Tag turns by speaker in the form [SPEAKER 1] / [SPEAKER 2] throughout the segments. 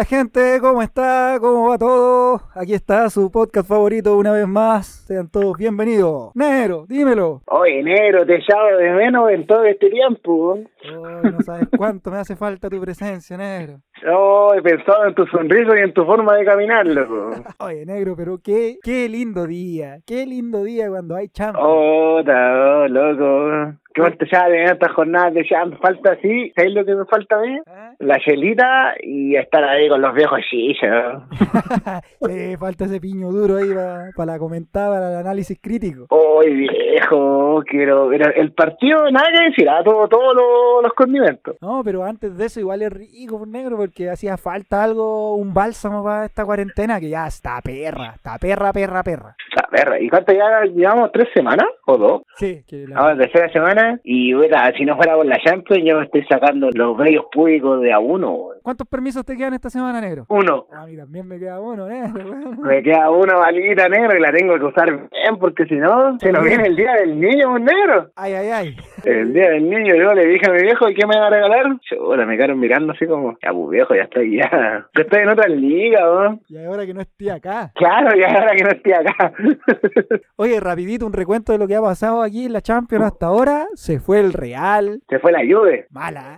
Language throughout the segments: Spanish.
[SPEAKER 1] Hola gente, ¿cómo está? ¿Cómo va todo? Aquí está su podcast favorito una vez más. Sean todos bienvenidos. Negro, dímelo.
[SPEAKER 2] Oye, negro, te echaba de menos en todo este tiempo.
[SPEAKER 1] Ay, no sabes cuánto me hace falta tu presencia, negro.
[SPEAKER 2] Oh, he pensado en tu sonrisa y en tu forma de caminar, loco.
[SPEAKER 1] Oye, negro, pero qué lindo día. Qué lindo día cuando hay Champions.
[SPEAKER 2] Loco. ¿Qué más te echaba de estas jornadas de Champions? Falta así, ¿sabes lo que me falta a mí? La chelita y estar ahí con los viejos chichos.
[SPEAKER 1] Sí, falta ese piño duro ahí para la comentar, para el análisis crítico.
[SPEAKER 2] Oye, viejo, quiero ver el partido, nada que decir, todos los condimentos.
[SPEAKER 1] No, pero antes de eso igual es rico, pues, negro, porque hacía falta algo, un bálsamo para esta cuarentena que ya está perra.
[SPEAKER 2] La perra. ¿Y cuánto ya llevamos? ¿3 semanas o 2?
[SPEAKER 1] Sí.
[SPEAKER 2] La tercera semana. Y bueno, si no fuera por la Champions, yo me estoy sacando los bellos públicos de a uno.
[SPEAKER 1] ¿Cuántos permisos te quedan esta semana, negro?
[SPEAKER 2] 1.
[SPEAKER 1] A mí también me queda uno, negro.
[SPEAKER 2] Me queda una balita, negro, y la tengo que usar bien, porque si no, se nos viene el día del niño, un negro.
[SPEAKER 1] Ay.
[SPEAKER 2] El día del niño, yo le dije a mi viejo, ¿y qué me va a regalar? Ahora me quedaron mirando así como, ya pues viejo, ya estoy en otra liga, ¿no?
[SPEAKER 1] Y ahora que no estoy acá.
[SPEAKER 2] Claro, y ahora que no estoy acá.
[SPEAKER 1] Oye, rapidito, un recuento de lo que ha pasado aquí en la Champions hasta ahora. Se fue el Real.
[SPEAKER 2] Se fue la Juve.
[SPEAKER 1] Mala.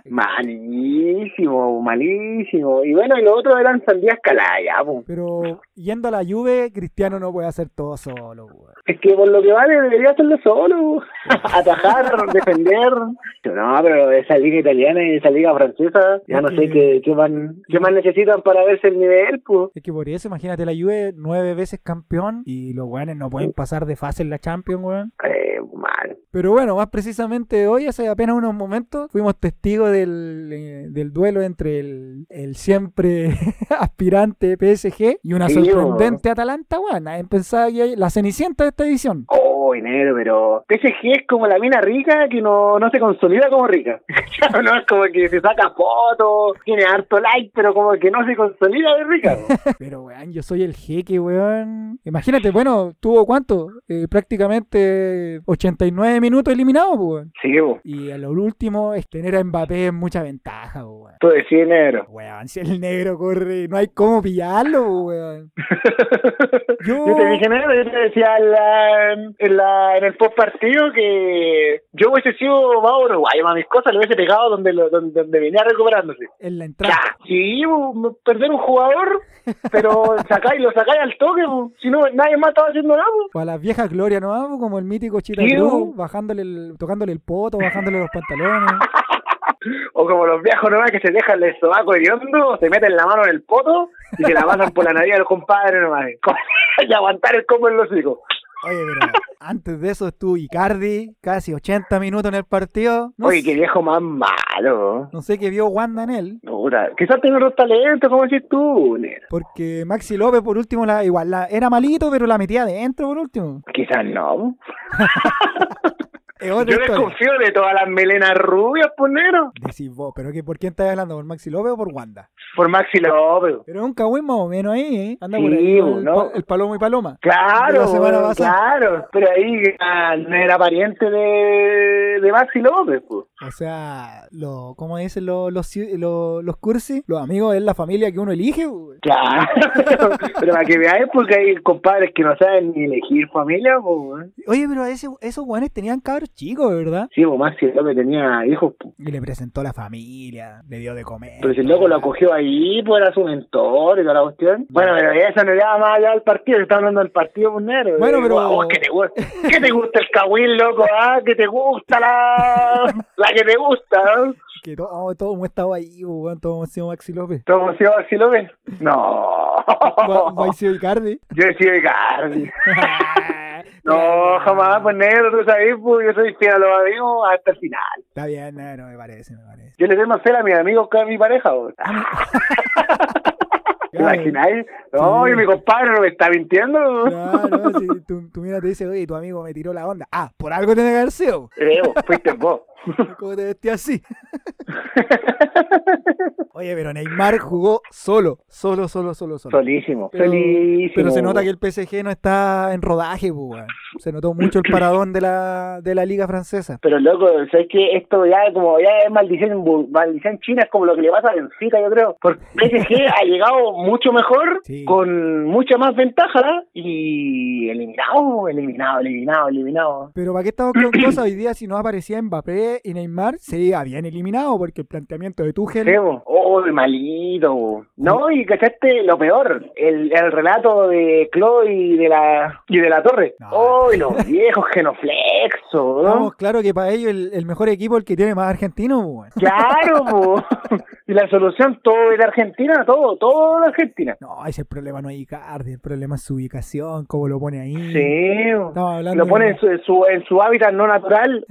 [SPEAKER 2] Malísimo. Y bueno, y los otros eran sandías caladas, pues.
[SPEAKER 1] Pero yendo a la Juve, Cristiano no puede hacer todo solo, güey.
[SPEAKER 2] Es que por lo que vale debería hacerlo solo. Atajar, defender. No, pero esa liga italiana y esa liga francesa, ya no sé qué más necesitan para verse el nivel, pues.
[SPEAKER 1] Es que por eso, imagínate la Juve 9 veces campeón y los güeyes no pueden pasar de fase en la Champions, güey.
[SPEAKER 2] Mal.
[SPEAKER 1] Pero bueno, más precisamente hoy, hace apenas unos momentos, fuimos testigos del duelo entre el siempre aspirante PSG y una sorprendente Atalanta, weón. Nadie pensaba que la cenicienta de esta edición.
[SPEAKER 2] Enero, pero PSG es como la mina rica que no se consolida como rica. No es como que se saca fotos, tiene harto like, pero como que no se consolida de rica.
[SPEAKER 1] Pero weón, yo soy el jeque, weón. Imagínate, bueno, tuvo ¿cuánto? Prácticamente 89 minutos eliminado, weón.
[SPEAKER 2] Sí, weón.
[SPEAKER 1] Y a lo último es tener a Mbappé en mucha ventaja, weón.
[SPEAKER 2] Tú decís, negro.
[SPEAKER 1] Weón, si el negro corre, no hay cómo pillarlo, weón.
[SPEAKER 2] Yo te dije, negro, yo te decía en el post partido que yo hubiese sido más uruguayo, más mis cosas, le hubiese pegado donde venía recuperándose.
[SPEAKER 1] En la entrada.
[SPEAKER 2] Sí, perder un jugador, pero lo sacáis al toque, si no, nadie más estaba haciendo nada.
[SPEAKER 1] O a las viejas glorias, ¿no? Como el mítico Chita Cruz, tocándole el poto, bajándole los pantalones.
[SPEAKER 2] O como los viejos nomás que se dejan el sobaco hediondo, se meten la mano en el poto y se la pasan por la nariz del compadre nomás. Y aguantar el combo en los hijos.
[SPEAKER 1] Oye, pero antes de eso estuvo Icardi, casi 80 minutos en el partido.
[SPEAKER 2] Qué viejo más malo.
[SPEAKER 1] No sé qué vio Wanda en él.
[SPEAKER 2] Puta, quizás tiene otros talentos, como decís tú, nero.
[SPEAKER 1] Porque Maxi López, por último, era malito, pero la metía adentro, por último.
[SPEAKER 2] Quizás no.
[SPEAKER 1] Yo
[SPEAKER 2] desconfío de todas las melenas rubias, pues, negro.
[SPEAKER 1] Decís vos, pero ¿por quién estás hablando? ¿Por Maxi López o por Wanda?
[SPEAKER 2] Por Maxi López.
[SPEAKER 1] Pero es un cagüín más o menos ahí, ¿eh? Anda por ahí el Palomo y Paloma.
[SPEAKER 2] Claro, claro. Pero ahí no era pariente de Maxi López, pues.
[SPEAKER 1] O sea, ¿cómo dicen los cursis? Los amigos es la familia que uno elige, pues.
[SPEAKER 2] Claro. Pero para que veáis, porque hay compadres que no saben ni elegir familia, pues.
[SPEAKER 1] Oye, pero esos guanes tenían cabros chicos, ¿verdad?
[SPEAKER 2] Sí, pues Maxi López tenía hijos, pues.
[SPEAKER 1] Y le presentó a la familia, le dio de comer.
[SPEAKER 2] Pero si el loco lo acogió ahí, pues era su mentor y toda la cuestión. Bueno, pero eso no lleva más allá del partido, se está hablando del partido, pues, negro.
[SPEAKER 1] Bueno, pero...
[SPEAKER 2] ¿Qué te gusta el cagüín, loco? ¿Qué te gusta la que te gusta, ¿no?
[SPEAKER 1] Que todos hemos estado ahí, weón, todos hemos sido Maxi López.
[SPEAKER 2] ¿Todos hemos sido Maxi López? No.
[SPEAKER 1] ¿Vos has sido Icardi?
[SPEAKER 2] Yo he sido Icardi. No, jamás, pues, negro, tú sabes, pues, yo soy fiel a los amigos hasta el final.
[SPEAKER 1] Está bien, negro, me parece.
[SPEAKER 2] Yo le tengo más fe a mis amigos que a mi pareja, weón. ¿Te imagináis? No, sí. Y mi compadre no me está mintiendo.
[SPEAKER 1] No, si tú mira te dice, oye, tu amigo me tiró la onda. Por algo tiene que haber sido.
[SPEAKER 2] Fuiste vos.
[SPEAKER 1] ¿Cómo te vestías así? Oye, pero Neymar jugó solo.
[SPEAKER 2] Solísimo.
[SPEAKER 1] Pero se nota que el PSG no está en rodaje, pues, weón. Se notó mucho el paradón de la liga francesa.
[SPEAKER 2] Pero loco, ¿sabes qué? Esto ya es maldición china, es como lo que le pasa a Benfica, yo creo. Porque PSG ha llegado mucho mejor,
[SPEAKER 1] sí,
[SPEAKER 2] con mucha más ventaja, y eliminado.
[SPEAKER 1] Pero ¿para qué estamos con cosas hoy día si no aparecía Mbappé y Neymar? Se habían eliminado porque el planteamiento de Tuchel...
[SPEAKER 2] Malito. No, y ¿cachaste lo peor? El relato de Klopp y de la Torre. Los viejos genoflexos, ¿no?
[SPEAKER 1] Estamos claro que para ellos el mejor equipo es el que tiene más argentinos, weón.
[SPEAKER 2] Claro, po. Y la solución todo es de Argentina, todo de Argentina.
[SPEAKER 1] No, ese problema no es Icardi, el problema es su ubicación, cómo lo pone ahí.
[SPEAKER 2] Sí, lo pone en su hábitat no natural.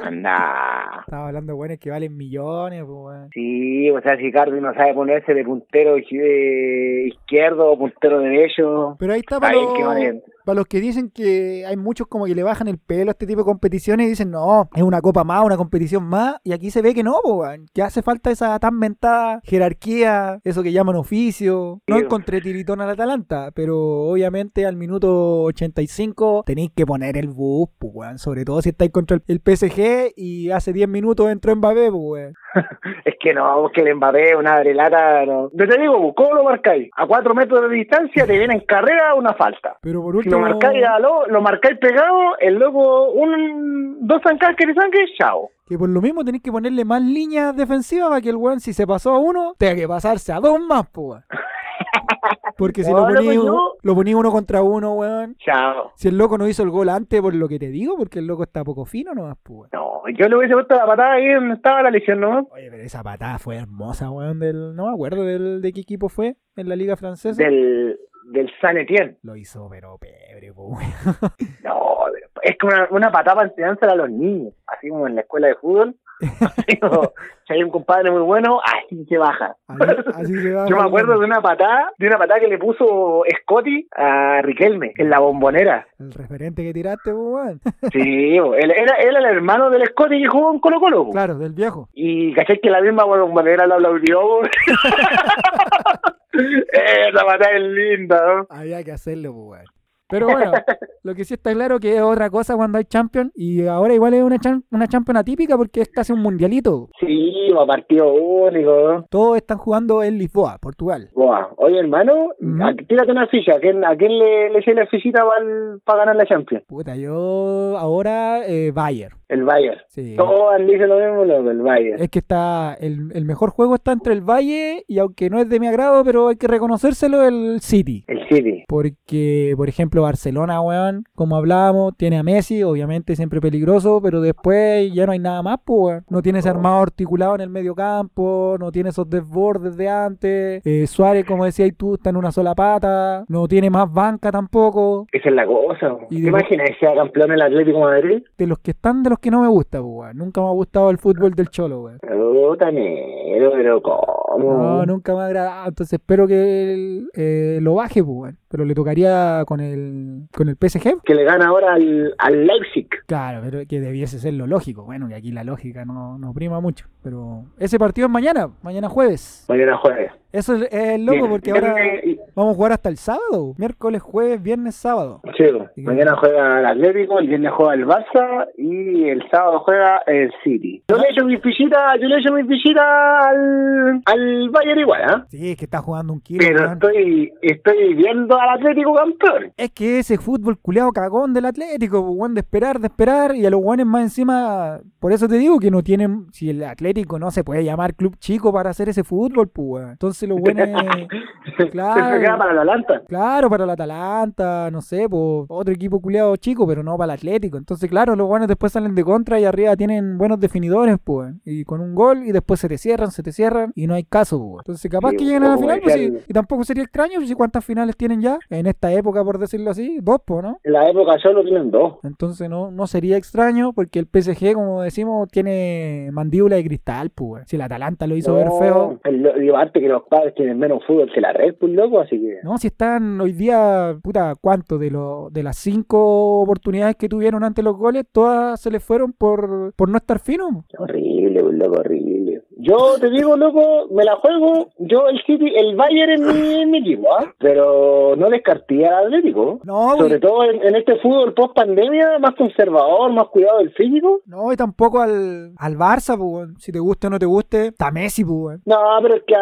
[SPEAKER 2] Anda.
[SPEAKER 1] Estaba hablando de buenos que valen millones, pues, weón.
[SPEAKER 2] Sí, o sea, si Icardi no sabe ponerse de puntero izquierdo o puntero derecho.
[SPEAKER 1] Pero ahí está para los que dicen que hay muchos como que le bajan el pelo a este tipo de competiciones y dicen, no, es una copa más, una competición más, y aquí se ve que no, pues, que hace falta esa tan mentada jerarquía, eso que llaman oficio. No encontré tiritón al Atalanta, pero obviamente al minuto 85 tenéis que poner el bus, pues, weón, sobre todo si estáis contra el PSG y hace 10 minutos entró Mbappé, pues, weón.
[SPEAKER 2] Es que no, que el Mbappé es una brelata, no. Yo te digo, ¿cómo lo marcáis? A 4 metros de distancia te viene en carrera una falta.
[SPEAKER 1] Pero por último...
[SPEAKER 2] Si lo marcáis pegado, el loco, dos zancadas que le zanques, chao.
[SPEAKER 1] Que por lo mismo tenéis que ponerle más líneas defensivas para que el weón, si se pasó a uno, tenga que pasarse a 2 más, pues. Porque si lo ponía uno contra uno, weón.
[SPEAKER 2] Chao.
[SPEAKER 1] Si el loco no hizo el gol antes, por lo que te digo, porque el loco está poco fino nomás, pues.
[SPEAKER 2] No, yo le hubiese puesto la patada ahí donde estaba la lesión, ¿no?
[SPEAKER 1] Oye, pero esa patada fue hermosa, weón. No me acuerdo de qué equipo fue en la liga francesa.
[SPEAKER 2] Del Saint Etienne.
[SPEAKER 1] Lo hizo, pero pebre, po.
[SPEAKER 2] No, es como una patada para enseñársela a los niños, así como en la escuela de fútbol. Así como, si hay un compadre muy bueno, así se baja.
[SPEAKER 1] Así se baja.
[SPEAKER 2] Yo me acuerdo de una patada que le puso Scotty a Riquelme en la Bombonera.
[SPEAKER 1] El referente que tiraste, weón.
[SPEAKER 2] Sí, él era el hermano del Scotty que jugó en Colo-Colo.
[SPEAKER 1] Claro, del viejo.
[SPEAKER 2] Y caché que la misma Bombonera lo aplaudió. Esa patada es linda, ¿no?
[SPEAKER 1] Había que hacerlo, pues, weón. Pero bueno, lo que sí está claro que es otra cosa cuando hay Champions. Y ahora igual es una Champions atípica porque es casi un mundialito.
[SPEAKER 2] Sí, partido único.
[SPEAKER 1] Todos están jugando en Lisboa, Portugal.
[SPEAKER 2] Oye, hermano, tírate una ficha. ¿A quién le eché la fichita para ganar la Champions?
[SPEAKER 1] Puta, yo ahora Bayern.
[SPEAKER 2] El Bayern.
[SPEAKER 1] Sí.
[SPEAKER 2] Todos dicen lo mismo, el Bayern.
[SPEAKER 1] Es que está el mejor juego está entre el Bayern y aunque no es de mi agrado, pero hay que reconocérselo, el City.
[SPEAKER 2] El City.
[SPEAKER 1] Porque, por ejemplo, Barcelona, weón, como hablábamos, tiene a Messi, obviamente siempre peligroso, pero después ya no hay nada más, pues, weón. No tiene ese armado articulado en el medio campo, no tiene esos desbordes de antes. Suárez, como decías tú, está en una sola pata, no tiene más banca tampoco.
[SPEAKER 2] Esa es la cosa. ¿Te imaginas que sea campeón el Atlético de Madrid?
[SPEAKER 1] De los que están, de los que no me gusta, pues, weón. Nunca me ha gustado el fútbol del Cholo, weón.
[SPEAKER 2] Pero ¿cómo?
[SPEAKER 1] No, nunca me ha agradado. Entonces espero que lo baje, pues, weón. Pero le tocaría con el PSG.
[SPEAKER 2] Que le gana ahora al Leipzig.
[SPEAKER 1] Claro, pero que debiese ser lo lógico. Bueno, que aquí la lógica no prima mucho. Pero ese partido es mañana jueves.
[SPEAKER 2] Mañana jueves.
[SPEAKER 1] Eso es loco porque ahora vamos a jugar hasta el sábado. Miércoles, jueves, viernes, sábado.
[SPEAKER 2] Sí, mañana juega el Atlético, el viernes juega el Barça y el sábado juega el City. Yo le he hecho mi fichita al Bayern igual, ¿eh?
[SPEAKER 1] Sí, es que está jugando un kilo.
[SPEAKER 2] Pero estoy viendo al Atlético campeón.
[SPEAKER 1] Es que ese fútbol culeado cagón del Atlético, weón, de esperar, y a los guanes más encima, por eso te digo que no tienen, si el Atlético no se puede llamar club chico para hacer ese fútbol, pues, weón. Entonces los buenos, claro.
[SPEAKER 2] Se queda para el Atalanta.
[SPEAKER 1] Claro, para el Atalanta, no sé, pues, otro equipo culeado chico, pero no para el Atlético. Entonces, claro, los buenos después salen de contra y arriba tienen buenos definidores, pues, y con un gol, y después se te cierran, y no hay caso, pues. Entonces, capaz que lleguen a la final, pues, y tampoco sería extraño, pues, si cuántas finales tienen ya, en esta época, por decirlo así, 2, pues, ¿no?
[SPEAKER 2] En la época solo tienen 2.
[SPEAKER 1] Entonces, no sería extraño, porque el PSG, como decimos, tiene mandíbula de cristal, pues, si el Atalanta lo hizo ver feo.
[SPEAKER 2] Digo, antes que los padres tienen menos fútbol que la Red, pues, loco, así que...
[SPEAKER 1] No, si están hoy día, puta, ¿cuánto? De las 5 oportunidades que tuvieron antes los goles, todas se les fueron por no estar finos.
[SPEAKER 2] Horrible, pues, loco, horrible. Yo te digo, loco, me la juego. Yo el Bayern es mi equipo, pero no descarté al Atlético.
[SPEAKER 1] No,
[SPEAKER 2] sobre todo en este fútbol post pandemia, más conservador, más cuidado del físico.
[SPEAKER 1] No, y tampoco al Barça, pues, si te guste o no te guste, está Messi, pues.
[SPEAKER 2] No, pero es que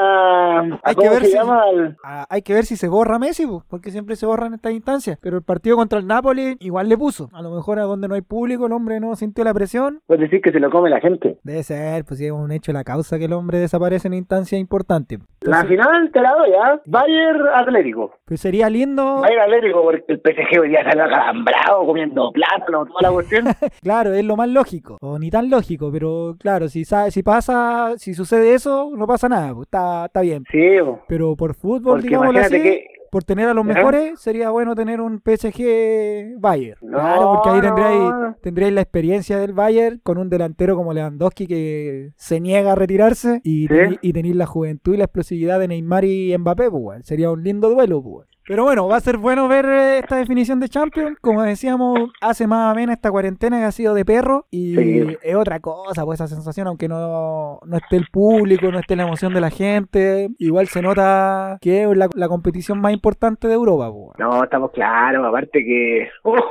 [SPEAKER 1] hay que ver si se borra Messi, pues, porque siempre se borra en estas instancias. Pero el partido contra el Napoli igual le puso. A lo mejor a donde no hay público el hombre no sintió la presión.
[SPEAKER 2] Puedes decir que se lo come la gente.
[SPEAKER 1] Debe ser, pues si es un hecho la causa que el hombre desaparece en instancias importantes. Entonces,
[SPEAKER 2] la final te la doy, Bayern Atlético.
[SPEAKER 1] Pues sería lindo.
[SPEAKER 2] Bayern Atlético, porque el PSG hoy día salió acalambrado, comiendo plátano, toda la cuestión.
[SPEAKER 1] Claro, es lo más lógico. O ni tan lógico, pero claro, si sucede eso, no pasa nada, pues, está bien.
[SPEAKER 2] Sí,
[SPEAKER 1] pero por fútbol, digámoslo así, por tener a los mejores, sería bueno tener un PSG Bayern. No, claro, porque ahí tendréis la experiencia del Bayern con un delantero como Lewandowski que se niega a retirarse y tenéis la juventud y la explosividad de Neymar y Mbappé, pues, sería un lindo duelo, pues. Pero bueno, va a ser bueno ver esta definición de Champions. Como decíamos, hace más o menos esta cuarentena que ha sido de perro. Y es otra cosa, pues esa sensación, aunque no esté el público, no esté la emoción de la gente, igual se nota que es la competición más importante de Europa, pues. No,
[SPEAKER 2] estamos claros, aparte que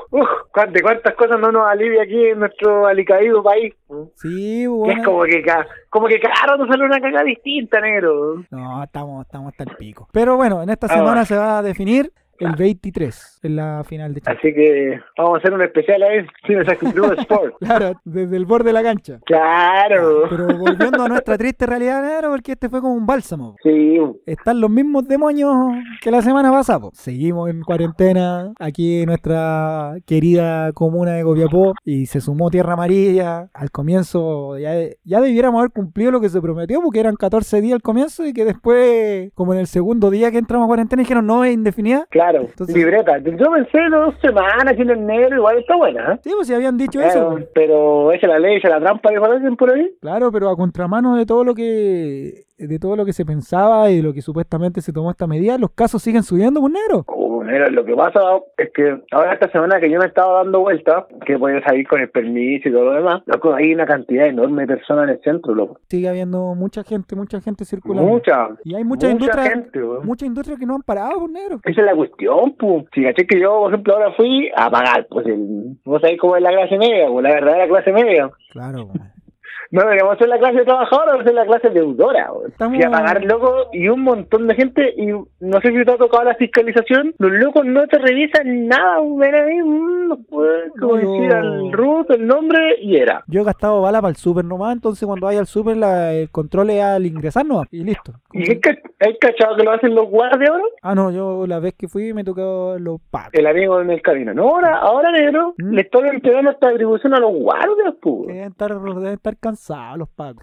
[SPEAKER 2] de cuántas cosas no nos alivia aquí en nuestro alicaído país.
[SPEAKER 1] Sí, bueno.
[SPEAKER 2] Que es como que cada rato sale una cagada distinta, negro.
[SPEAKER 1] No, estamos hasta el pico. Pero bueno, en esta semana se va a definir el 23 en la final de Champions.
[SPEAKER 2] Así que vamos a hacer un especial ahí, Club Sport.
[SPEAKER 1] Claro, desde el borde de la cancha.
[SPEAKER 2] Claro.
[SPEAKER 1] Pero volviendo a nuestra triste realidad, claro, porque este fue como un bálsamo.
[SPEAKER 2] Sí.
[SPEAKER 1] Están los mismos demonios que la semana pasada. Seguimos en cuarentena aquí en nuestra querida comuna de Copiapó y se sumó Tierra Amarilla. Al comienzo ya debiéramos haber cumplido lo que se prometió, porque eran 14 días al comienzo y que después, como en el segundo día que entramos a cuarentena, dijeron no, es indefinida.
[SPEAKER 2] Claro. Entonces, libreta. Yo pensé 2 semanas en enero, igual está buena.
[SPEAKER 1] Sí, pues si habían dicho eso.
[SPEAKER 2] Pero esa es la ley, esa es la trampa, dijo alguien por ahí.
[SPEAKER 1] Claro, pero a contramano de todo lo que se pensaba y de lo que supuestamente se tomó esta medida, los casos siguen subiendo, pues, negro.
[SPEAKER 2] Negro, lo que pasa es que ahora esta semana que yo me estaba dando vueltas, que podía salir con el permiso y todo lo demás, loco, hay una cantidad enorme de personas en el centro, loco. Sigue
[SPEAKER 1] habiendo mucha gente circulando. Y hay mucha industria que no han parado, pues, negro.
[SPEAKER 2] Esa es la cuestión, pues. Si caché que yo, por ejemplo, ahora fui a pagar, pues, vos sabés cómo es la clase media, pues, la verdadera clase media.
[SPEAKER 1] Claro, pues.
[SPEAKER 2] No deberíamos ser la clase trabajadora, debemos ser la clase deudora. Fui a pagar, loco, y un montón de gente, y no sé si te ha tocado la fiscalización, los locos no te revisan nada, ven ahí, no puedes decir al root, el nombre, y era.
[SPEAKER 1] Yo he gastado bala para el súper nomás, entonces cuando vaya al súper el control es al ingresar nomás, y listo.
[SPEAKER 2] ¿Y hay cachado que lo hacen los guardias ahora?
[SPEAKER 1] No, yo la vez que fui me tocó los pagos.
[SPEAKER 2] El amigo en el camino. No, ahora negro, le estoy entregando esta atribución a los guardias, pues.
[SPEAKER 1] Deben estar cansados los pacos.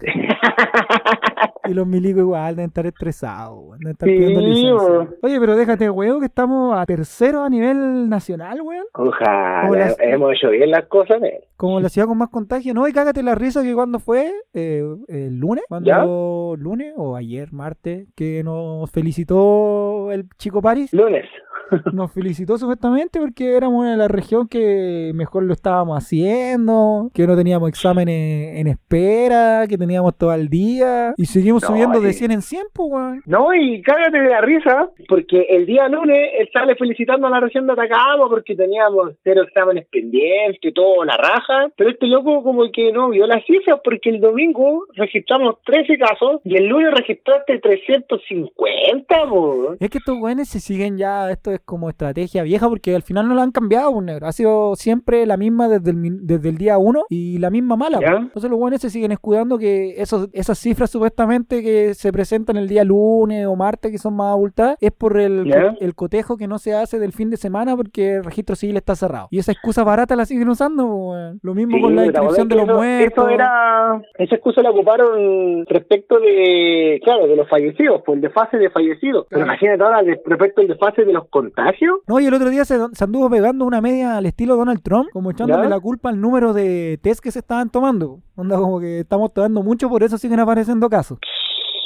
[SPEAKER 1] Y los milicos igual deben estar estresados, deben estar pidiendo licencia. Oye, pero déjate, weón, que estamos a tercero a nivel nacional, weón.
[SPEAKER 2] Ojalá, hemos hecho bien las cosas,
[SPEAKER 1] como la ciudad con más contagio, ¿no? Y cágate la risa que cuando fue el lunes, lunes o ayer, martes, que nos felicitó el Chico París.
[SPEAKER 2] Lunes.
[SPEAKER 1] Nos felicitó supuestamente porque éramos en la región que mejor lo estábamos haciendo, que no teníamos exámenes en espera, que teníamos todo el día y seguimos subiendo de 100 en 100, pues, weón.
[SPEAKER 2] No, y cágate de la risa porque el día lunes él sale felicitando a la región de Atacama porque teníamos 0 exámenes pendientes, todo la raja, pero este loco como que no vio las cifras porque el domingo registramos 13 casos y el lunes registraste 350, pues.
[SPEAKER 1] Es que estos weones se siguen ya, esto es como estrategia vieja porque al final no la han cambiado, pues, negro. Ha sido siempre la misma desde el día 1 y la misma mala, pues. Entonces los buenos se siguen escudando que esas cifras supuestamente que se presentan el día lunes o martes que son más abultadas es por el cotejo que no se hace del fin de semana porque el registro civil está cerrado. Y esa excusa barata la siguen usando, pues. Lo mismo con la inscripción de los muertos.
[SPEAKER 2] Esa excusa la ocuparon respecto de los fallecidos, por el desfase de fallecidos. Pero imagínate ahora respecto al desfase de los contagios.
[SPEAKER 1] No, y el otro día se anduvo pegando una media al estilo Donald Trump, como echándole la culpa al número de test que se estaban tomando. Onda como que estamos tomando mucho, por eso siguen apareciendo casos.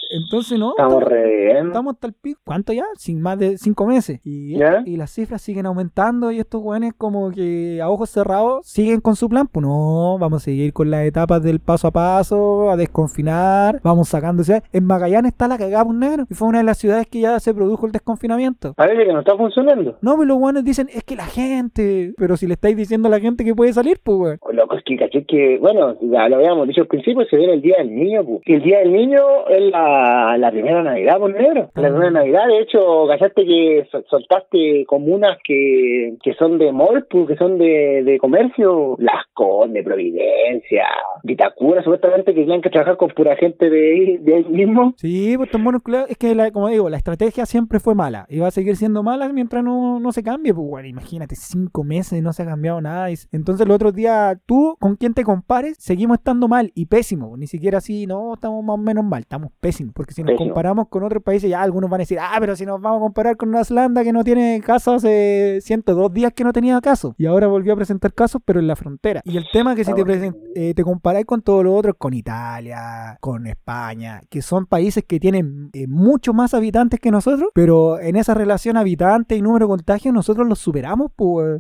[SPEAKER 1] Entonces, no.
[SPEAKER 2] Estamos re bien.
[SPEAKER 1] Estamos hasta el pico. ¿Cuánto ya? Sin más de 5 meses. Y las cifras siguen aumentando y estos güeyes como que a ojos cerrados siguen con su plan. Pues no, vamos a seguir con las etapas del paso a paso, a desconfinar, vamos sacando ciudades. En Magallanes está la cagada, pues, negro. Y fue una de las ciudades que ya se produjo el desconfinamiento.
[SPEAKER 2] Parece que no está funcionando.
[SPEAKER 1] No, pues los güeyes dicen, es que la gente. Pero si le estáis diciendo a la gente que puede salir, pues, güey.
[SPEAKER 2] Loco, es que caché que, bueno, ya lo habíamos dicho al principio, se viene el Día del Niño, pues. Y el Día del Niño es la primera Navidad, pues, negro. La primera Navidad, de hecho, cachaste que soltaste comunas que son de mall, pues, que son de comercio, Las Condes, Providencia, Vitacura, supuestamente que tenían que trabajar con pura gente de ahí mismo.
[SPEAKER 1] Sí, pues estos monos culiados, es que, como digo, la estrategia siempre fue mala y va a seguir siendo mala mientras no se cambie. Pues bueno, imagínate, 5 meses y no se ha cambiado nada. Entonces los otros días, tú, con quien te compares, seguimos estando mal y pésimo. Ni siquiera así, no, estamos más o menos mal, estamos pésimos. Porque si nos comparamos con otros países, ya algunos van a decir, pero si nos vamos a comparar con Nueva Zelanda que no tiene casos hace 102 días que no tenía casos. Y ahora volvió a presentar casos, pero en la frontera. Y el tema es que si te comparáis con todos los otros, con Italia, con España, que son países que tienen mucho más habitantes que nosotros, pero en esa relación habitante y número de contagios nosotros los superamos, pues.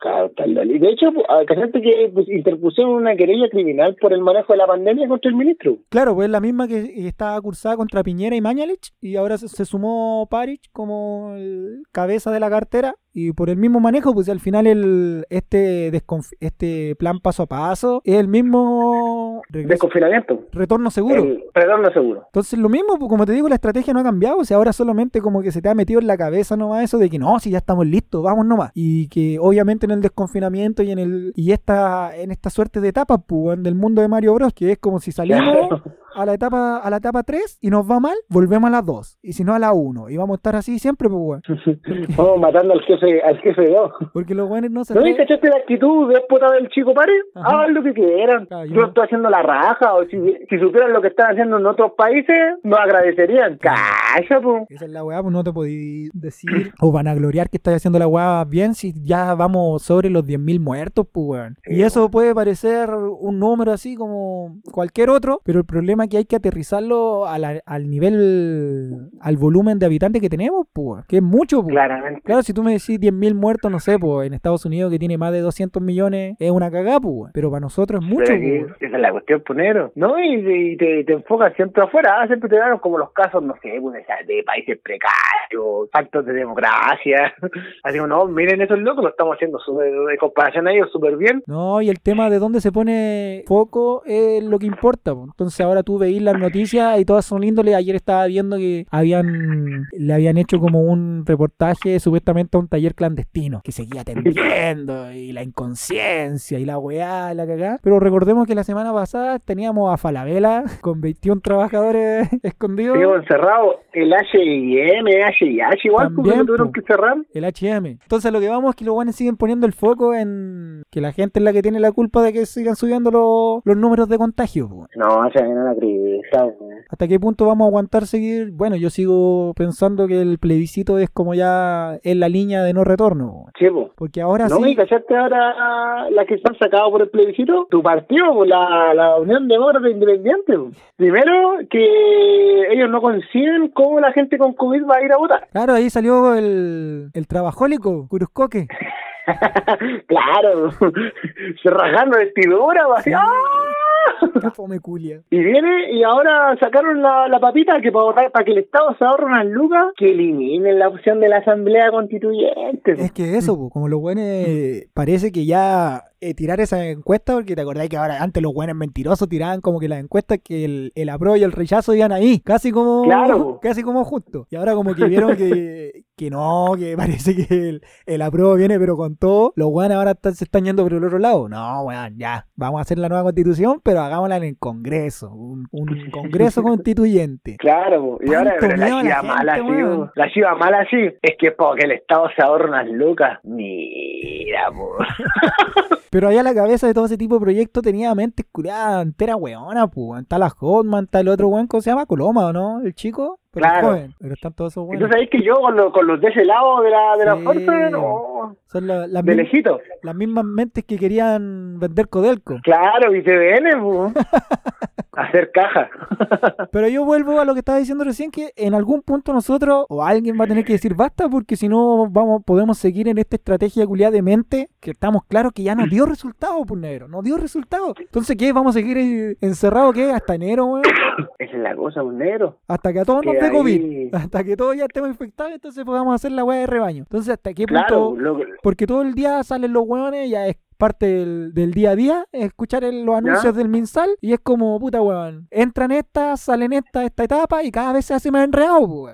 [SPEAKER 2] De hecho, hay gente que interpusieron una querella criminal por el manejo de la pandemia contra el ministro.
[SPEAKER 1] Claro, pues la misma que estaba cursada contra Piñera y Mañalich, y ahora se sumó Parich como el cabeza de la cartera. Y por el mismo manejo, pues al final este plan paso a paso es el mismo
[SPEAKER 2] desconfinamiento.
[SPEAKER 1] Retorno seguro.
[SPEAKER 2] Retorno seguro.
[SPEAKER 1] Entonces lo mismo, pues como te digo, la estrategia no ha cambiado. O sea, ahora solamente como que se te ha metido en la cabeza nomás eso de que no, si ya estamos listos, vamos nomás. Y que obviamente en el desconfinamiento y en esta suerte de etapas, pues, del mundo de Mario Bros, que es como si salimos a la etapa 3 y nos va mal, volvemos a las 2. Y si no a la 1. Y vamos a estar así siempre, pues,
[SPEAKER 2] vamos matando al jefe 2.
[SPEAKER 1] Porque los buenos no se...
[SPEAKER 2] ¿No cachaste la actitud déspota del chico Pare? Hagan lo que quieran. Yo estoy haciendo la raja, o si supieran lo que están haciendo en otros países, nos agradecerían. Calla, pues.
[SPEAKER 1] Esa es la weá, pues no te podí decir o vanagloriar que estás haciendo la weá bien si ya vamos sobre los 10.000 muertos, pues, weón. Sí, y eso puede parecer un número así como cualquier otro, pero el problema es que hay que aterrizarlo al nivel, al volumen de habitantes que tenemos, pues, que es mucho, pues.
[SPEAKER 2] Claramente.
[SPEAKER 1] Claro, si tú me decís 10.000 muertos, no sé, pues en Estados Unidos que tiene más de 200 millones es una cagada, pues, pero para nosotros es mucho, pues.
[SPEAKER 2] Esa es la cuestión, punero. ¿No? Y te enfocas siempre afuera, siempre te dan como los casos, no sé, pues, de países precarios, faltos de democracia. Así como, no, miren esos locos, lo estamos haciendo de comparación a ellos súper bien.
[SPEAKER 1] No, y el tema de dónde se pone foco es lo que importa, pues. Entonces ahora tú veís las noticias y todas son índoles. Ayer estaba viendo que le habían hecho como un reportaje supuestamente a un taller clandestino que seguía atendiendo y la inconsciencia y la weá, la cagá. Pero recordemos que la semana pasada teníamos a Falabella con 21 trabajadores escondidos.
[SPEAKER 2] Sí, encerrado el H&H igual,
[SPEAKER 1] también,
[SPEAKER 2] porque tuvieron que cerrar.
[SPEAKER 1] El H&M. Entonces lo que vamos es que los guanes siguen poniendo el foco en que la gente es la que tiene la culpa de que sigan subiendo los números de contagio.
[SPEAKER 2] No, se viene una crisis.
[SPEAKER 1] ¿Hasta qué punto vamos a aguantar seguir? Bueno, yo sigo pensando que el plebiscito es como ya en la línea de no retorno.
[SPEAKER 2] Sí, pues.
[SPEAKER 1] Porque ahora
[SPEAKER 2] ¿No me cachaste ahora la que están sacados por el plebiscito? Tu partido, la Unión Demócrata Independiente. Primero, que ellos no conciben cómo la gente con COVID va a ir a votar.
[SPEAKER 1] Claro, ahí salió el trabajólico, Curuscoque.
[SPEAKER 2] Claro, se rasgaron vestidura, así. ¡Ah!
[SPEAKER 1] Fome culia.
[SPEAKER 2] Y viene y ahora sacaron la papita que para que el Estado se ahorre unas lucas, que eliminen la opción de la Asamblea Constituyente.
[SPEAKER 1] Es que eso, como los buenos parece que ya tirar esa encuesta, porque te acordáis que ahora antes los buenos mentirosos tiraban como que las encuestas que el apruebo y el rechazo iban ahí, casi como justo. Y ahora como que vieron que no, que parece que el apruebo viene pero con todo, los buenos ahora se están yendo por el otro lado. No, weón, ya, vamos a hacer la nueva constitución, pero hagámosla en el Congreso, un Congreso constituyente.
[SPEAKER 2] Claro, y ahora pero la chiva mala sí, es que porque el Estado se ahorra unas lucas. Mira, por.
[SPEAKER 1] Pero allá la cabeza de todo ese tipo de proyectos tenía mente curadas entera weona, pues. Está la Hotman, está el otro weón, ¿cómo se llama? Coloma, ¿no? El chico. Pero
[SPEAKER 2] claro.
[SPEAKER 1] Joven, pero están todos esos buenos.
[SPEAKER 2] ¿Tú sabés que yo con los de ese lado de la fuerza, no?
[SPEAKER 1] Son
[SPEAKER 2] de lejito.
[SPEAKER 1] Las mismas mentes que querían vender Codelco.
[SPEAKER 2] Claro, y TVN, pues. hacer caja.
[SPEAKER 1] Pero yo vuelvo a lo que estaba diciendo recién, que en algún punto nosotros o alguien va a tener que decir basta, porque si no podemos seguir en esta estrategia culiada de mente, que estamos claros que ya nos dio resultado, pues negro, nos dio resultado. Entonces, ¿qué? ¿Vamos a seguir encerrados, qué? ¿Hasta enero, weón?
[SPEAKER 2] Esa es la cosa, pues, negro.
[SPEAKER 1] Hasta que a todos nos
[SPEAKER 2] Que
[SPEAKER 1] dé
[SPEAKER 2] ahí-
[SPEAKER 1] COVID, hasta que todos ya estemos infectados, entonces podamos hacer la weá de rebaño. Entonces, ¿hasta qué punto?
[SPEAKER 2] Claro,
[SPEAKER 1] Porque todo el día salen los weones, ya es parte del día a día, escuchar los anuncios del MinSal, y es como, puta weón, entran estas, salen esta etapa, y cada vez se hace más enredado, weón.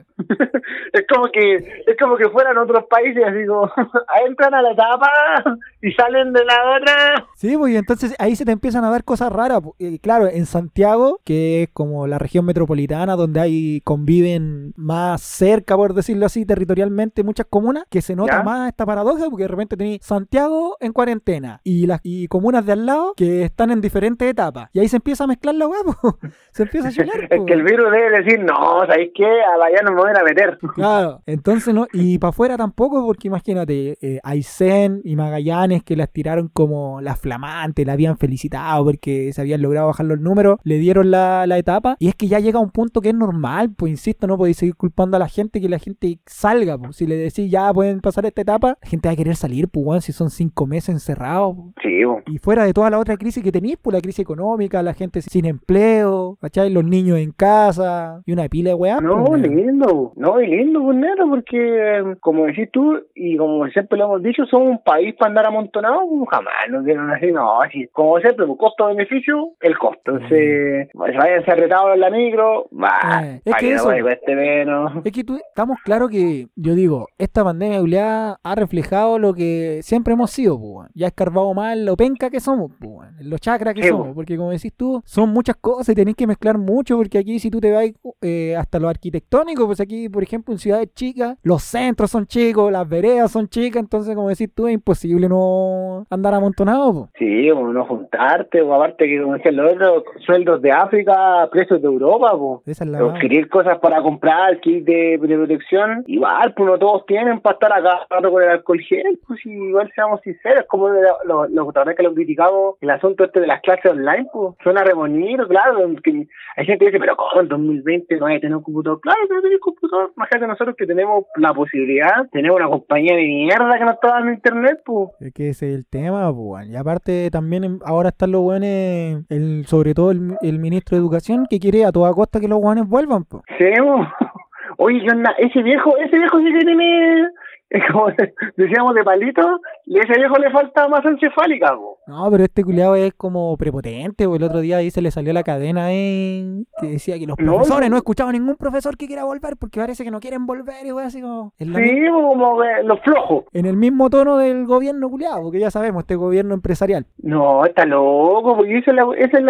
[SPEAKER 2] es como que fueran otros países, así como, entran a la etapa y salen de la otra.
[SPEAKER 1] Sí, pues y entonces ahí se te empiezan a dar cosas raras. Y claro, en Santiago, que es como la región metropolitana, donde conviven más cerca, por decirlo así, territorialmente, muchas comunas, que se nota
[SPEAKER 2] ¿Ya?
[SPEAKER 1] más esta paradoja, porque de repente tenés Santiago en cuarentena y comunas de al lado que están en diferentes etapas. Y ahí se empieza a mezclar la hueá, po. Se empieza a chular,
[SPEAKER 2] Es
[SPEAKER 1] po.
[SPEAKER 2] que el virus debe decir, no, ¿sabéis qué? Allá no me voy a meter.
[SPEAKER 1] Claro, entonces no, y para afuera tampoco, porque imagínate, Aysén y Magallanes, que las tiraron como las flamantes, la habían felicitado porque se habían logrado bajar los números, le dieron la etapa, y es que ya llega un punto que es normal, pues insisto, no podéis seguir culpando a la gente, que la gente salga, pues si le decís ya pueden pasar esta etapa, la gente va a querer salir, pues bueno, si son 5 meses encerrados, pues.
[SPEAKER 2] Sí, bo.
[SPEAKER 1] Y fuera de toda la otra crisis que tenéis, pues la crisis económica, la gente sin empleo, ¿cachai? Los niños en casa, y una pila de weá.
[SPEAKER 2] No,
[SPEAKER 1] pues, negro.
[SPEAKER 2] lindo, no, y lindo, pues, negro, porque como decís tú, y como siempre lo hemos dicho, somos un país para andar amontonado, pues, jamás nos dieron así, no, así, como siempre, pues, costo-beneficio, el costo, entonces, váyanse apretados en la micro, va,
[SPEAKER 1] es
[SPEAKER 2] para
[SPEAKER 1] que
[SPEAKER 2] que no
[SPEAKER 1] eso-
[SPEAKER 2] vaya este menos.
[SPEAKER 1] Es que estamos claros que, yo digo, esta pandemia culiada ha reflejado lo que siempre hemos sido, pues, weón. Ya ha escarbado mal lo penca que somos, pues, weón, los chakras que
[SPEAKER 2] Sí,
[SPEAKER 1] somos,
[SPEAKER 2] pues.
[SPEAKER 1] porque como decís tú, son muchas cosas y tenés que mezclar mucho, porque aquí si tú te vas hasta lo arquitectónico, pues aquí, por ejemplo, en ciudades chicas, los centros son chicos, las veredas son chicas, entonces como decís tú, es imposible no andar amontonado, pues.
[SPEAKER 2] Sí, o no juntarte, o aparte que, como decían los otros, sueldos de África, precios de Europa, pues.
[SPEAKER 1] Esa es la
[SPEAKER 2] O
[SPEAKER 1] verdad.
[SPEAKER 2] adquirir cosas para comprar, kit de protección, igual, pues no todos tienen para estar acá rato con el alcohol gel, pues igual seamos sinceros, como los que lo criticamos, el asunto este de las clases online, pues suena re bonito, claro, que hay gente que dice, pero ¿cómo en 2020 no hay que tener un computador? Claro que no tenés computador, imagínate nosotros que tenemos la posibilidad, tenemos una compañía de mierda que nos está dando internet, pues.
[SPEAKER 1] Es que ese es el tema, pues, weón. Y aparte también ahora están los weones, sobre todo el ministro de Educación, que quiere a toda costa que los weones vuelvan, pues.
[SPEAKER 2] Sí, pues. Oye, ¿qué onda? Ese viejo sí que tiene, como decíamos, de palito, y a ese viejo le falta masa encefálica, po.
[SPEAKER 1] No, pero este culiado es como prepotente, pues el otro día ahí se le salió la cadena que decía que los
[SPEAKER 2] No,
[SPEAKER 1] profesores,
[SPEAKER 2] no.
[SPEAKER 1] no he escuchado ningún profesor que quiera volver porque parece que no quieren volver y weón, así como
[SPEAKER 2] Sí, como que los flojos.
[SPEAKER 1] en el mismo tono del gobierno culiado, porque ya sabemos, este gobierno empresarial.
[SPEAKER 2] No, está loco, porque son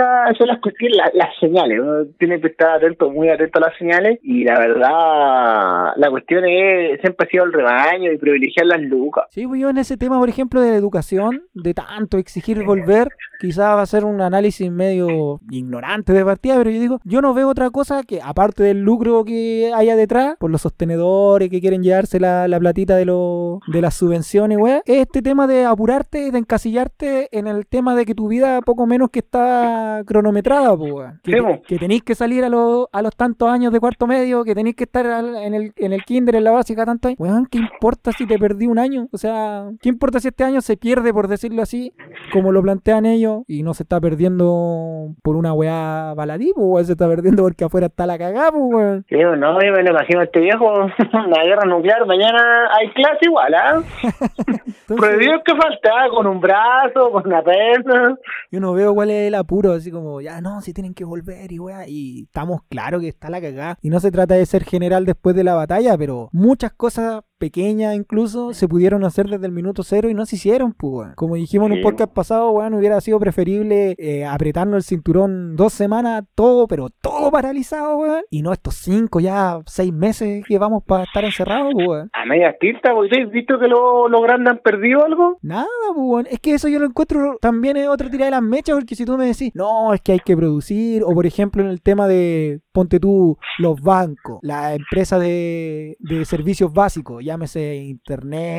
[SPEAKER 2] las cuestiones, las señales. Uno tiene que estar atento, muy atento a las señales, y la verdad, la cuestión es, siempre ha sido el rebaño y privilegiar las lucas.
[SPEAKER 1] Sí, pues yo en ese tema, por ejemplo, de la educación, de tanto exigir volver, quizás va a ser un análisis medio ignorante de partida, pero yo digo, yo no veo otra cosa que, aparte del lucro que haya detrás, por los sostenedores que quieren llevarse la platita de las subvenciones, weá, es este tema de apurarte, de encasillarte en el tema de que tu vida poco menos que está cronometrada, pues, weá.
[SPEAKER 2] Sí, po.
[SPEAKER 1] Que tenéis que salir a los tantos años de cuarto medio, que tenéis que estar en el kinder, en la básica, tanto años. Weón, ¿qué importa si te perdí un año? O sea, ¿qué importa si este año se pierde, por decirlo así, como lo plantean ellos, y no se está perdiendo por una weá baladí, pues, weón, se está perdiendo porque afuera está la cagada, pues, weón.
[SPEAKER 2] Sí, no, yo me lo imagino a este viejo, la guerra nuclear, mañana hay clase igual, ¿ah?
[SPEAKER 1] Entonces,
[SPEAKER 2] Prohibido que falta, con un brazo, con una perna.
[SPEAKER 1] yo no veo cuál es el apuro, así como, ya no, si tienen que volver y weá, y estamos claros que está la cagada. Y no se trata de ser general después de la batalla, pero muchas cosas pequeñas incluso se pudieron hacer desde el minuto cero y no se hicieron, pues, weón. Como dijimos en un
[SPEAKER 2] Sí.
[SPEAKER 1] podcast pasado, weón, hubiera sido preferible apretarnos el cinturón 2 semanas, todo, pero todo paralizado, weón, y no estos 5, ya 6 meses que vamos para estar encerrados, pues, weón.
[SPEAKER 2] A media tinta, porque ¿has visto que los grandes han perdido algo?
[SPEAKER 1] Nada, pues, weón. Es que eso yo lo encuentro también es otra tirada de las mechas, porque si tú me decís, no, es que hay que producir, o por ejemplo en el tema de, ponte tú, los bancos, la empresa de servicios básicos, llámese internet,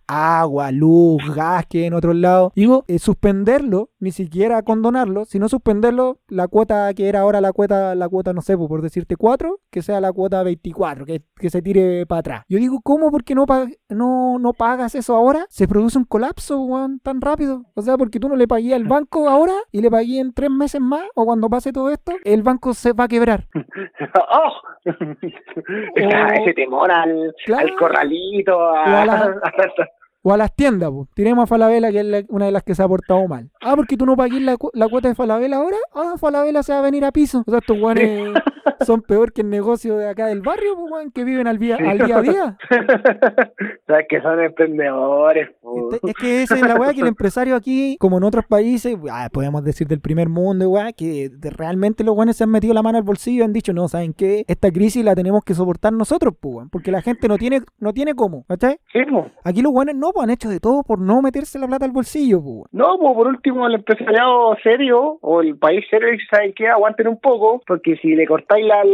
[SPEAKER 1] agua, luz, gas que en otros lados. Digo, suspenderlo, ni siquiera condonarlo, sino suspenderlo, la cuota que era ahora la cuota no sé, por decirte 4, que sea la cuota 24, que se tire para atrás. Yo digo, ¿cómo? ¿Por qué no pagas eso ahora? Se produce un colapso, weón, tan rápido. O sea, porque tú no le pagué al banco ahora y le pagué en 3 meses más, o cuando pase todo esto, el banco se va a quebrar.
[SPEAKER 2] ¡Oh! Ese temor al corralito,
[SPEAKER 1] o a las tiendas, pues. Tiremos a Falabella, que es una de las que se ha portado mal. Ah, porque tú no pagues la cuota de Falabella ahora. Ah, Falabella se va a venir a piso. O sea, estos guanes son peor que el negocio de acá del barrio, pues, guan, que viven al día a día.
[SPEAKER 2] Sabes que son emprendedores, pues.
[SPEAKER 1] Es que esa es la weá, que el empresario aquí, como en otros países, podemos decir del primer mundo, weá, que realmente los guanes se han metido la mano al bolsillo y han dicho, no, ¿saben qué? Esta crisis la tenemos que soportar nosotros, pues, guan, porque la gente no tiene cómo, ¿cachai?
[SPEAKER 2] Sí, pues.
[SPEAKER 1] Aquí los guanes no, pues, han hecho de todo por no meterse la plata al bolsillo, pues.
[SPEAKER 2] No, pues por último el empresariado serio o el país serio dice, ¿saben qué? Aguanten un poco, porque si le cortáis la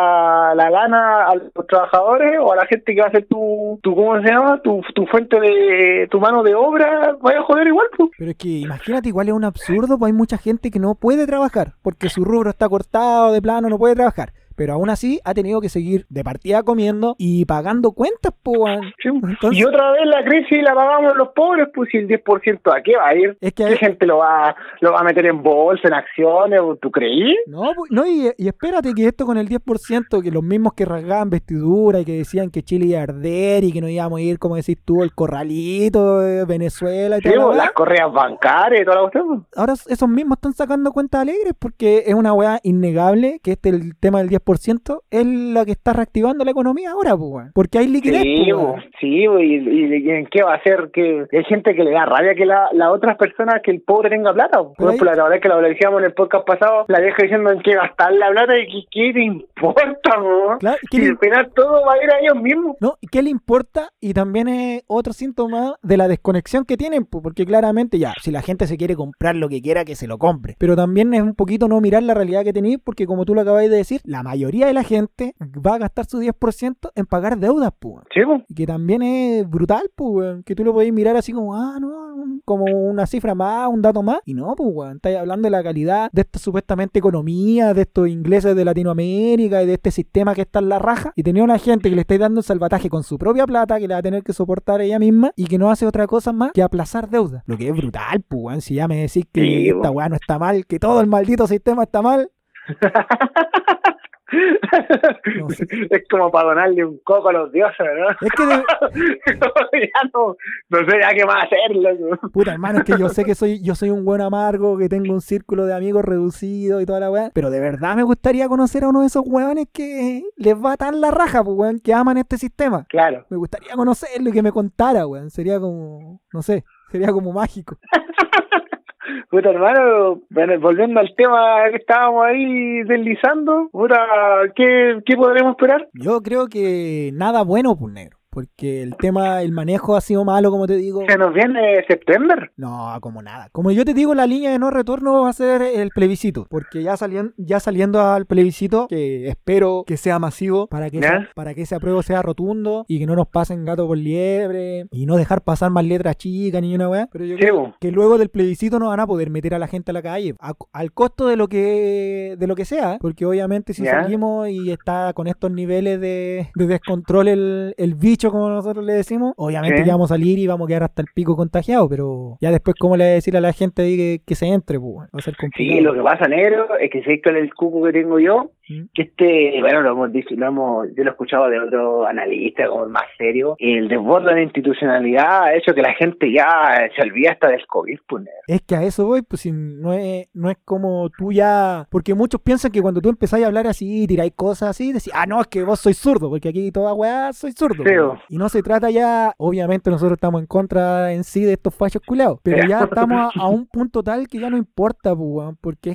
[SPEAKER 2] lana a los trabajadores o a la gente que va a hacer tu ¿cómo se llama? Tu fuente de tu mano de obra, vaya a joder igual, pues.
[SPEAKER 1] Pero es que imagínate, igual es un absurdo, pues hay mucha gente que no puede trabajar porque su rubro está cortado, de plano no puede trabajar. Pero aún así ha tenido que seguir de partida comiendo y pagando cuentas, pues.
[SPEAKER 2] Sí. Y otra vez la crisis la pagamos los pobres, pues, si el 10% ¿a qué va a ir?
[SPEAKER 1] Es que
[SPEAKER 2] ¿Qué gente lo va a meter en bolsa, en acciones? ¿Tú creí?
[SPEAKER 1] No, pues, no, y espérate que esto con el 10%, que los mismos que rasgaban vestidura y que decían que Chile iba a arder y que no íbamos a ir, como decís tú, el corralito de Venezuela y
[SPEAKER 2] sí,
[SPEAKER 1] todo.
[SPEAKER 2] Las correas bancarias y toda la cuestión.
[SPEAKER 1] Ahora esos mismos están sacando cuentas alegres porque es una weá innegable que el tema del 10% es lo que está reactivando la economía ahora, pues, porque hay liquidez.
[SPEAKER 2] Sí, y ¿en qué va a ser? Que hay gente que le da rabia que las otras personas, que el pobre tenga plata. Por ejemplo, la verdad es que lo decíamos en el podcast pasado, la vieja diciendo en qué gastar la plata y ¿qué te importa, po?
[SPEAKER 1] Claro,
[SPEAKER 2] si al final todo va a ir a ellos mismos.
[SPEAKER 1] No, ¿qué le importa? Y también es otro síntoma de la desconexión que tienen, porque claramente ya, si la gente se quiere comprar lo que quiera, que se lo compre. Pero también es un poquito no mirar la realidad que tenéis, porque como tú lo acabáis de decir, la mayoría de la gente va a gastar su 10% en pagar deudas, pues.
[SPEAKER 2] Sí, pues.
[SPEAKER 1] Y que también es brutal, pues, que tú lo podéis mirar así como, como una cifra más, un dato más. Y no, pues, weón, estáis hablando de la calidad de esta supuestamente economía, de estos ingleses de Latinoamérica y de este sistema que está en la raja. Y tenía una gente que le estáis dando el salvataje con su propia plata, que le va a tener que soportar ella misma y que no hace otra cosa más que aplazar deuda. Lo que es brutal, pues, weón. Si ya me decís que esta weá no está mal, que todo el maldito sistema está mal.
[SPEAKER 2] No sé. Es como para donarle un coco a los dioses, ¿no?
[SPEAKER 1] Es que
[SPEAKER 2] ya no sé ya qué más hacer, loco.
[SPEAKER 1] Puta, hermano, es que yo sé que yo soy un buen amargo, que tengo un círculo de amigos reducido y toda la weá, pero de verdad me gustaría conocer a uno de esos weones que les va tan la raja, pues, weón, que aman este sistema.
[SPEAKER 2] Claro.
[SPEAKER 1] Me gustaría conocerlo y que me contara, weón. Sería como, no sé, sería como mágico.
[SPEAKER 2] Puta, hermano, bueno, volviendo al tema que estábamos ahí deslizando, puta, ¿qué podremos esperar?
[SPEAKER 1] Yo creo que nada bueno, pues, negro. Porque el manejo ha sido malo, como te digo.
[SPEAKER 2] ¿Se nos viene septiembre?
[SPEAKER 1] No, como nada. Como yo te digo, la línea de no retorno va a ser el plebiscito. Porque ya saliendo al plebiscito, que espero que sea masivo, para que ese apruebo sea rotundo y que no nos pasen gato por liebre y no dejar pasar más letras chicas ni una weá. Pero yo creo que luego del plebiscito no van a poder meter a la gente a la calle al costo de lo que sea. Porque obviamente si salimos y está con estos niveles de descontrol el bicho, como nosotros le decimos, obviamente ya vamos a salir y vamos a quedar hasta el pico contagiado, pero ya después colo le voy a decir a la gente ahí que se entre, pues, va a ser complicado.
[SPEAKER 2] Sí, lo que pasa, negro, es que sé que el cuco que tengo yo, que bueno, lo hemos dicho, yo lo he escuchado de otro analista como más serio, el desborde de la institucionalidad ha hecho que la gente ya se olvida hasta del COVID, pues.
[SPEAKER 1] Es que a eso voy, pues si no es como tú ya, porque muchos piensan que cuando tú empezás a hablar así, tiráis cosas así, decís, no, es que vos sois zurdo, porque aquí toda weá soy zurdo. Sí, y no se trata ya, obviamente nosotros estamos en contra en sí de estos fachos culeados, pero ya estamos a un punto tal que ya no importa, pues, porque es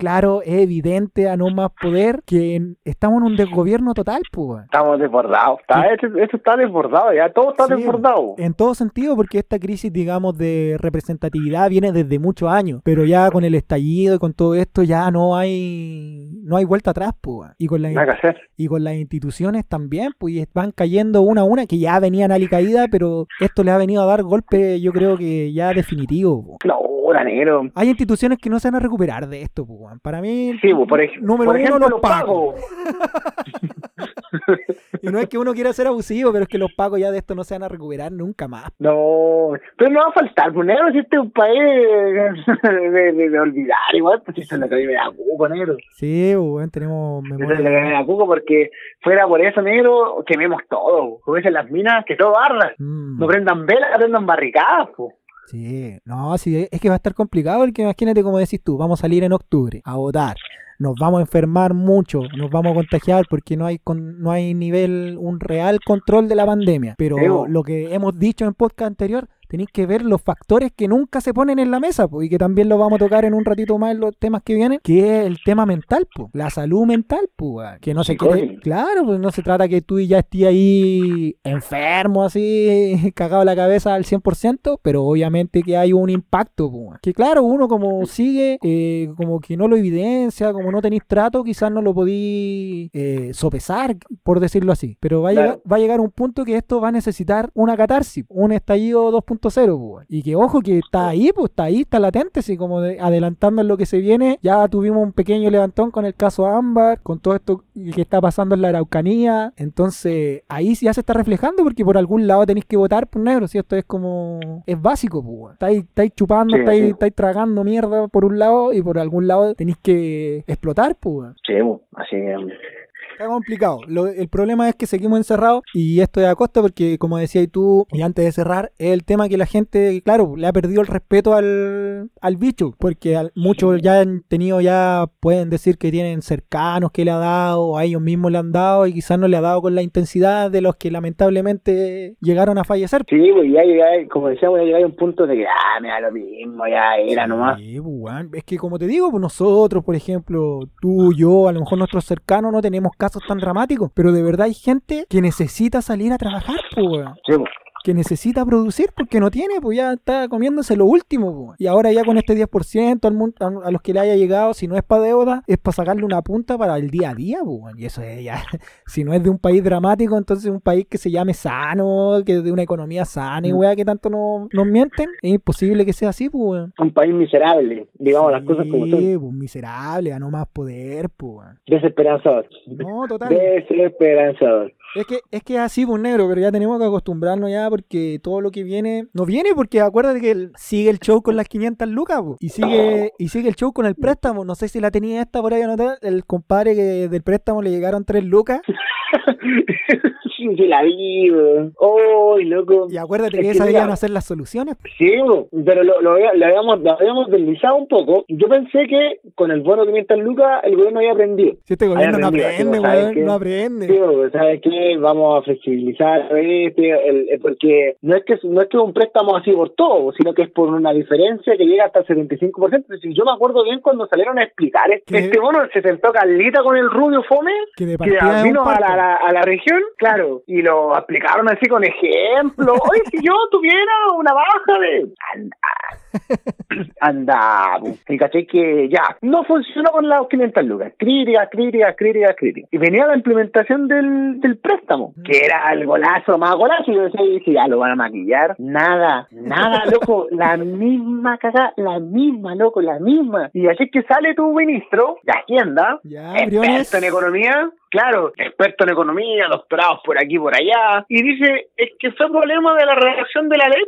[SPEAKER 1] claro, es evidente a no más poder que estamos en un desgobierno total, pues.
[SPEAKER 2] Estamos desbordados, esto está desbordado, ya todo está desbordado.
[SPEAKER 1] En todo sentido, porque esta crisis, digamos, de representatividad viene desde muchos años, pero ya con el estallido y con todo esto ya no hay vuelta atrás, pues. Y con las instituciones también, pues van cayendo una a una, que ya venían alicaídas, pero esto les ha venido a dar golpe, yo creo que ya definitivo, pues.
[SPEAKER 2] No, negro.
[SPEAKER 1] Hay instituciones que no se van a recuperar de esto, pues. Para mí,
[SPEAKER 2] sí, pues, por ejemplo,
[SPEAKER 1] los pagos. Y no es que uno quiera ser abusivo, pero es que los pagos ya de esto no se van a recuperar nunca más.
[SPEAKER 2] No, pero no va a faltar, pues, negro, si este es un país de olvidar, igual, pues eso es lo que a mí me da cuco, negro.
[SPEAKER 1] Sí, bueno, tenemos memoria.
[SPEAKER 2] Eso es lo que me da cuco, porque fuera por eso, negro, quememos todo. Como dicen las minas, que todo arda. No prendan velas, prendan barricadas, pues.
[SPEAKER 1] Sí, no, sí, es que va a estar complicado, porque imagínate, como decís tú, vamos a salir en octubre a votar. Nos vamos a enfermar mucho, nos vamos a contagiar porque no hay un real control de la pandemia. Pero lo que hemos dicho en podcast anterior, tenéis que ver los factores que nunca se ponen en la mesa, pues, y que también lo vamos a tocar en un ratito más en los temas que vienen, que es el tema mental, pues, la salud mental, pues, que no se quiere, claro, pues no se trata que tú ya estés ahí enfermo, así, cagado la cabeza al 100%, pero obviamente que hay un impacto, pues, que claro, uno como sigue, como que no lo evidencia, como no tenéis trato, quizás no lo podéis sopesar, por decirlo así, pero va a llegar un punto que esto va a necesitar una catarsis, un estallido 2.0, pues, y que ojo que está ahí, está latente, así como adelantando en lo que se viene. Ya tuvimos un pequeño levantón con el caso Ámbar, con todo esto que está pasando en la Araucanía, entonces ahí ya se está reflejando, porque por algún lado tenéis que votar por negro, si esto es como, es básico, pues, estáis chupando, estáis tragando mierda por un lado, y por algún lado tenéis que explotar, pues.
[SPEAKER 2] Sí, así es.
[SPEAKER 1] Está complicado. El problema es que seguimos encerrados, y esto es a costa porque, como decías tú, y antes de cerrar, es el tema que la gente, claro, le ha perdido el respeto al bicho, porque muchos ya han tenido, pueden decir que tienen cercanos que le ha dado, o a ellos mismos le han dado, y quizás no le ha dado con la intensidad de los que lamentablemente llegaron a fallecer.
[SPEAKER 2] Sí, pues ya llegáis, como decíamos, ya llegáis a un punto de que, me da lo mismo, ya era nomás.
[SPEAKER 1] Sí, pues, bueno, es que como te digo, pues nosotros, por ejemplo, tú, yo, a lo mejor nuestros cercanos no tenemos casos tan dramáticos, pero de verdad hay gente que necesita salir a trabajar, pues.
[SPEAKER 2] Sí, pues.
[SPEAKER 1] Que necesita producir porque no tiene, pues ya está comiéndose lo último, pues. Y ahora ya con este 10% al mundo, a los que le haya llegado, si no es para deuda, es para sacarle una punta para el día a día, pues. Y eso es ya, si no es de un país dramático, entonces un país que se llame sano, que de una economía sana y weá, que tanto nos mienten, es imposible que sea así, pues.
[SPEAKER 2] Un país miserable, digamos las cosas como son.
[SPEAKER 1] Sí, pues miserable, a no más poder, pues.
[SPEAKER 2] Desesperanzador.
[SPEAKER 1] No, total.
[SPEAKER 2] Desesperanzador.
[SPEAKER 1] Es que es así, pues, negro, pero ya tenemos que acostumbrarnos ya, porque todo lo que viene, no viene, porque acuérdate que sigue el show con las 500 lucas, pues, y sigue el show con el préstamo. No sé si la tenía esta por ahí anotada, el compadre que del préstamo le llegaron 3 lucas.
[SPEAKER 2] Sí, la vi, oh, loco.
[SPEAKER 1] Y acuérdate que esas iban a ser las soluciones.
[SPEAKER 2] Sí, pero lo habíamos deslizado un poco. Yo pensé que con el bono de 500 lucas el gobierno había aprendido.
[SPEAKER 1] Si este gobierno no aprende, weón, no aprende.
[SPEAKER 2] Sí, ¿sabes qué? Vamos a flexibilizar porque no es que es un préstamo así por todo, sino que es por una diferencia que llega hasta el 75%. Si yo me acuerdo bien cuando salieron a explicar este bono, se sentó Carlita con el rubio fome que vino a la región, claro, y lo aplicaron así con ejemplo. Oye, si yo tuviera una baja de anda, y caché que ya no funcionó con las 500 lucas, crítica, y venía la implementación del préstamo, que era el golazo más golazo, y yo decía, ya lo van a maquillar, nada, loco, la misma cagada, la misma, y así que sale tu ministro de Hacienda, experto en economía, claro, experto en economía, doctorados por aquí por allá, y dice, es que fue problema de la redacción de la ley.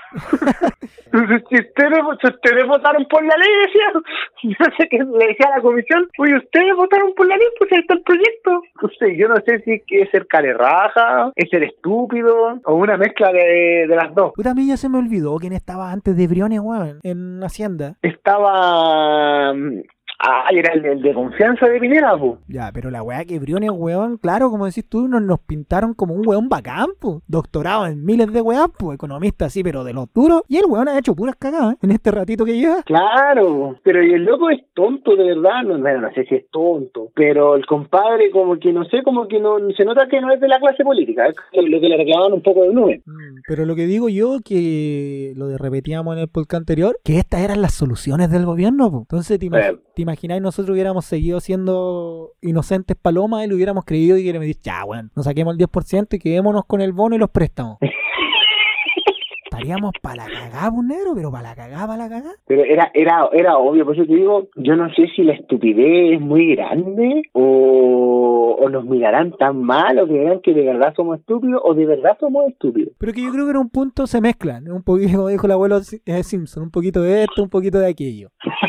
[SPEAKER 2] Si ustedes votaron por la ley, decía, no sé qué le decía a la comisión, oye, ustedes votaron por la ley, pues ahí está el proyecto. Entonces, yo no sé si es ser carerraja, es ser estúpido, o una mezcla de las dos.
[SPEAKER 1] Puta, a mí ya se me olvidó quién estaba antes de Briones, weón, en Hacienda.
[SPEAKER 2] Estaba... Ah, y era el de confianza de Piñera, po.
[SPEAKER 1] Ya, pero la weá que Briones, weón, claro, como decís tú, nos pintaron como un weón bacán, po. Doctorado en miles de weas, po. Economista así, pero de los duros. Y el weón ha hecho puras cagadas en este ratito que lleva.
[SPEAKER 2] Claro, pero y el loco es tonto, de verdad. No, bueno, no sé si es tonto, pero el compadre como que no sé, como que no se nota que no es de la clase política. Es lo que le reclamaban un poco de nube.
[SPEAKER 1] Pero lo que digo yo, que lo repetíamos en el podcast anterior, que estas eran las soluciones del gobierno, po. Entonces, ¿te imagináis nosotros hubiéramos seguido siendo inocentes palomas y lo hubiéramos creído y que le me dice, ya, weón, nos saquemos el 10% y quedémonos con el bono y los préstamos? Estaríamos para la cagada, pues, negro, pero para la cagada.
[SPEAKER 2] Pero era obvio, por eso te digo, yo no sé si la estupidez es muy grande o nos mirarán tan mal o creerán que de verdad somos estúpidos o de verdad somos estúpidos.
[SPEAKER 1] Pero que yo creo que en un punto se mezclan, un poquito, como dijo el abuelo Simpson, un poquito de esto, un poquito de aquello.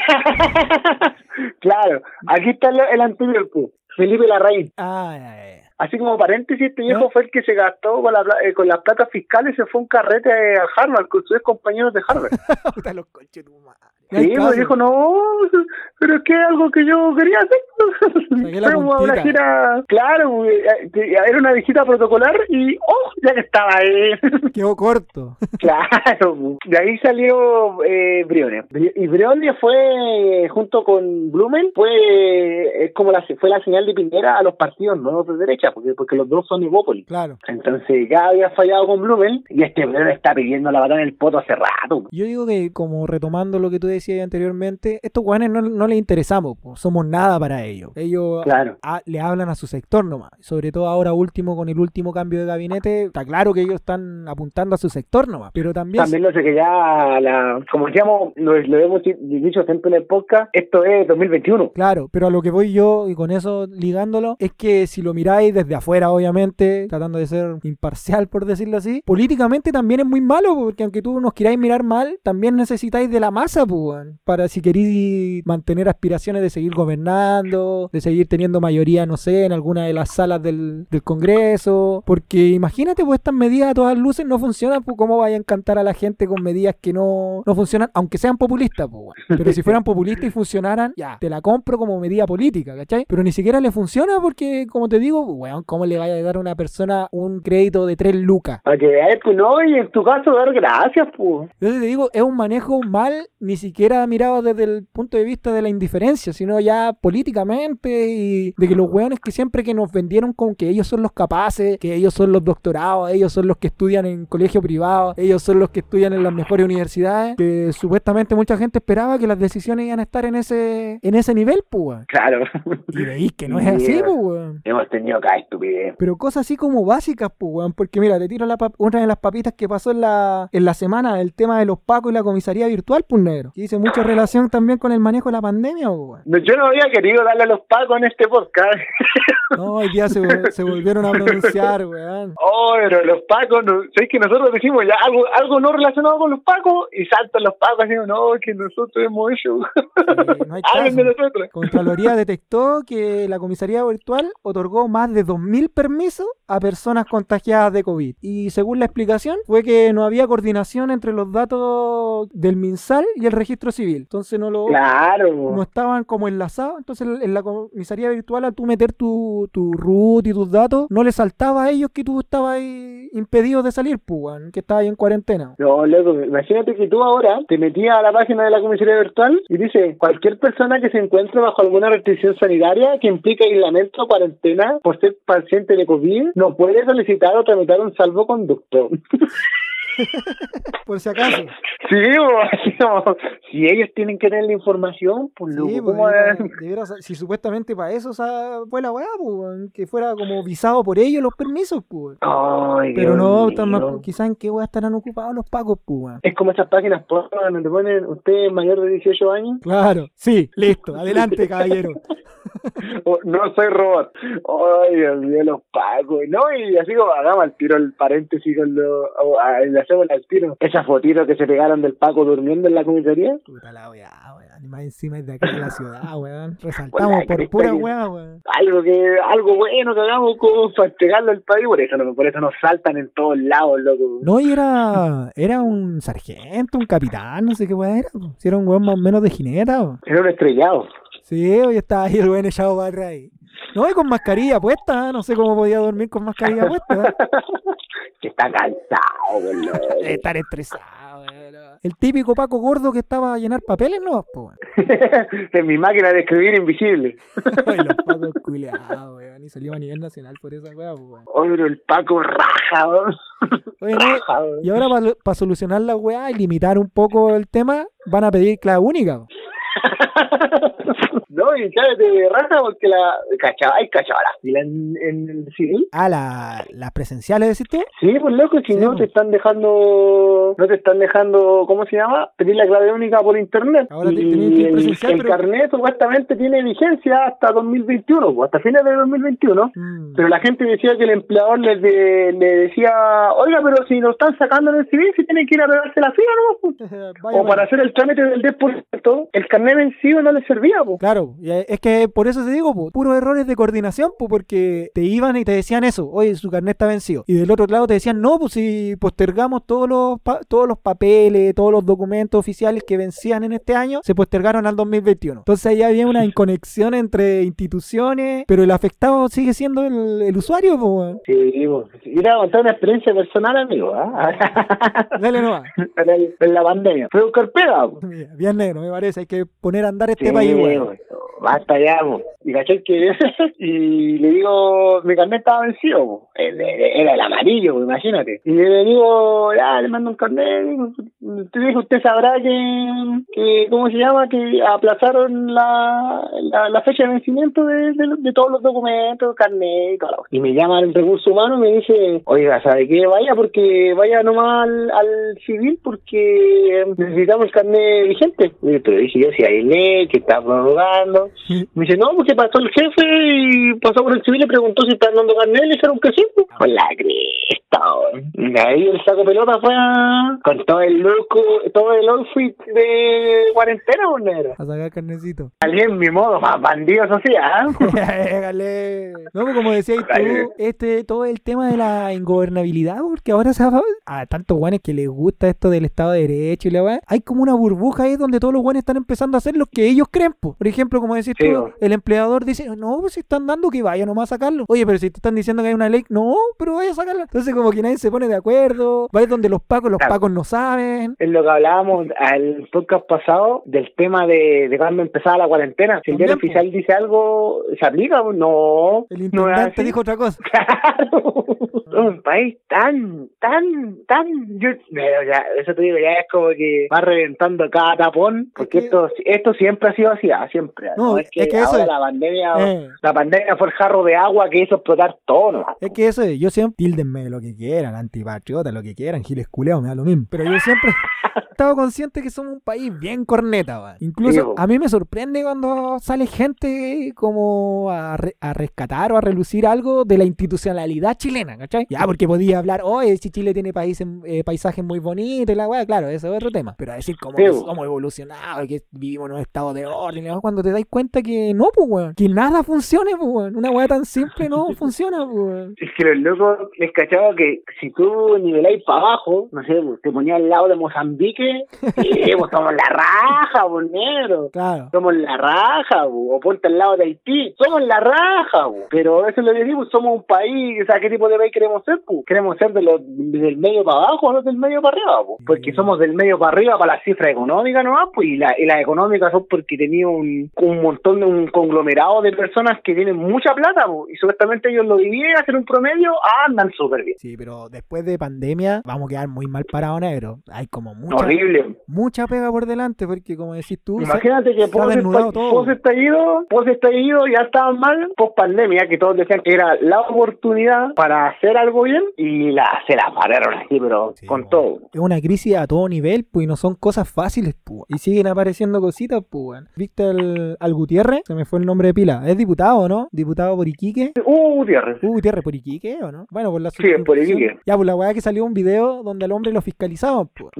[SPEAKER 2] Claro, aquí está el anterior, pues, Felipe Larraín.
[SPEAKER 1] Ay.
[SPEAKER 2] Así como paréntesis, este viejo fue el que se gastó con las platas fiscales y se fue un carrete a Harvard con sus compañeros de Harvard.
[SPEAKER 1] Puta, los conches de tu madre.
[SPEAKER 2] Sí, me dijo, no, pero es que es algo que yo quería hacer. Fue una gira, claro, era una visita protocolar y, ya que estaba ahí.
[SPEAKER 1] Quedó corto.
[SPEAKER 2] Claro, de ahí salió Briones. Y Briones fue, junto con Blumen, fue la señal de Piñera a los partidos nuevos de derecha, porque los dos son Evópolis.
[SPEAKER 1] Claro.
[SPEAKER 2] Entonces ya había fallado con Blumen y este Briones está pidiendo la patada en el poto hace rato.
[SPEAKER 1] Yo digo que, como retomando lo que tú decías anteriormente, estos guanes no les interesamos, pues, somos nada para ellos. Ellos le hablan a su sector nomás. Sobre todo ahora último, con el último cambio de gabinete, está claro que ellos están apuntando a su sector nomás. Pero también
[SPEAKER 2] lo sé que ya, como decíamos, lo hemos dicho siempre en el podcast, esto es 2021.
[SPEAKER 1] Claro, pero a lo que voy yo, y con eso ligándolo, es que si lo miráis desde afuera, obviamente, tratando de ser imparcial, por decirlo así, políticamente también es muy malo, porque aunque tú nos queráis mirar mal, también necesitáis de la masa, pues, para si queréis mantener aspiraciones de seguir gobernando, de seguir teniendo mayoría, no sé, en alguna de las salas del Congreso, porque imagínate, pues estas medidas a todas luces no funcionan, pues cómo vaya a encantar a la gente con medidas que no funcionan, aunque sean populistas, pues, pero si fueran populistas y funcionaran, ya, te la compro como medida política, ¿cachai? Pero ni siquiera le funciona porque, como te digo, weón, ¿cómo le vaya a dar a una persona un crédito de 3 lucas?
[SPEAKER 2] Para que veas, pues no, y en tu caso dar gracias, pues.
[SPEAKER 1] Entonces te digo, es un manejo mal, ni siquiera mirado desde el punto de vista de la indiferencia, sino ya políticamente, y de que los weones que siempre que nos vendieron con que ellos son los capaces, que ellos son los doctorados, ellos son los que estudian en colegio privado, ellos son los que estudian en las mejores universidades, que supuestamente mucha gente esperaba que las decisiones iban a estar en ese nivel, pues.
[SPEAKER 2] Claro.
[SPEAKER 1] Y veis que no es así, pues, weón.
[SPEAKER 2] Hemos tenido cada estupidez.
[SPEAKER 1] Pero cosas así como básicas, pues, weón, porque mira, te tiro una de las papitas que pasó en la semana, el tema de los pacos y la comisaría virtual, pues, negro, que hice mucha relación también con el manejo de la pandemia, pues, weón.
[SPEAKER 2] No, yo no había querido darle a los pacos en este podcast.
[SPEAKER 1] No, hoy día se volvieron a pronunciar, weón.
[SPEAKER 2] Pero los pacos, ¿sabes que nosotros decimos ya algo no relacionado con los pacos y saltan los pacos y digo, no, que nosotros hemos hecho.
[SPEAKER 1] No hay caso. De nosotros. Contraloría detectó que la comisaría virtual otorgó más de 2.000 permisos a personas contagiadas de COVID. Y según la explicación, fue que no había coordinación entre los datos del MinSal y el registro civil. Entonces no estaban como enlazados. Entonces en la comisaría virtual, al tú meter tu root y tus datos, no les saltaba a ellos que tú estabas ahí impedido de salir, pues, que estabas ahí en cuarentena.
[SPEAKER 2] No, loco, imagínate que tú ahora te metías a la página de la comisaría virtual y dice, cualquier persona que se encuentre bajo alguna restricción sanitaria que implique aislamiento o cuarentena por ser paciente de COVID, no puede solicitar o tramitar un salvoconducto.
[SPEAKER 1] Por si acaso.
[SPEAKER 2] Sí, si ellos tienen que tener la información, pues loco,
[SPEAKER 1] sí,
[SPEAKER 2] ¿cómo
[SPEAKER 1] si supuestamente para eso fue la weá, pues, que fuera como visado por ellos los permisos, pues.
[SPEAKER 2] Ay,
[SPEAKER 1] pero no, quizás en qué weá estarán ocupados los pacos, pues.
[SPEAKER 2] Es como esas páginas porno donde te ponen, usted es mayor de 18 años.
[SPEAKER 1] Claro, sí, listo, adelante, caballero.
[SPEAKER 2] No soy robot. Ay, Dios mío, los pacos. No, y así como hagamos al tiro el paréntesis con le hacemos al tiro. Esas fotitos que se pegaron del Paco durmiendo en la comisaría.
[SPEAKER 1] Puta la weá, weón. Y más encima es de acá de la ciudad, weón. Resaltamos por pura weá, weón.
[SPEAKER 2] Algo bueno que hagamos como para entregarlo al país. Por eso nos saltan en todos lados, loco.
[SPEAKER 1] No, y era un sargento, un capitán, no sé qué weá era. Si era un weón más o menos de jineta, weón.
[SPEAKER 2] Era un estrellado.
[SPEAKER 1] Sí, hoy estaba ahí el buen echado para atrás ahí. No, y con mascarilla puesta, no sé cómo podía dormir con mascarilla puesta.
[SPEAKER 2] Que está cansado, boludo.
[SPEAKER 1] Estar estresado, weón. El típico Paco gordo que estaba a llenar papeles, ¿no? Pues,
[SPEAKER 2] En mi máquina de escribir invisible.
[SPEAKER 1] los Pacos culiados, weón. Y salió a nivel nacional por esa weá, pues, weón.
[SPEAKER 2] Oye, pero el Paco raja, weón.
[SPEAKER 1] Oye, ¿no?
[SPEAKER 2] Raja, weón.
[SPEAKER 1] Y ahora para solucionar la weá y limitar un poco el tema, van a pedir clave única.
[SPEAKER 2] No, y cállate de raja porque hay cachaba la fila en el civil.
[SPEAKER 1] Ah, las presenciales, decís tú.
[SPEAKER 2] Sí, pues loco, si
[SPEAKER 1] Sí,
[SPEAKER 2] no
[SPEAKER 1] pues.
[SPEAKER 2] te están dejando, ¿cómo se llama? Pedir la clave única por internet.
[SPEAKER 1] Ahora
[SPEAKER 2] Y
[SPEAKER 1] tenés que ir presencial,
[SPEAKER 2] el
[SPEAKER 1] pero-
[SPEAKER 2] carnet supuestamente tiene vigencia hasta 2021, pues, hasta fines de 2021. Pero la gente decía que el empleador le decía, oiga, pero si lo están sacando en el civil, si tienen que ir a pegarse la fila, ¿no?
[SPEAKER 1] Vaya,
[SPEAKER 2] O para hacer el trámite del 10%, el carnet vencido no les servía, pues.
[SPEAKER 1] Claro, y es que por eso te digo, po, puros errores de coordinación, po, porque te iban y te decían eso, oye, su carnet está vencido. Y del otro lado te decían, no, pues si postergamos todos los papeles, todos los documentos oficiales que vencían en este año, se postergaron al 2021. Entonces ahí había una inconexión entre instituciones, pero el afectado sigue siendo el usuario, po, weón.
[SPEAKER 2] Sí, pues. Ir a contar una experiencia personal, amigo, ¿ah?
[SPEAKER 1] Dale nomás.
[SPEAKER 2] En la pandemia. Fue un carpega, pues.
[SPEAKER 1] Mira, bien negro, me parece, hay que poner a andar este
[SPEAKER 2] Sí,
[SPEAKER 1] país, weón.
[SPEAKER 2] pues, basta ya, pues. Y caché que y le digo, mi carnet estaba vencido, pues. Era el amarillo, pues, imagínate. Y le digo, ya, le mando un carnet. Usted sabrá que ¿cómo se llama? Que aplazaron la fecha de vencimiento de todos los documentos, carnet y todo. Y me llama el recurso humano y me dice, oiga, ¿sabe qué? Vaya nomás al civil porque necesitamos el carnet vigente. Pero dije yo, si hay ley que está prorrogando. Me dice, no, porque pasó el jefe y pasó por el civil y preguntó si están dando carnet y le dijeron que sí. Pues la cresta, weón. Y ahí el saco pelota fue con todo el loco, todo el outfit de cuarentena, weón, negro.
[SPEAKER 1] A sacar carnecito.
[SPEAKER 2] Alguien mi modo, más bandido social.
[SPEAKER 1] Égale. No, pues como decías tú, todo el tema de la ingobernabilidad, porque ahora a tantos guanes que les gusta esto del Estado de Derecho y la weá, hay como una burbuja ahí donde todos los guanes están empezando a hacer lo que ellos creen, po. Por ejemplo, como decís
[SPEAKER 2] Sí,
[SPEAKER 1] tú,
[SPEAKER 2] bo.
[SPEAKER 1] el empleador dice, no, pues si están dando que vaya nomás a sacarlo. Oye, pero si te están diciendo que hay una ley, no, pero vaya a sacarla. Entonces como que nadie se pone de acuerdo, va a ir donde los
[SPEAKER 2] Claro.
[SPEAKER 1] pacos no saben.
[SPEAKER 2] Es lo que hablábamos al podcast pasado del tema de cuando empezaba la cuarentena. Si el diario
[SPEAKER 1] También,
[SPEAKER 2] oficial dice algo, ¿se aplica? No.
[SPEAKER 1] El
[SPEAKER 2] no es
[SPEAKER 1] intendente
[SPEAKER 2] así.
[SPEAKER 1] dijo otra cosa.
[SPEAKER 2] Claro. Un país tan, pero ya, eso te digo, ya es como que va reventando cada tapón, porque
[SPEAKER 1] Es que-
[SPEAKER 2] esto siempre ha sido así, siempre.
[SPEAKER 1] No,
[SPEAKER 2] Es que
[SPEAKER 1] es que eso
[SPEAKER 2] ahora
[SPEAKER 1] es-
[SPEAKER 2] la pandemia fue el jarro de agua que hizo explotar todo, ¿no?
[SPEAKER 1] Es que eso, yo siempre, tíldenme lo que quieran, antipatriota, lo que quieran, giles culeados, me da lo mismo. Pero yo siempre he estado consciente que somos un país bien corneta, weón. Incluso
[SPEAKER 2] Sí, po.
[SPEAKER 1] a mí me sorprende cuando sale gente como a rescatar o a relucir algo de la institucionalidad chilena, ¿cachai? Ya, porque podía hablar, oye, si Chile tiene paisajes muy bonitos y la weá, claro, eso es otro tema. Pero a decir como
[SPEAKER 2] Sí,
[SPEAKER 1] que
[SPEAKER 2] po.
[SPEAKER 1] somos evolucionados, que vivimos en un estado de orden, ¿no? Cuando te das cuenta que no, pues, weón, que nada funcione, pues, weón. Una weá tan simple no funciona, pues, weón.
[SPEAKER 2] Es que los locos les cachaba que si tú niveláis para abajo, no sé, pues, te ponías al lado de Mozambique, pues somos la raja, pues, negro.
[SPEAKER 1] Claro.
[SPEAKER 2] Somos la raja, o ponte al lado de Haití, somos la raja, pero eso es lo que decimos, somos un país, o sea, ¿qué tipo de país queremos ser? Queremos ser del medio para abajo, no del medio para arriba, porque somos del medio para arriba para la cifra económica nomás, y las económicas son porque tenía un montón de un conglomerado de personas que tienen mucha plata, y supuestamente ellos lo dividen, hacen un promedio, andan súper bien.
[SPEAKER 1] Sí, pero después de pandemia vamos a quedar muy mal parados, negro. Hay como
[SPEAKER 2] Horrible.
[SPEAKER 1] mucha pega por delante, porque como decís tú,
[SPEAKER 2] Imagínate que
[SPEAKER 1] se ha desnudado todo.
[SPEAKER 2] post-estallido ya estaban mal, post-pandemia, que todos decían que era la oportunidad para hacer algo bien, y se la pararon así, pero
[SPEAKER 1] Sí,
[SPEAKER 2] con
[SPEAKER 1] bueno.
[SPEAKER 2] todo.
[SPEAKER 1] Es una crisis a todo nivel, pues, y no son cosas fáciles, pues. Y siguen apareciendo cositas, pues, weón. ¿Viste al Gutiérrez? Se me fue el nombre de pila. Es diputado, ¿no? Diputado por Iquique.
[SPEAKER 2] Gutiérrez.
[SPEAKER 1] Gutiérrez por Iquique, ¿o no? Bueno, por la
[SPEAKER 2] Sí, es por
[SPEAKER 1] circunscripción.
[SPEAKER 2] Iquique.
[SPEAKER 1] Ya, pues la weá que salió un video donde al hombre lo fiscalizaban, pues.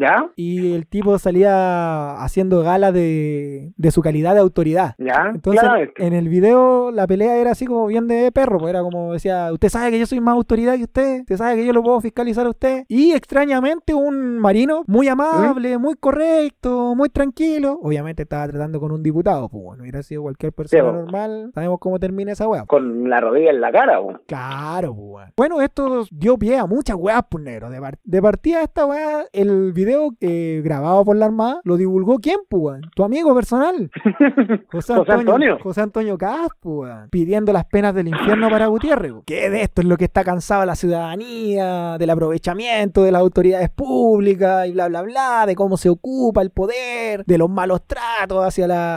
[SPEAKER 2] ¿Ya?
[SPEAKER 1] y el tipo salía haciendo gala de su calidad de autoridad.
[SPEAKER 2] ¿Ya?
[SPEAKER 1] Entonces,
[SPEAKER 2] Claramente.
[SPEAKER 1] en el video la pelea era así como bien de perro, pues era como decía, usted sabe que yo soy más autoridad que usted sabe que yo lo puedo fiscalizar a usted. Y extrañamente un marino muy amable, muy correcto, muy tranquilo, obviamente estaba tratando con un diputado, pues bueno, hubiera sido cualquier persona normal, sabemos cómo termina esa weá.
[SPEAKER 2] Con la rodilla en la cara, po.
[SPEAKER 1] Claro, pues weón. Bueno, esto dio pie a muchas weas, pues negro. De partida esta weá, el video grabado por la Armada, lo divulgó ¿quién, pues weón? Tu amigo personal. José Antonio Caz, pues weón. Pidiendo las penas del infierno para Gutiérrez. Que de esto es lo que está cansada la ciudadanía, del aprovechamiento de las autoridades públicas y bla, bla, bla, de cómo se ocupa el poder, de los malos tratos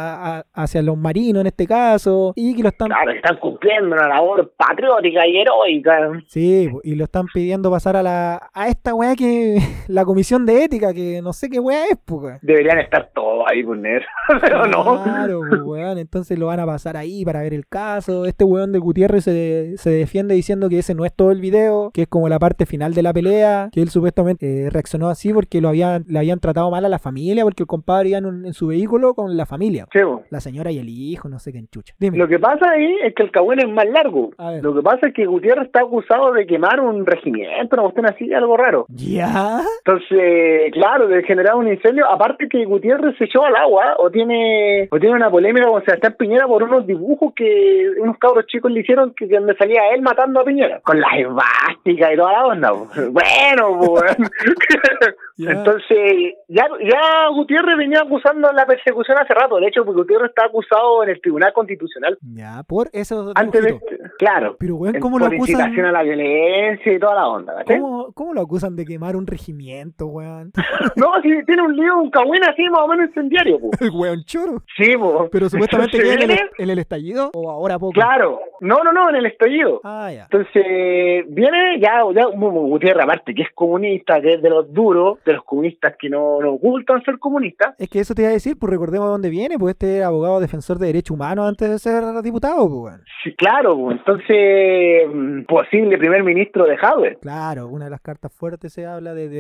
[SPEAKER 1] hacia los marinos en este caso, y que lo están...
[SPEAKER 2] Claro, están cumpliendo una labor patriótica y heroica.
[SPEAKER 1] Sí, y lo están pidiendo pasar a esta weá que... la comisión de ética, que no sé qué weá es, pues.
[SPEAKER 2] Deberían estar todos ahí, pues, pero no.
[SPEAKER 1] Claro, pues, weón, entonces lo van a pasar ahí para ver el caso. Este weón de Gutiérrez se defiende diciendo que ese no es todo el video, que es como la parte final de la pelea, que él supuestamente reaccionó así porque le habían tratado mal a la familia, porque el compadre iba en su vehículo con la familia.
[SPEAKER 2] Sí, po.
[SPEAKER 1] La señora y el hijo, no sé qué enchucha. Dime.
[SPEAKER 2] Lo que pasa ahí es que el cagüín es más largo. Lo que pasa es que Gutiérrez está acusado de quemar un regimiento, una cuestión así, algo raro.
[SPEAKER 1] ¿Ya?
[SPEAKER 2] Entonces, claro, de generar un incendio. Aparte que Gutiérrez se echó al agua o tiene una polémica con Sebastián Piñera por unos dibujos que unos cabros chicos le hicieron que donde salía él matando a Piñera. Con la esvástica y toda la onda. Bueno, pues. Yeah. Entonces, ya Gutiérrez venía acusando la persecución hace rato. De hecho, porque Gutiérrez está acusado en el Tribunal Constitucional.
[SPEAKER 1] Ya, por eso.
[SPEAKER 2] Antes de claro.
[SPEAKER 1] Pero, bueno, ¿cómo lo acusan?
[SPEAKER 2] Por incitación a la violencia y toda la onda.
[SPEAKER 1] ¿Cómo lo acusan de quemar un regimiento, weón?
[SPEAKER 2] No, si tiene un lío, un cagüín así más o menos incendiario, po.
[SPEAKER 1] El weón choro.
[SPEAKER 2] Sí, po.
[SPEAKER 1] Pero supuestamente que en el estallido o ahora poco.
[SPEAKER 2] Claro. No, en el estallido.
[SPEAKER 1] Ah, ya.
[SPEAKER 2] Entonces, viene ya Gutiérrez, aparte que es comunista, que es de los duros, de los comunistas que no ocultan ser comunistas.
[SPEAKER 1] Es que eso te iba a decir, pues recordemos de dónde viene, pues este abogado defensor de derechos humanos antes de ser diputado, pues. Bueno.
[SPEAKER 2] Sí, claro, pues entonces posible primer ministro de Howard.
[SPEAKER 1] Claro, una de las cartas fuertes se habla de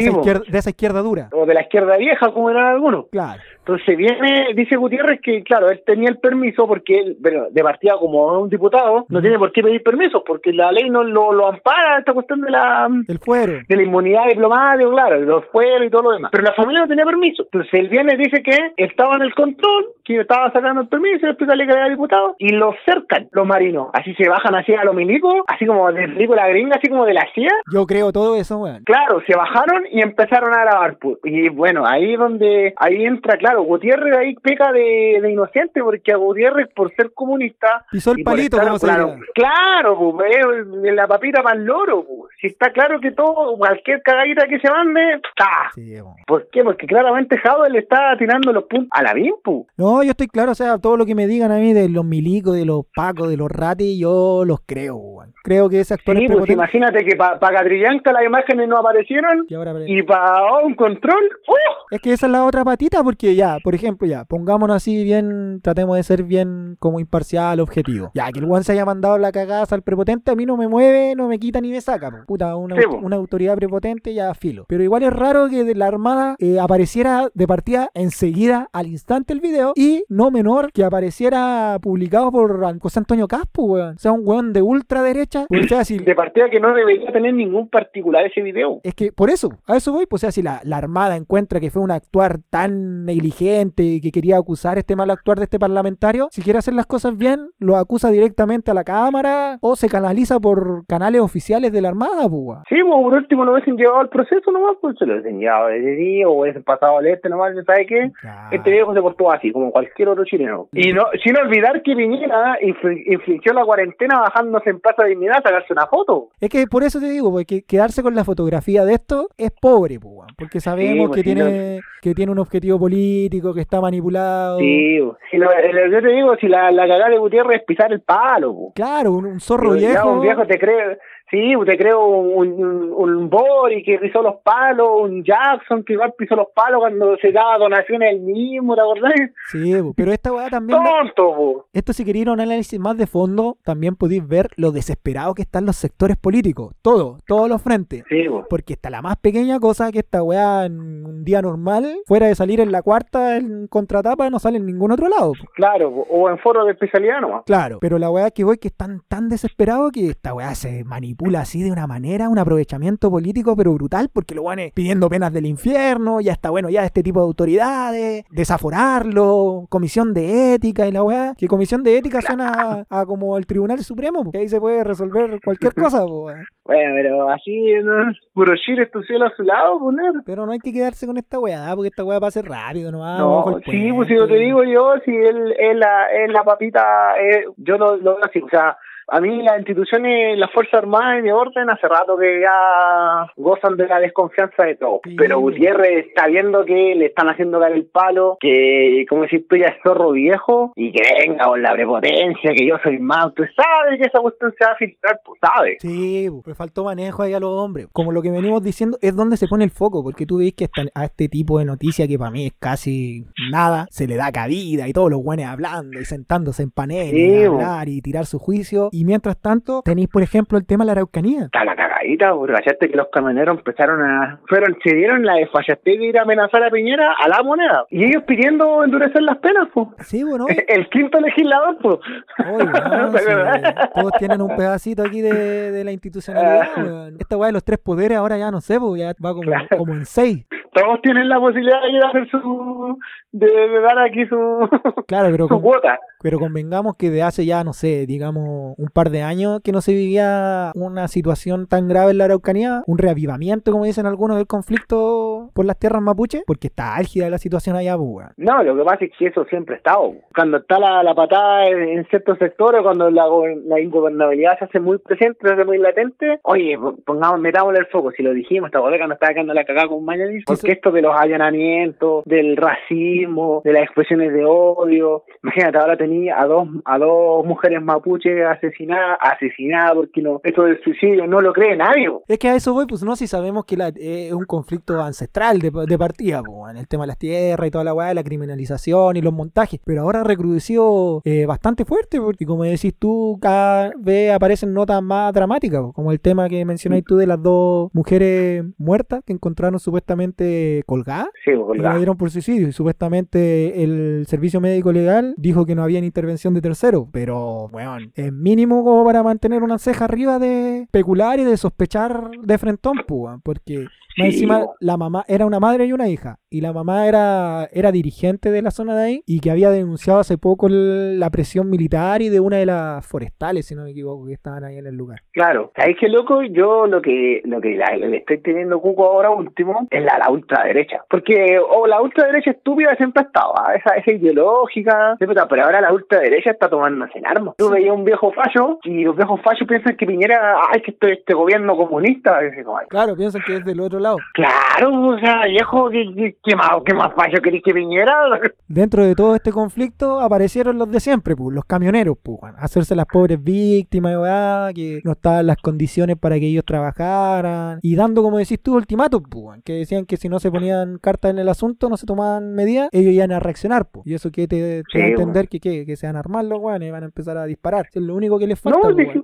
[SPEAKER 1] esa izquierda dura.
[SPEAKER 2] O de la izquierda vieja, como eran algunos.
[SPEAKER 1] Claro.
[SPEAKER 2] Entonces dice Gutiérrez que, claro, él tenía el permiso porque él, bueno, de partida como un diputado, no tiene por qué pedir permiso, porque la ley no lo ampara esta cuestión de
[SPEAKER 1] el fuero.
[SPEAKER 2] De la inmunidad diplomática, claro, los fueros y todo lo demás. Pero la familia no tenía permiso. Entonces él viene y dice que estaba en el control, que estaba sacando el permiso, explicarle que era diputado, y lo cercan los marinos. Así se bajan así a los milicos, así como de película gringa, así como de la CIA.
[SPEAKER 1] Yo creo todo eso, weón.
[SPEAKER 2] Claro, se bajaron y empezaron a grabar. Y bueno, ahí entra, claro, Gutiérrez ahí peca de inocente, porque a Gutiérrez, por ser comunista...
[SPEAKER 1] Pisó el palito, como se llama.
[SPEAKER 2] Claro, pues, la papita para el loro, pues. Si está claro que todo, cualquier cagadita que se mande, ¡está! Sí, bueno. ¿Por qué? Porque claramente Jadwe le está tirando los puntos a la BIMPU.
[SPEAKER 1] No, yo estoy claro, o sea, todo lo que me digan a mí de los milicos, de los pacos, de los ratis, yo los creo, weón. Creo que ese actor
[SPEAKER 2] es prepotente. Pues imagínate que para Catrillanca las imágenes no aparecieron y para un control,
[SPEAKER 1] Es que esa es la otra patita, porque ya, por ejemplo, pongámonos así bien, tratemos de ser bien como imparcial, objetivo. Ya, que el weón se haya mandado la cagada al prepotente, a mí no me mueve, no me quita ni me saca, po. Puta, una autoridad prepotente ya filo. Pero igual es raro que de la Armada apareciera de partida enseguida, al instante el video, y no menor que apareciera publicado por José Antonio Caz, weón. O sea, un weón de ultraderecha. O sea, si...
[SPEAKER 2] De partida que no debería tener ningún particular ese video.
[SPEAKER 1] Es que por eso, a eso voy, pues, o sea, si la Armada encuentra que fue un actuar tan negligente, que quería acusar este mal actuar de este parlamentario, si quiere hacer las cosas bien, lo acusa directamente a la Cámara o se canaliza por canales oficiales de la Armada, pues.
[SPEAKER 2] Sí, pues por último lo hubiesen llevado al proceso nomás, pues se lo hubiesen llevado de día o hubiesen pasado al nomás, ¿sabe qué? Claro. Este viejo se portó así, como cualquier otro chileno. Y no, sin olvidar que Piñera infringió la cuarentena bajándose en Plaza de Dignidad a sacarse una foto.
[SPEAKER 1] Es que por eso te digo, porque quedarse con la fotografía de esto es pobre, pues, porque sabemos que tiene un objetivo político, que está manipulado.
[SPEAKER 2] Sí, yo te digo, si la cagada de Gutiérrez es pisar el palo, pues.
[SPEAKER 1] Claro, un zorro viejo.
[SPEAKER 2] Ya un viejo te cree... Sí, te creo un Boric que pisó los palos, un Jackson que igual pisó los palos cuando se daba donaciones él mismo, ¿te acordás?
[SPEAKER 1] Sí, pero esta weá también...
[SPEAKER 2] ¡Tonto, po!
[SPEAKER 1] Esto, si queréis ir a un análisis más de fondo, también podéis ver lo desesperados que están los sectores políticos. Todos los frentes.
[SPEAKER 2] Sí, po.
[SPEAKER 1] Porque está la más pequeña cosa que esta weá en un día normal, fuera de salir en la cuarta en contratapa, no sale en ningún otro lado.
[SPEAKER 2] Claro, po. O en foro de especialidad nomás.
[SPEAKER 1] Claro, pero la weá que voy que están tan desesperados que esta weá se manipula así de una manera, un aprovechamiento político pero brutal, porque lo van pidiendo penas del infierno, ya está bueno ya este tipo de autoridades, desaforarlo, comisión de ética y la weá, que comisión de ética suena a como el Tribunal Supremo, porque ahí se puede resolver cualquier cosa, weá.
[SPEAKER 2] Bueno, pero así, ¿no? Puro Chile, tu cielo a su lado, poner.
[SPEAKER 1] Pero no hay que quedarse con esta weá, porque esta weá pasa rápido nomás.
[SPEAKER 2] No, sí, pues si yo te digo yo, si él es la papita, yo lo veo así, o sea, a mí las instituciones, las Fuerzas Armadas y de orden hace rato que ya gozan de la desconfianza de todos. Sí. Pero Gutiérrez está viendo que le están haciendo dar el palo, que como decís tú ya es zorro viejo, y que venga con la prepotencia, que yo soy más. Tú sabes que esa cuestión se va a filtrar, pues sabes.
[SPEAKER 1] Sí, pues faltó manejo ahí a los hombres. Como lo que venimos diciendo, es donde se pone el foco, porque tú ves que a este tipo de noticia que para mí es casi nada, se le da cabida y todos los güeyes hablando y sentándose en paneles, sí, y hablar y tirar su juicio. Y mientras tanto, tenéis, por ejemplo, el tema de la Araucanía.
[SPEAKER 2] Está la cagadita, porque cachaste que los camioneros se dieron la desfachatez de ir a amenazar a Piñera a la moneda. Y ellos pidiendo endurecer las penas, pues.
[SPEAKER 1] Sí, bueno.
[SPEAKER 2] El quinto legislador, pues.
[SPEAKER 1] Sí. Todos tienen un pedacito aquí de la institucionalidad. Esta weá de los tres poderes ahora ya no sé, pues ya va como en 6.
[SPEAKER 2] Todos tienen la posibilidad de ir a hacer de dar aquí su cuota.
[SPEAKER 1] Pero convengamos que de hace ya, no sé, digamos, un par de años que no se vivía una situación tan grave en la Araucanía, un reavivamiento, como dicen algunos, del conflicto por las tierras mapuche, porque está álgida la situación allá, pues.
[SPEAKER 2] No, lo que pasa es que eso siempre ha estado. Cuando está la patada en ciertos sectores, cuando la ingobernabilidad se hace muy presente, se hace muy latente, oye, metámosle el foco. Si lo dijimos, esta bodega no estaba quedando la cagada con Mañalich, porque esto de los allanamientos, del racismo, de las expresiones de odio, imagínate, ahora tenía a dos mujeres mapuches asesinadas porque no, esto del suicidio no lo cree nadie.
[SPEAKER 1] Es que a eso voy, pues no, si sabemos que es un conflicto ancestral de partida, pues, en el tema de las tierras y toda la weá, la criminalización y los montajes, pero ahora ha recrudecido bastante fuerte, porque como decís tú, cada vez aparecen notas más dramáticas, pues, como el tema que mencionáis tú de las dos mujeres muertas que encontraron supuestamente colgadas,
[SPEAKER 2] sí, colgadas,
[SPEAKER 1] y la dieron por suicidio, y supuestamente el servicio médico legal dijo que no había intervención de tercero, pero bueno, es mínimo como para mantener una ceja arriba de especular y de sospechar de frentón, porque más encima la mamá era una madre y una hija, y la mamá era dirigente de la zona de ahí y que había denunciado hace poco la presión militar y de una de las forestales, si no me equivoco, que estaban ahí en el lugar.
[SPEAKER 2] Claro, ¿sabes qué, loco? Yo lo que le estoy teniendo cuco ahora último es la ultraderecha, porque la ultraderecha estúpida siempre ha estado, esa ideológica, pero ahora la ultraderecha está tomándose en armas. Tú veías un viejo fallo y los viejos fallos piensan que Piñera, que este gobierno comunista,
[SPEAKER 1] claro, piensan que es del otro lado.
[SPEAKER 2] Claro, o sea, viejo, ¿qué más fallo querés que Piñera?
[SPEAKER 1] Dentro de todo este conflicto aparecieron los de siempre, pues, los camioneros, pues, hacerse las pobres víctimas, ¿verdad? Que no estaban las condiciones para que ellos trabajaran, y dando, como decís tú, ultimátum, pues, que decían que si no se ponían cartas en el asunto, no se tomaban medidas, ellos iban a reaccionar, pues, y eso que te da a entender que se van a armar los guanes y van a empezar a disparar. Es lo único que les falta.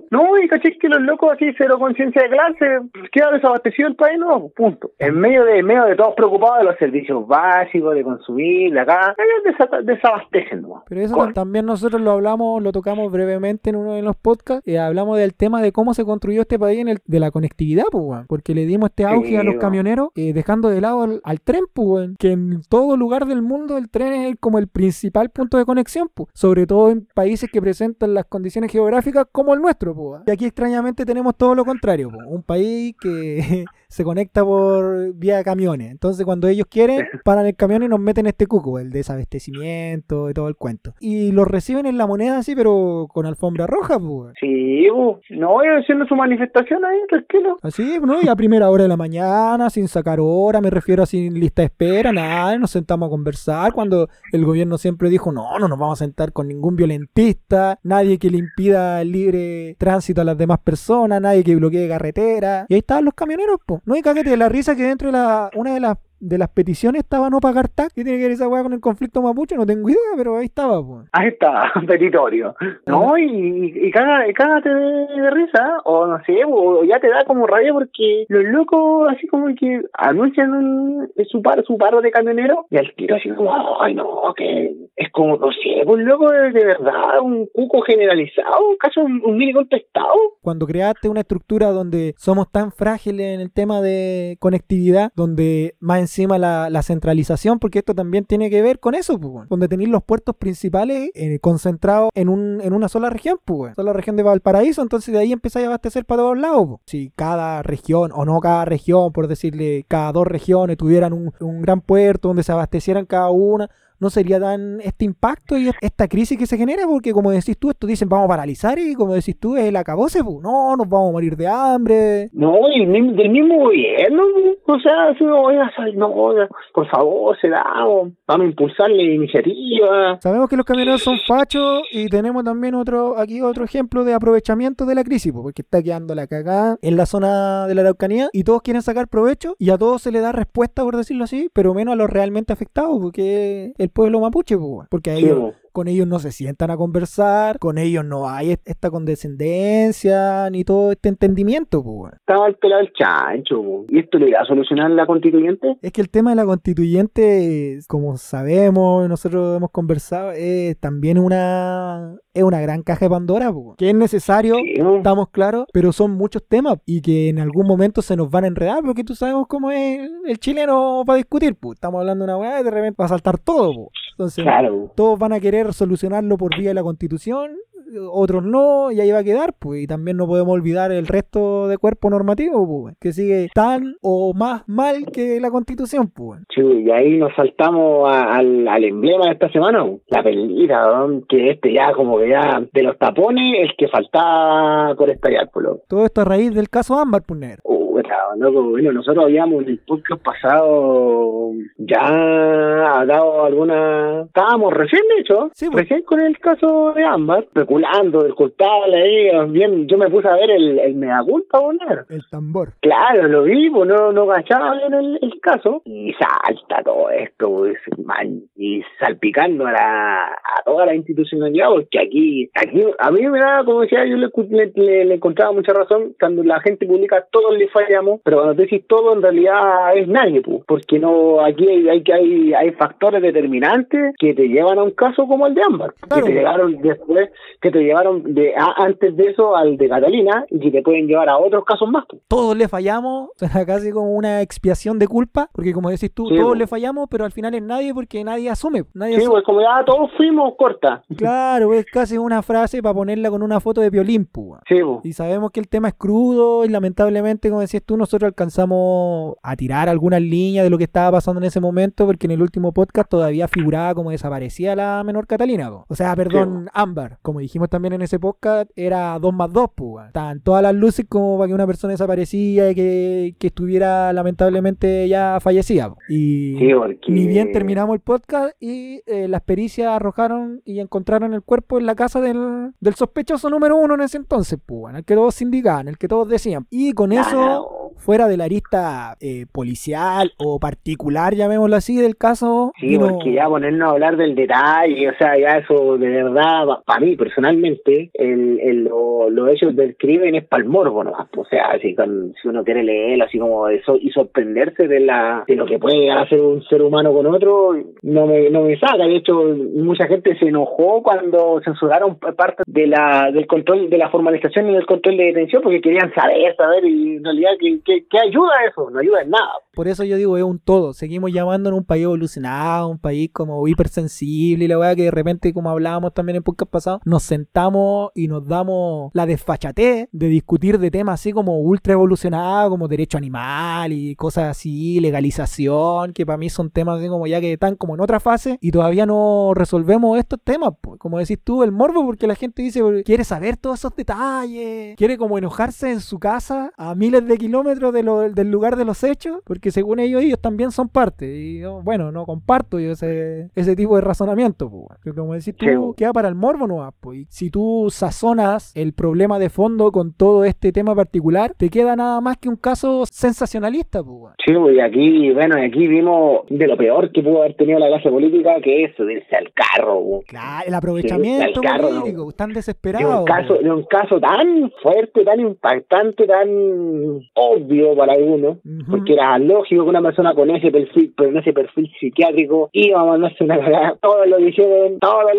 [SPEAKER 2] Y caché que los locos así, cero conciencia de clase, queda desabastecido el país, no, punto. En medio de todos preocupados de los servicios básicos, de consumir, de acá, ellos desabastecen, ¿no?
[SPEAKER 1] Pero eso también nosotros lo tocamos brevemente en uno de los podcasts, hablamos del tema de cómo se construyó este país de la conectividad, pues, porque le dimos este auge a los camioneros, dejando de lado al tren, pues, que en todo lugar del mundo el tren es como el principal punto de conexión, pues, sobre todo en países que presentan las condiciones geográficas como el nuestro, pues. Y aquí extrañamente tenemos todo lo contrario, pues, un país que se conecta por por vía camiones. Entonces cuando ellos quieren, paran el camión y nos meten este cuco, el desabastecimiento y todo el cuento. Y los reciben en la moneda así, pero con alfombra roja, pues.
[SPEAKER 2] Sí, no, haciendo su manifestación ahí, tranquilo.
[SPEAKER 1] Así, ¿no? Y a primera hora de la mañana, sin sacar hora, me refiero a sin lista de espera, nada, nos sentamos a conversar cuando el gobierno siempre dijo, no nos vamos a sentar con ningún violentista, nadie que le impida el libre tránsito a las demás personas, nadie que bloquee carretera. Y ahí estaban los camioneros, pues. No hay caguete de la risa que dentro de una de las peticiones estaba no pagar tax. ¿Qué tiene que ver esa weá con el conflicto mapuche? No tengo idea, pero ahí estaba, pues.
[SPEAKER 2] Ahí está, petitorio. No, y cágate de risa, o no sé, o ya te da como rabia porque los locos así como que anuncian su paro de camioneros y al tiro así como, ay no, que es como, no sé, pues loco, de verdad, un cuco generalizado, casi un mini golpe de estado.
[SPEAKER 1] Cuando creaste una estructura donde somos tan frágiles en el tema de conectividad, donde más encima la centralización, porque esto también tiene que ver con eso, pues, donde tenéis los puertos principales concentrados en una sola región, pues, sola región de Valparaíso, entonces de ahí empezáis a abastecer para todos lados, pues. Si cada región, o no cada región, por decirle, cada 2 regiones tuvieran un gran puerto donde se abastecieran cada una, no sería tan este impacto y esta crisis que se genera, porque como decís tú, esto dicen vamos a paralizar y como decís tú es el acabose, pues, no, nos vamos a morir de hambre.
[SPEAKER 2] No, y del mismo gobierno, o sea, si no, por favor, vamos a impulsar la iniciativa.
[SPEAKER 1] Sabemos que los camioneros son fachos y tenemos también otro ejemplo de aprovechamiento de la crisis, pues, porque está quedando la cagada en la zona de la Araucanía y todos quieren sacar provecho y a todos se le da respuesta, por decirlo así, pero menos a los realmente afectados, porque el pueblo mapuche, pues, porque a ellos, con ellos no se sientan a conversar, con ellos no hay esta condescendencia ni todo este entendimiento, pues.
[SPEAKER 2] Estaba el pelado el chancho, ¿y esto lo irá a solucionar la constituyente?
[SPEAKER 1] Es que el tema de la constituyente, como sabemos, nosotros hemos conversado, es también una gran caja de Pandora, pues, que es necesario, estamos claros, pero son muchos temas y que en algún momento se nos van a enredar, porque tú sabemos cómo es el chileno para discutir, pues. Estamos hablando de una weá y de repente va a saltar todo, pues. Entonces, todos van a querer solucionarlo por vía de la Constitución, otros no, y ahí va a quedar, pues. Y también no podemos olvidar el resto de cuerpo normativo, pues, que sigue tan o más mal que la Constitución, pues.
[SPEAKER 2] Sí, y ahí nos saltamos al emblema de esta semana, la pelita, que ya como que ya de los tapones, el que faltaba por estallar, pues.
[SPEAKER 1] Todo esto a raíz del caso Ámbar, pues, negro.
[SPEAKER 2] Bueno, nosotros habíamos en el podcast pasado ya dado estábamos recién, de hecho,
[SPEAKER 1] sí, pues,
[SPEAKER 2] recién con el caso de Ámbar, especulando del culpable ahí, bien, yo me puse a ver el mea culpa, poner.
[SPEAKER 1] El tambor.
[SPEAKER 2] Claro, lo vi, pues no cachaba bien el caso, y salta todo esto, pues, y salpicando a toda la institucionalidad, porque aquí a mí me da, como decía, yo le encontraba mucha razón, cuando la gente publica todos le fallamos, pero cuando te decís todo, en realidad es nadie, pues, porque no, aquí hay factores determinantes que te llevan a un caso como el de Ámbar, claro, que te llevaron después, que te llevaron antes de eso al de Catalina, y que te pueden llevar a otros casos más, pues.
[SPEAKER 1] Todos le fallamos, suena casi como una expiación de culpa, porque como decís tú, sí, todos le fallamos, pero al final es nadie porque nadie asume.
[SPEAKER 2] Pues como ya todos fuimos corta.
[SPEAKER 1] Claro, es casi una frase para ponerla con una foto de Piolín, pues.
[SPEAKER 2] Sí, pues.
[SPEAKER 1] Y sabemos que el tema es crudo y lamentablemente, como decías tú, nosotros alcanzamos a tirar algunas líneas de lo que estaba pasando en ese momento, porque en el último podcast todavía figuraba como desaparecía la menor Catalina, po. O sea, perdón, sí, Ámbar. Como dijimos también en ese podcast, era 2 más 2, pues. Estaban todas las luces como para que una persona desaparecía y que estuviera lamentablemente ya fallecida, po. Y sí, porque ni bien terminamos el podcast y las pericias arrojaron y encontraron el cuerpo en la casa del sospechoso número 1 en ese entonces, pues, en el que todos indicaban, el que todos decían. Y con eso, fuera de la arista policial o particular, llamémoslo así, del caso.
[SPEAKER 2] Sí, porque ya ponernos a hablar del detalle, o sea, ya eso de verdad, para mí personalmente, los hechos del crimen es para el morbo, ¿no? O sea, si uno quiere leer así como eso y sorprenderse de lo que puede llegar a ser un ser humano con otro, no me saca. De hecho, mucha gente se enojó cuando censuraron parte del control, de la formalización y del control de detención, porque querían saber, y en realidad, ¿qué ayuda eso? No ayuda en nada.
[SPEAKER 1] por eso yo digo, es un todo. Seguimos llamándonos un país evolucionado, un país como hipersensible y la weá que de repente, como hablábamos también en podcast pasado, nos sentamos y nos damos la desfachatez de discutir de temas así como ultra evolucionados, como derecho animal y cosas así, legalización, que para mí son temas así como ya que están como en otra fase y todavía no resolvemos estos temas, pues. Como decís tú, el morbo, porque la gente dice, quiere saber todos esos detalles, quiere como enojarse en su casa a miles de kilómetros del lugar de los hechos, porque según ellos también son parte. Y yo, bueno, no comparto yo ese tipo de razonamiento, pues. Pero como decís tú, queda para el morbo no, pues. Y si tú sazonas el problema de fondo con todo este tema particular, te queda nada más que un caso sensacionalista, pues.
[SPEAKER 2] Sí, y aquí vimos de lo peor que pudo haber tenido la clase política, que es subirse al carro, pues.
[SPEAKER 1] Claro, el aprovechamiento político, no, tan desesperado.
[SPEAKER 2] De un caso tan fuerte, tan impactante, tan obvio para algunos, porque era lógico que una persona con ese perfil psiquiátrico iba a mandarse una cagada. Todos lo dijeron,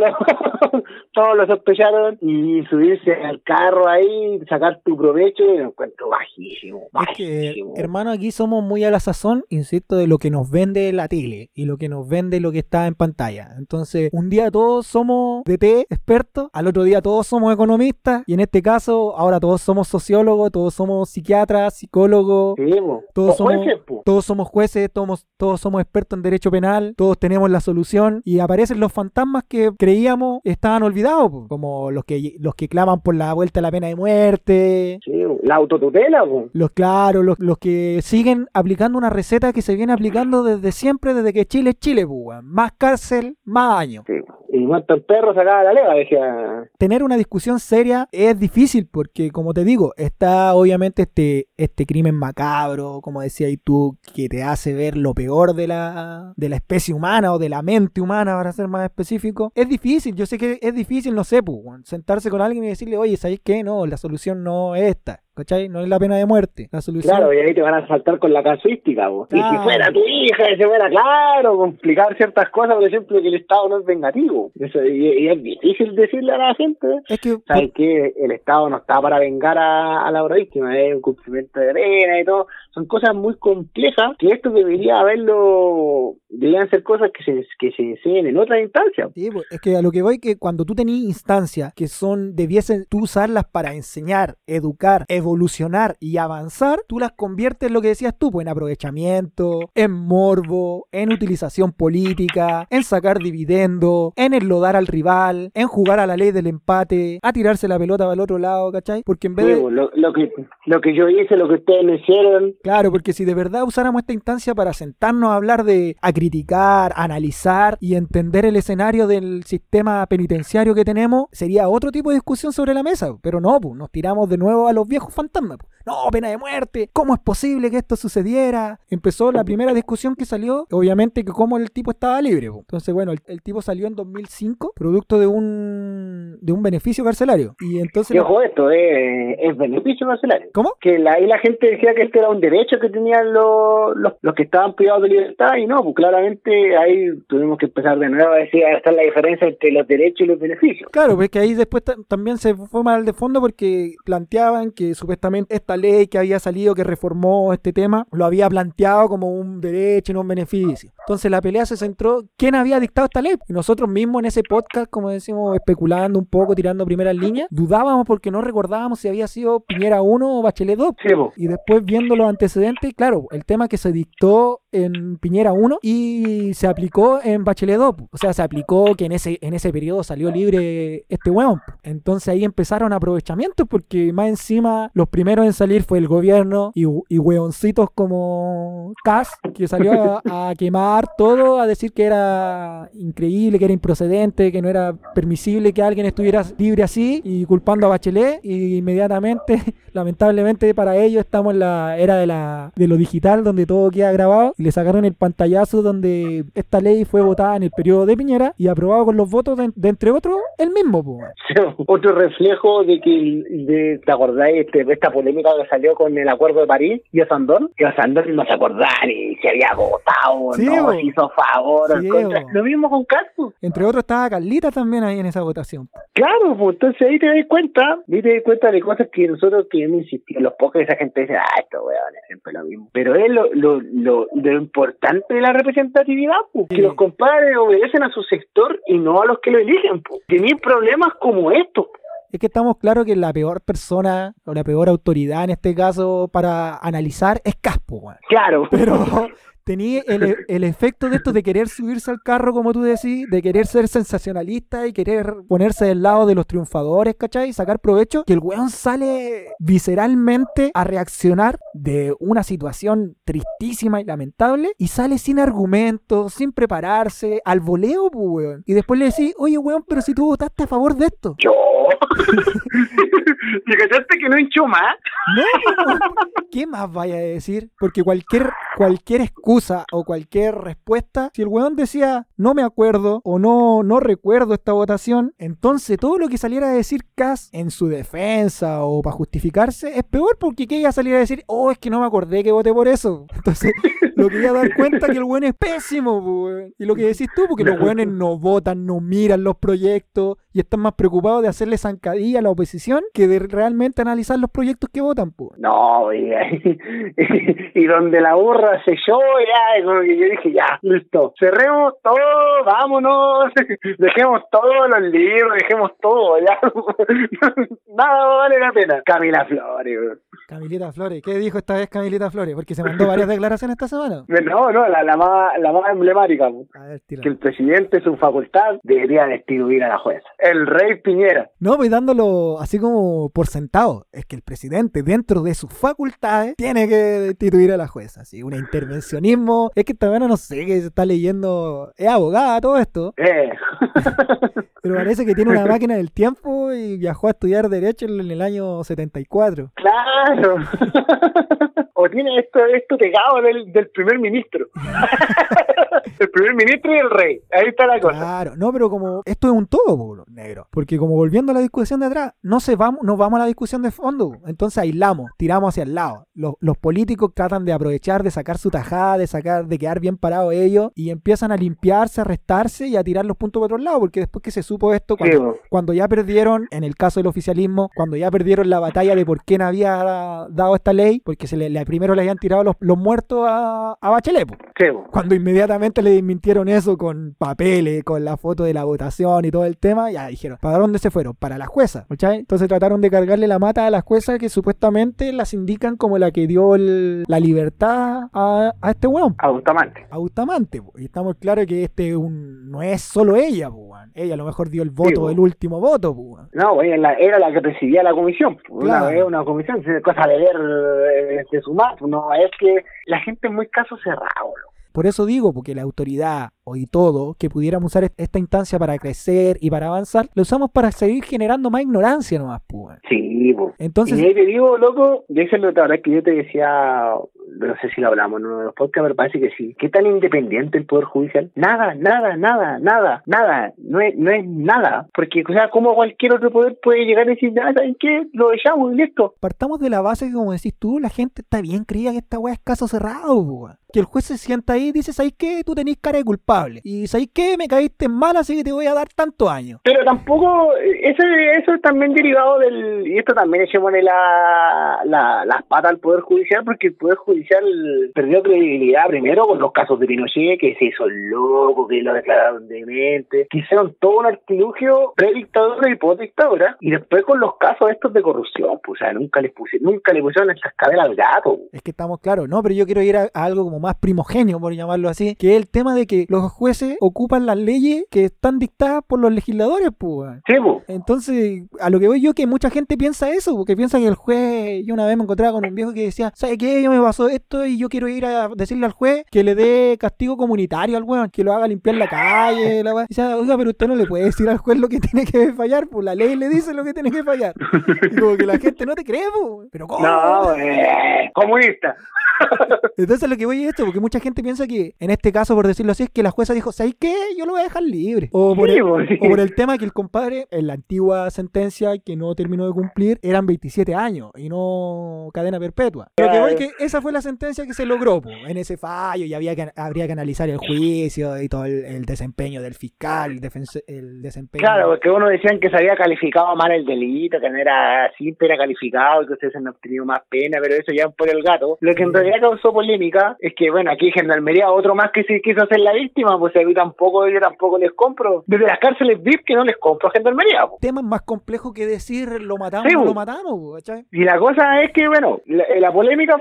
[SPEAKER 2] todos lo sospecharon, y subirse al carro ahí, sacar tu provecho, y lo encuentro bajísimo.
[SPEAKER 1] Es que, hermano, aquí somos muy a la sazón, insisto, de lo que nos vende la tele y lo que nos vende lo que está en pantalla. Entonces, un día todos somos DT expertos, al otro día todos somos economistas, y en este caso, ahora todos somos sociólogos, todos somos psiquiatras, psicólogos,
[SPEAKER 2] sí, todos
[SPEAKER 1] somos jueces, todos somos expertos en derecho penal, todos tenemos la solución, y aparecen los fantasmas que creíamos estaban olvidados, po, como los que claman por la vuelta a la pena de muerte.
[SPEAKER 2] Sí, la autotutela, po.
[SPEAKER 1] Los que siguen aplicando una receta que se viene aplicando desde siempre, desde que Chile es Chile, po, más cárcel, más daño.
[SPEAKER 2] Sí. Y muerto el perro sacaba la leva, decía.
[SPEAKER 1] Tener una discusión seria es difícil porque, como te digo, está obviamente este crimen macabro, como decías tú, que te hace ver lo peor de la especie humana o de la mente humana, para ser más específico. Es difícil, yo sé que es difícil, no sé, pues, sentarse con alguien y decirle, oye, ¿sabes qué? No, la solución no es esta. ¿Cachai? No es la pena de muerte. La solución...
[SPEAKER 2] Claro, y ahí te van a saltar con la casuística, vos. Claro. Y si fuera tu hija, si fuera, claro, complicar ciertas cosas, por ejemplo, que el Estado no es vengativo. Eso, y es difícil decirle a la gente.
[SPEAKER 1] Es que...
[SPEAKER 2] ¿Sabes qué? El Estado no está para vengar a la otra víctima, es un cumplimiento de pena y todo. Son cosas muy complejas que esto deberían ser cosas que se enseñen en otras instancias.
[SPEAKER 1] Sí, pues, es que a lo que voy, que cuando tú tenías instancias que debiesen tú usarlas para enseñar, educar, evolucionar y avanzar, tú las conviertes en lo que decías tú, pues en aprovechamiento, en morbo, en utilización política, en sacar dividendo, en enlodar al rival, en jugar a la ley del empate, a tirarse la pelota para el otro lado, ¿cachai? Porque en vez de...
[SPEAKER 2] Lo que yo hice, lo que ustedes me hicieron.
[SPEAKER 1] Claro, porque si de verdad usáramos esta instancia para sentarnos a hablar a criticar, analizar y entender el escenario del sistema penitenciario que tenemos, sería otro tipo de discusión sobre la mesa, pero no, pues nos tiramos de nuevo a los viejos fantasmas. No, pena de muerte, ¿cómo es posible que esto sucediera? Empezó la primera discusión que salió, obviamente que cómo el tipo estaba libre. Entonces, bueno, el tipo salió en 2005, producto de un beneficio carcelario. Y entonces...
[SPEAKER 2] Ojo, esto es beneficio carcelario.
[SPEAKER 1] ¿Cómo?
[SPEAKER 2] Que ahí la gente decía que este era un derecho que tenían los que estaban privados de libertad, y no, pues claramente ahí tuvimos que empezar de nuevo a decir, esta es la diferencia entre los derechos y los beneficios.
[SPEAKER 1] Claro, pues que ahí después también se fue mal de fondo porque planteaban que supuestamente esta ley que había salido, que reformó este tema, lo había planteado como un derecho y no un beneficio. Entonces la pelea se centró, ¿quién había dictado esta ley? Y nosotros mismos en ese podcast, como decimos, especulando un poco, tirando primeras líneas, dudábamos porque no recordábamos si había sido Piñera 1 o Bachelet 2.
[SPEAKER 2] Sí,
[SPEAKER 1] y después viendo los antecedentes, claro, el tema que se dictó en Piñera 1 y se aplicó en Bachelet 2. O sea, se aplicó que en ese periodo salió libre este weón. Entonces ahí empezaron aprovechamientos porque más encima los primeros en salir fue el gobierno y weoncitos como Kass, que salió a quemar todo, a decir que era increíble, que era improcedente, que no era permisible que alguien estuviera libre así, y culpando a Bachelet, y inmediatamente, lamentablemente para ellos, estamos en la era de lo digital, donde todo queda grabado, y le sacaron el pantallazo donde esta ley fue votada en el periodo de Piñera y aprobado con los votos de entre otros, el mismo, po.
[SPEAKER 2] Otro reflejo de que, ¿te acordáis de esta polémica que salió con el Acuerdo de París y Osandón? Que Osandón no se acordaba ni se había votado,
[SPEAKER 1] sí,
[SPEAKER 2] no, se hizo favor,
[SPEAKER 1] sí,
[SPEAKER 2] contra. Lo mismo con Castro.
[SPEAKER 1] Entre otros estaba Carlita también ahí en esa votación.
[SPEAKER 2] Claro, pues entonces ahí te das cuenta de cosas que nosotros que hemos insistido, los pocos de esa gente dice, esto weón es siempre lo mismo. Pero es lo importante de la representatividad, pues, que los compadres obedecen a su sector y no a los que lo eligen, pues. Tenéis problemas como estos.
[SPEAKER 1] Es que estamos claros que la peor persona o la peor autoridad en este caso para analizar es Caspo, weón.
[SPEAKER 2] Claro.
[SPEAKER 1] Pero tenía el efecto de esto de querer subirse al carro, como tú decís, de querer ser sensacionalista y querer ponerse del lado de los triunfadores, ¿cachai? Y sacar provecho, que el weón sale visceralmente a reaccionar de una situación tristísima y lamentable y sale sin argumentos, sin prepararse, al voleo, pues, weón. Y después le decís, oye, weón, pero si tú votaste a favor de esto.
[SPEAKER 2] Yo. ¿Y cachaste que no hinchó más?
[SPEAKER 1] No, ¿qué más vaya a decir? Porque cualquier excusa o cualquier respuesta, si el weón decía no me acuerdo o no recuerdo esta votación, entonces todo lo que saliera a decir Kass en su defensa o para justificarse es peor, porque que ella saliera a decir, es que no me acordé que voté por eso. Entonces lo que iba a dar cuenta que el weón es pésimo, weón. Y lo que decís tú, porque los weones no votan, no miran los proyectos y están más preocupados de hacerle zancadilla a la oposición que de realmente analizar los proyectos que votan, pues.
[SPEAKER 2] No, y donde la burra selló, ya, como que yo dije, ya, listo, cerremos todo, vámonos, dejemos todos los libros, dejemos todo, ya, nada vale la pena. Camila Flores, bro.
[SPEAKER 1] Camilita Flores, ¿qué dijo esta vez Camilita Flores? Porque se mandó varias declaraciones esta semana.
[SPEAKER 2] No, la más emblemática,
[SPEAKER 1] a ver,
[SPEAKER 2] que el presidente, su facultad, debería destituir a la jueza. El rey Piñera.
[SPEAKER 1] No, pues dándolo así como por sentado, es que el presidente dentro de sus facultades tiene que destituir a la jueza, así, un intervencionismo, es que esta vez no sé, que se está leyendo, es abogada todo esto, pero parece que tiene una máquina del tiempo y viajó a estudiar Derecho en el año 74.
[SPEAKER 2] Claro. O tiene esto pegado del primer ministro. El primer ministro y el rey. Ahí está la cosa.
[SPEAKER 1] Claro, no, pero como esto es un todo, boludo, negro. Porque como volviendo a la discusión de atrás, nos vamos a la discusión de fondo. Entonces aislamos, tiramos hacia el lado. Los políticos tratan de aprovechar, de sacar su tajada, de quedar bien parados ellos y empiezan a limpiarse, a restarse y a tirar los puntos por otro lado. Porque después que se supo esto, cuando ya perdieron, en el caso del oficialismo, cuando ya perdieron la batalla de por quién había dado esta ley, porque primero le habían tirado los muertos a Bachelet. Cuando inmediatamente le desmintieron eso con papeles, con la foto de la votación y todo el tema, ya dijeron, ¿para dónde se fueron? Para la jueza, ¿cachai? Entonces trataron de cargarle la mata a la jueza que supuestamente las indican como la que dio la libertad a este weón.
[SPEAKER 2] A
[SPEAKER 1] Bustamante, y estamos claros que no es solo ella, ella a lo mejor dio el voto, el último voto.
[SPEAKER 2] No, ella era la que presidía la comisión, una comisión, cosa de ver de sumar, no es que la gente es muy caso cerrado.
[SPEAKER 1] Por eso digo, porque la autoridad y todo, que pudiéramos usar esta instancia para crecer y para avanzar, lo usamos para seguir generando más ignorancia nomás, pues.
[SPEAKER 2] Sí, pues.
[SPEAKER 1] Entonces,
[SPEAKER 2] y ahí te digo, loco, déjenlo otra vez que yo te decía, no sé si lo hablamos en uno de los podcasts, pero parece que sí. ¿Qué tan independiente el Poder Judicial? Nada, no es nada. Porque, o sea, como cualquier otro poder puede llegar y decir, ¿saben qué? Lo echamos y listo.
[SPEAKER 1] Partamos de la base que, como decís tú, la gente está bien creía que esta weá es caso cerrado, pues. Que el juez se sienta ahí y dice, ¿sabes qué? Tú tenés cara de culpable. Y ¿sabes qué? Me caíste mal, así que te voy a dar tantos años.
[SPEAKER 2] Pero tampoco, eso es también derivado y esto también echémosle las patas al Poder Judicial, porque el Poder Judicial perdió credibilidad primero con los casos de Pinochet, que se hizo loco, que lo declararon demente, que hicieron todo un artilugio pre-dictadura y post-dictadura, y después con los casos estos de corrupción, pues, o sea, nunca le pusieron el cascabel al gato.
[SPEAKER 1] Es que estamos claros, ¿no? Pero yo quiero ir a algo como más primogenio, por llamarlo así, que es el tema de que los jueces ocupan las leyes que están dictadas por los legisladores, pues.
[SPEAKER 2] Sí, pues.
[SPEAKER 1] Entonces, a lo que voy yo, que mucha gente piensa eso, porque piensa que el juez, yo una vez me encontraba con un viejo que decía, ¿sabe qué? Yo me pasó esto y yo quiero ir a decirle al juez que le dé castigo comunitario al weón, que lo haga limpiar la calle, la weón. Dice, oiga, pero usted no le puede decir al juez lo que tiene que fallar, pues la ley le dice lo que tiene que fallar. Y como que la gente no te cree, pues. Pero ¿cómo?
[SPEAKER 2] No, comunista.
[SPEAKER 1] Entonces lo que voy es cierto, porque mucha gente piensa que, en este caso, por decirlo así, es que la jueza dijo, ¿sabes qué? Yo lo voy a dejar libre. O por el tema que el compadre, en la antigua sentencia que no terminó de cumplir, eran 27 años y no cadena perpetua. Lo que voy es que esa fue la sentencia que se logró, po, en ese fallo, y habría que analizar el juicio y todo el desempeño del fiscal, el desempeño...
[SPEAKER 2] Claro, porque uno decían que se había calificado mal el delito, que no era simple, era calificado y que ustedes han obtenido más pena, pero eso ya por el gato. Lo que en realidad causó polémica es que, bueno, aquí Gendarmería, otro más que se quiso hacer la víctima, pues yo tampoco les compro. Desde las cárceles VIP que no les compro a Gendarmería. Pues.
[SPEAKER 1] Temas más complejos que decir lo matamos o no lo matamos, ¿cachai?
[SPEAKER 2] Y la cosa es que, bueno, la polémica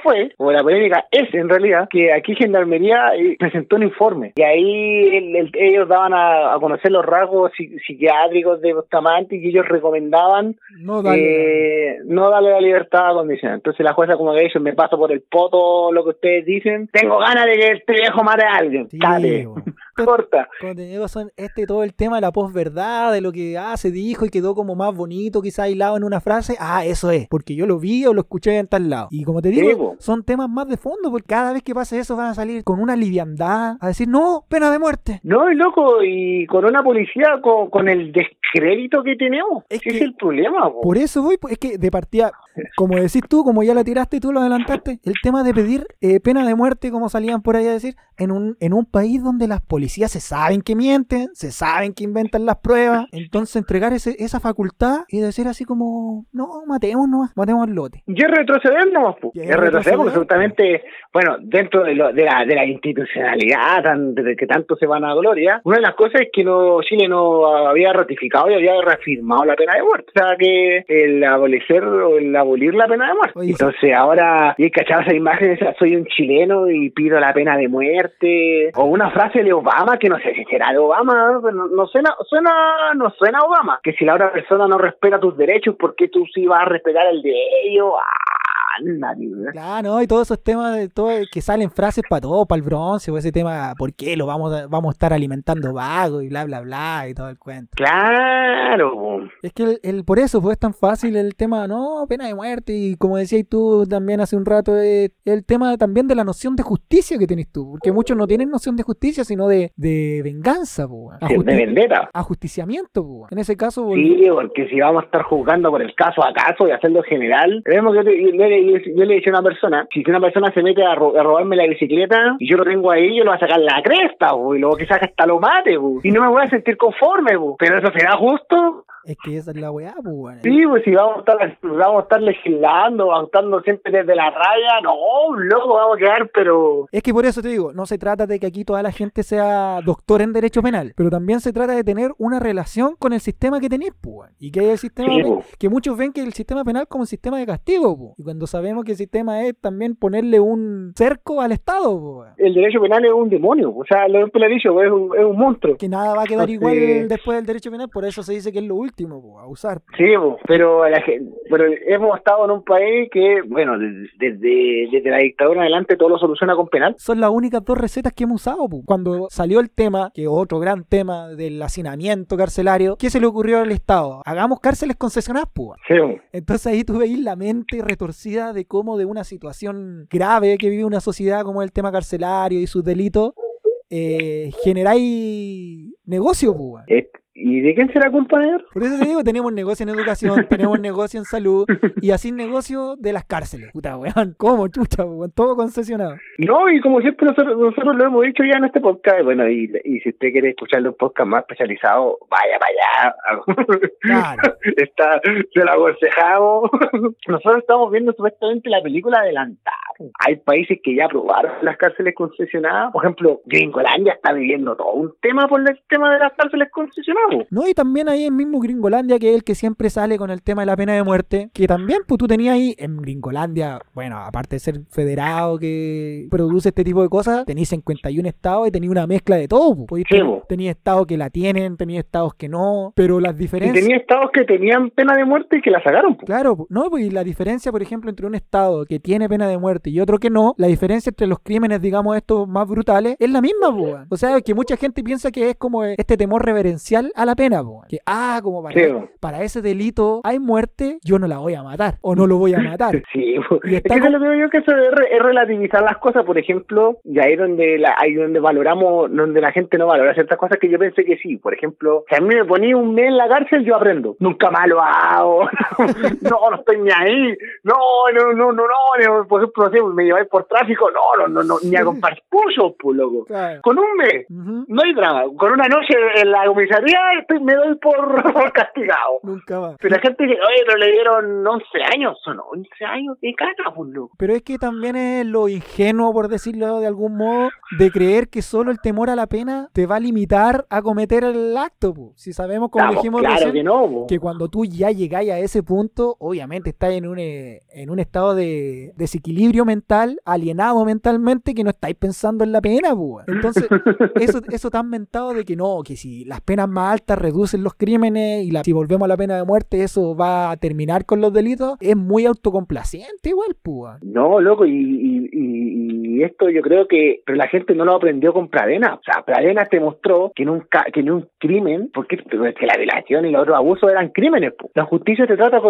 [SPEAKER 2] es en realidad que aquí Gendarmería presentó un informe y ahí ellos daban a conocer los rasgos psiquiátricos de Bustamante y que ellos recomendaban no darle la libertad condicional. Entonces la jueza como que dice, me paso por el poto lo que ustedes dicen, tengo ganas de que este viejo mate a alguien. Sí, corta.
[SPEAKER 1] Como te digo, son todo el tema de la posverdad, de lo que se dijo y quedó como más bonito, quizás aislado en una frase. Eso es, porque yo lo vi o lo escuché en tal lado. Y como te digo, son temas más de fondo, porque cada vez que pase eso van a salir con una liviandad, a decir, no, pena de muerte.
[SPEAKER 2] No, y loco, y con una policía con el descrédito que tenemos. Ese es el problema.
[SPEAKER 1] Por eso voy, es que de partida, como decís tú, como ya la tiraste y tú lo adelantaste, el tema de pedir pena de muerte, como salían por ahí a decir, en un país donde las policías se saben que mienten, se saben que inventan las pruebas, entonces entregar esa facultad y decir así como, no, matemos al lote.
[SPEAKER 2] Ya retroceder nomás, ya retrocedemos, absolutamente, bueno, dentro de la institucionalidad de que tanto se van a gloria, una de las cosas es que Chile no había ratificado y había reafirmado la pena de muerte, o sea que el abolir la pena de muerte. Oye, entonces ahora, y cachaba esa imagen, soy un chileno y pido la pena de muerte, o una frase de Obama, que no sé si será de Obama, pero no suena a Obama, que si la otra persona no respeta tus derechos, ¿por qué tú sí vas a respetar el de ellos?
[SPEAKER 1] Claro, ¿no? Y todos esos temas de todo que salen frases para todo, para el bronce, o ese tema, ¿por qué lo vamos a estar alimentando vagos y bla bla bla y todo el cuento?
[SPEAKER 2] Claro.
[SPEAKER 1] Es que por eso pues es tan fácil el tema, no, pena de muerte, y como decías tú también hace un rato, el tema también de la noción de justicia que tenés tú, porque muchos no tienen noción de justicia, sino de venganza,
[SPEAKER 2] de vendetta.
[SPEAKER 1] Ajusticiamiento, en ese caso.
[SPEAKER 2] Sí, porque si vamos a estar juzgando por el caso a caso y hacerlo general, vemos que yo le decía a una persona, si una persona se mete a robarme la bicicleta y yo lo tengo ahí, yo lo voy a sacar la cresta, y luego quizás hasta lo mate, y no me voy a sentir conforme, pero eso será justo.
[SPEAKER 1] Es que esa es la weá, pues.
[SPEAKER 2] Sí, pues si vamos a estar legislando, actuando siempre desde la raya, no, loco, vamos a quedar, pero...
[SPEAKER 1] Es que por eso te digo, no se trata de que aquí toda la gente sea doctor en derecho penal, pero también se trata de tener una relación con el sistema que tenés, pues. Y que hay el sistema, que muchos ven que el sistema penal como un sistema de castigo, pues. Y cuando sabemos que el sistema es también ponerle un cerco al Estado, pues.
[SPEAKER 2] El derecho penal es un demonio, o sea, lo he dicho, es un monstruo.
[SPEAKER 1] Que nada va a quedar igual después del derecho penal, por eso se dice que es lo último a usar.
[SPEAKER 2] Sí, pero hemos estado en un país que, bueno, desde la dictadura en adelante todo lo soluciona con penal.
[SPEAKER 1] Son las únicas dos recetas que hemos usado. Cuando salió el tema, que otro gran tema del hacinamiento carcelario, ¿qué se le ocurrió al Estado? Hagamos cárceles concesionadas,
[SPEAKER 2] Sí.
[SPEAKER 1] Entonces ahí tú veis la mente retorcida de cómo de una situación grave que vive una sociedad como el tema carcelario y sus delitos, generáis negocio,
[SPEAKER 2] ¿Y de quién será culpa de él?
[SPEAKER 1] Por eso te digo, tenemos negocio en educación, tenemos negocio en salud y así negocio de las cárceles. Puta, weón, ¿cómo, chucha, weón? Todo concesionado.
[SPEAKER 2] No, y como siempre nosotros lo hemos dicho ya en este podcast, bueno, y si usted quiere escuchar un podcast más especializado, vaya para allá.
[SPEAKER 1] Claro.
[SPEAKER 2] Se lo aconsejamos. Nosotros estamos viendo supuestamente la película Adelantar. Hay países que ya aprobaron las cárceles concesionadas. Por ejemplo, Gringolandia está viviendo todo un tema por el tema de las cárceles concesionadas.
[SPEAKER 1] No, y también ahí en mismo Gringolandia, que es el que siempre sale con el tema de la pena de muerte, que también pues tú tenías ahí en Gringolandia, bueno, aparte de ser federado que produce este tipo de cosas, tenías 51 estados y tenías una mezcla de todo. Tenías estados que la tienen, tenías estados que no, pero las diferencias...
[SPEAKER 2] Y tenías estados que te tenían pena de muerte y que la sacaron, po.
[SPEAKER 1] Claro, no, pues y la diferencia, por ejemplo, entre un estado que tiene pena de muerte y otro que no, la diferencia entre los crímenes, digamos, estos más brutales, es la misma, po. O sea, que mucha gente piensa que es como este temor reverencial a la pena, po. Que, como para ese delito hay muerte, yo no la voy a matar, o no lo voy a matar.
[SPEAKER 2] Sí, y está es que lo que yo que eso es relativizar las cosas, por ejemplo, y ahí donde valoramos, donde la gente no valora ciertas cosas que yo pensé que sí. Por ejemplo, si a mí me ponía un mes en la cárcel, yo aprendo. Nunca más lo hago. No estoy ni ahí. No. Por ejemplo, si me lleváis por tráfico, no, ni a comprar puchos, pues, loco. Claro. Con un mes, no hay drama. Con una noche en la comisaría, me doy por castigado.
[SPEAKER 1] Nunca más.
[SPEAKER 2] Pero la gente que, pero le dieron 11 años, son 11 años de caca, pues, loco.
[SPEAKER 1] Pero es que también es lo ingenuo, por decirlo de algún modo, de creer que solo el temor a la pena te va a limitar a cometer el acto, po. Si sabemos, como dijimos
[SPEAKER 2] claro
[SPEAKER 1] recién,
[SPEAKER 2] que
[SPEAKER 1] cuando tú ya llegáis a ese punto, obviamente estás en un estado de desequilibrio mental, alienado mentalmente, que no estáis pensando en la pena, po. Entonces, eso tan mentado de que no, que si las penas más altas reducen los crímenes y si volvemos a la pena de muerte, eso va a terminar con los delitos, es muy autocomplaciente igual, po.
[SPEAKER 2] No, loco, y esto yo creo que pero la gente no lo aprendió con Pradena. O sea, Pradena te mostró que en un crimen, porque la violación y los otros abusos eran crímenes, po. La justicia te trató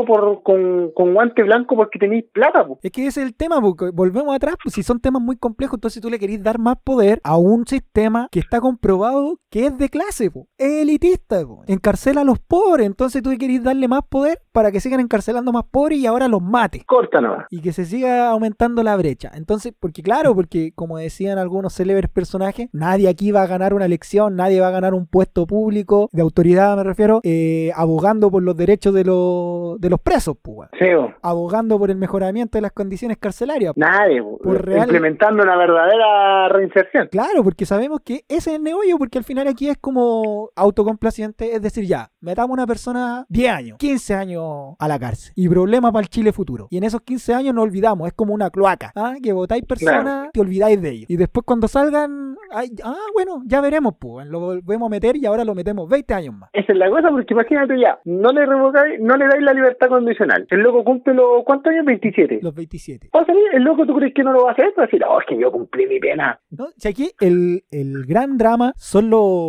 [SPEAKER 2] con guante blanco porque tenéis plata, po.
[SPEAKER 1] Es que ese es el tema, porque volvemos atrás, pues si son temas muy complejos, entonces tú le querís dar más poder a un sistema que está comprobado que es de clase, po. Es elitista, po. Encarcela a los pobres, entonces tú querís darle más poder para que sigan encarcelando más pobres y ahora los mate.
[SPEAKER 2] Córtanos.
[SPEAKER 1] Y que se siga aumentando la brecha. Entonces, porque como decían algunos célebres personajes, nadie aquí va a ganar una elección, nadie va a ganar un puesto público, de autoridad me refiero, abogando por los derechos de los presos, pues.
[SPEAKER 2] Sí,
[SPEAKER 1] abogando por el mejoramiento de las condiciones carcelarias.
[SPEAKER 2] Nadie, implementando una verdadera reinserción.
[SPEAKER 1] Claro, porque sabemos que ese es el negocio, porque al final aquí es como autocomplaciente, es decir, ya, metamos a una persona 10 años, 15 años a la cárcel, y problema para el Chile futuro. Y en esos 15 años no olvidamos, es como una cloaca, que votáis personas, claro, te olvidáis de ellos. Y después cuando salgan, bueno, ya veremos, pues, lo volvemos a meter y ahora lo metemos 20 años más.
[SPEAKER 2] Esa es la cosa, porque imagínate ya, no le dais la libertad condicional. El loco cumple ¿cuántos años? 27.
[SPEAKER 1] Los 27.
[SPEAKER 2] ¿Va a salir? ¿El loco tú crees que no lo va a hacer? Va a decir, es que yo cumplí mi pena.
[SPEAKER 1] No, si aquí el gran drama son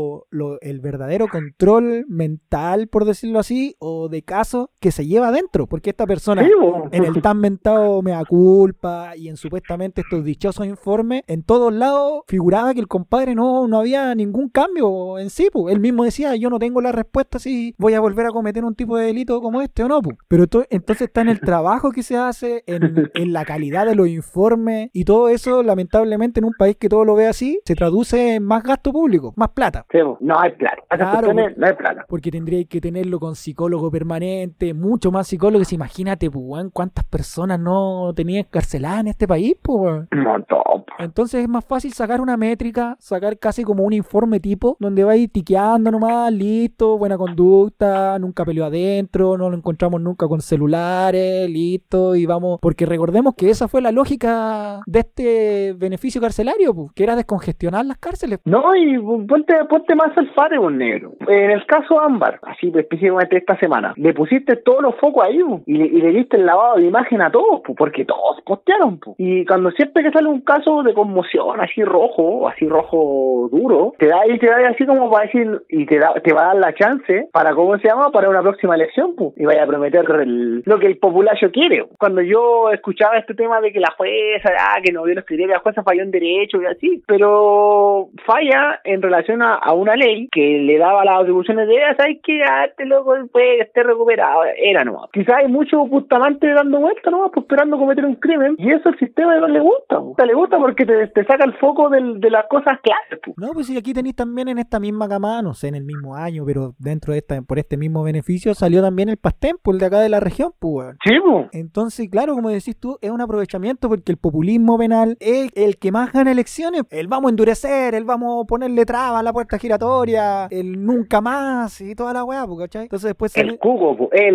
[SPEAKER 1] el verdadero control mental, por decirlo así, o de caso que se lleva adentro, porque esta persona, sí, en el tan mentado mea culpa y en supuestamente estos dichosos informes, en todos lados figuraba que el compadre no había ningún cambio en sí, pues. Él mismo decía, yo no tengo la respuesta si voy a volver a cometer un tipo de delito como este o no, pues. Pero entonces está en el trabajo que se hace, en la calidad de los informes, y todo eso, lamentablemente, en un país que todo lo ve así, se traduce en más gasto público, más plata.
[SPEAKER 2] Sí, no hay plata. Claro, no hay plata.
[SPEAKER 1] Porque tendríais que tenerlo con psicólogo permanente, mucho más psicólogos. Imagínate, pues, cuántas personas no tenían encarceladas en este país, pues.
[SPEAKER 2] Un montón.
[SPEAKER 1] Entonces es más fácil sacar una métrica, sacar casi como un informe tipo, donde va a ir tiqueando nomás, listo, buena conducta, nunca peleó adentro, no lo encontramos nunca con celulares, listo, y vamos, porque recordemos que esa fue la lógica de este beneficio carcelario, pues, que era descongestionar las cárceles.
[SPEAKER 2] No, y ponte más al fare, un negro. En el caso Ámbar, así específicamente esta semana, le pusiste todos los focos ahí, y le diste el lavado de imagen a todos, porque todos postearon, y cuando siempre que sale un caso de conmoción así rojo duro, te da así como para decir, y te va a dar la chance para, ¿cómo se llama?, para una próxima elección, y vaya a prometer lo que el populacho quiere. Cuando yo escuchaba este tema de que la jueza, que no vio los criterios, la jueza falló en derecho y así, pero falla en relación a una ley que le daba las atribuciones de ¿sabes qué? Este loco puede estar recuperado, era nomás. Quizás hay muchos Bustamante dando vueltas nomás, esperando cometer un crimen, y eso al sistema no le gusta, le gusta porque te saca el foco de las cosas claras.
[SPEAKER 1] No, pues si aquí tenéis también en esta misma camada, no sé, en el mismo año, pero dentro de por este mismo beneficio salió también el Pastén, el de acá de la región, pues.
[SPEAKER 2] Sí, pues.
[SPEAKER 1] Entonces, claro, como decís tú, es un aprovechamiento porque el populismo penal es el que más gana elecciones. El vamos a endurecer, el vamos a ponerle trabas a la puerta giratoria, el nunca más y toda la weá, ¿cachai? Entonces después
[SPEAKER 2] el cuco, el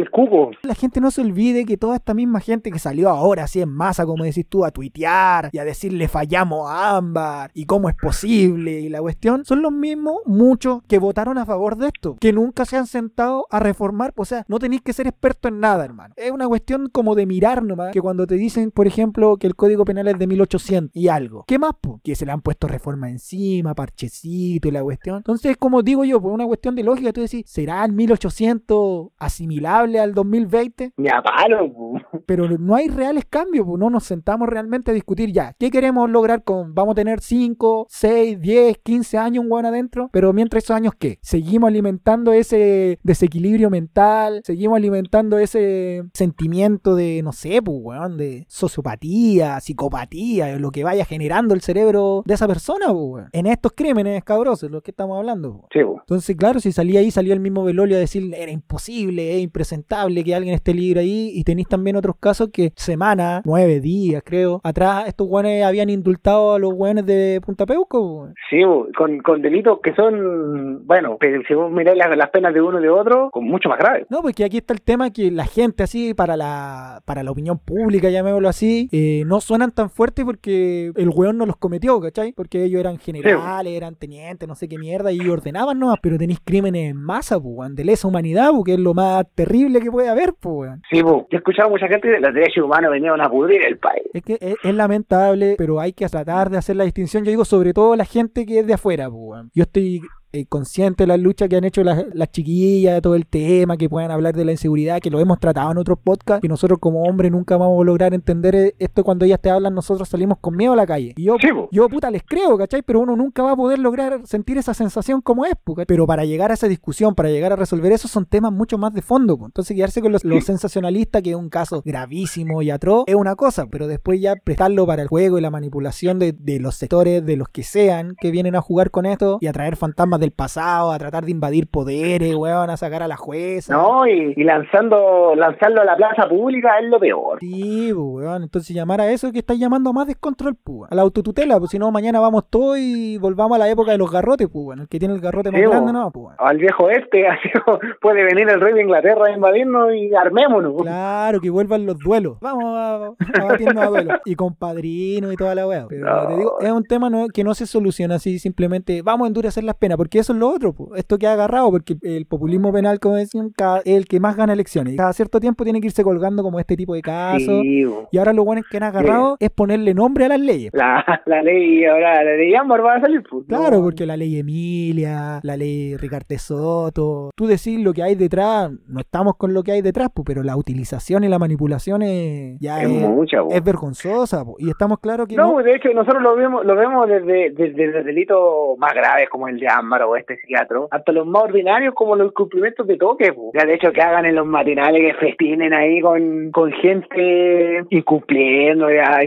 [SPEAKER 2] el cuco.
[SPEAKER 1] La gente no se olvide que toda esta misma gente que salió ahora así en masa, como decís tú, a tuitear y a decirle fallamos a Ámbar y cómo es posible y la cuestión, son los mismos muchos que votaron a favor de esto, que nunca se han sentado a reformar. O sea, no tenéis que ser experto en nada, hermano. Es una cuestión como de mirar nomás, que cuando te dicen, por ejemplo, que el Código Penal es de 1800 y algo, ¿qué más, po? Que se le han puesto reforma encima, parchecito y la cuestión. Entonces, como digo yo, por una cuestión de lógica, tú decís, ¿será el 1800 asimilable al 2020?
[SPEAKER 2] Ni a palo, po.
[SPEAKER 1] Pero no hay reales cambios, pues no nos sentamos realmente a discutir ya. ¿Qué queremos lograr con? Vamos a tener 5, 6, 10, 15 años un weón adentro, pero mientras esos años, ¿qué? Seguimos alimentando ese desequilibrio mental, seguimos alimentando ese sentimiento de, no sé, pues weón, de sociopatía, psicopatía, lo que vaya generando el cerebro de esa persona, pues weón. En estos crímenes escabrosos, los que estamos hablando, pues.
[SPEAKER 2] Sí, po.
[SPEAKER 1] Entonces, claro, si salía ahí, salía el mismo Belolio a decir, era imposible, es impresentable que alguien esté libre ahí, y tenéis también otros casos que semanas, 9 días creo, atrás estos güeyes habían indultado a los güeyes de Punta Peuco.
[SPEAKER 2] Sí, con delitos que son, bueno, pero si vos miráis las penas de uno y de otro, con mucho más graves.
[SPEAKER 1] No, porque aquí está el tema que la gente así, para la opinión pública, llamémoslo así, no suenan tan fuertes porque el weón no los cometió, ¿cachai? Porque ellos eran generales, eran tenientes, no sé qué mierda, y ordenaban nomás, pero tenéis crímenes en masa, pues, weón, de lesa humanidad, porque es lo más terrible que puede haber, pues, weón.
[SPEAKER 2] Sí, yo he escuchado a mucha gente de los derechos humanos venían a pudrir el país.
[SPEAKER 1] Es que es lamentable, pero hay que tratar de hacer la distinción. Yo digo, sobre todo la gente que es de afuera, pues, weón. Yo estoy consciente de las luchas que han hecho las chiquillas, de todo el tema, que puedan hablar de la inseguridad, que lo hemos tratado en otros podcasts, y nosotros como hombres nunca vamos a lograr entender esto. Cuando ellas te hablan, nosotros salimos con miedo a la calle. Y yo puta les creo, ¿cachai? Pero uno nunca va a poder lograr sentir esa sensación como es, ¿cachai? Pero para llegar a esa discusión, para llegar a resolver eso, son temas mucho más de fondo, ¿cachai? Entonces quedarse con los sensacionalistas, que es un caso gravísimo y atroz, es una cosa, pero después ya prestarlo para el juego y la manipulación de los sectores, de los que sean, que vienen a jugar con esto y a traer fantasmas del pasado, a tratar de invadir poderes, weón, a sacar a la jueza.
[SPEAKER 2] No, y lanzarlo a la plaza pública es lo peor.
[SPEAKER 1] Sí, weón, entonces llamar a eso que estáis llamando a más descontrol, pues, a la autotutela, pues si no mañana vamos todos y volvamos a la época de los garrotes, pues, bueno, el que tiene el garrote más grande, no, pues.
[SPEAKER 2] Al viejo así puede venir el rey de Inglaterra a invadirnos y armémonos.
[SPEAKER 1] Claro, que vuelvan los duelos. Vamos a batirnos a duelos. Y con padrino y toda la weá. Pero te digo, es un tema que no se soluciona así simplemente, vamos a endurecer las penas, porque eso es lo otro, po. Esto que ha agarrado, porque el populismo penal, como decían, es el que más gana elecciones. Cada cierto tiempo tiene que irse colgando como este tipo de casos. Sí, y ahora lo bueno que han agarrado es ponerle nombre a las leyes.
[SPEAKER 2] La ley, ahora la ley Ámbar va a salir, pues.
[SPEAKER 1] Claro, porque la ley Emilia, la ley Ricarte Soto, tú decís lo que hay detrás, no estamos con lo que hay detrás, pues, pero la utilización y la manipulación es mucha, es vergonzosa, pues. Y estamos claros que
[SPEAKER 2] no, de hecho nosotros lo vemos desde delitos más graves como el de Ámbar o este psiquiatro, hasta los más ordinarios como los incumplimientos de toque, pues. Ya de hecho que hagan en los matinales que festinen ahí con gente incumpliendo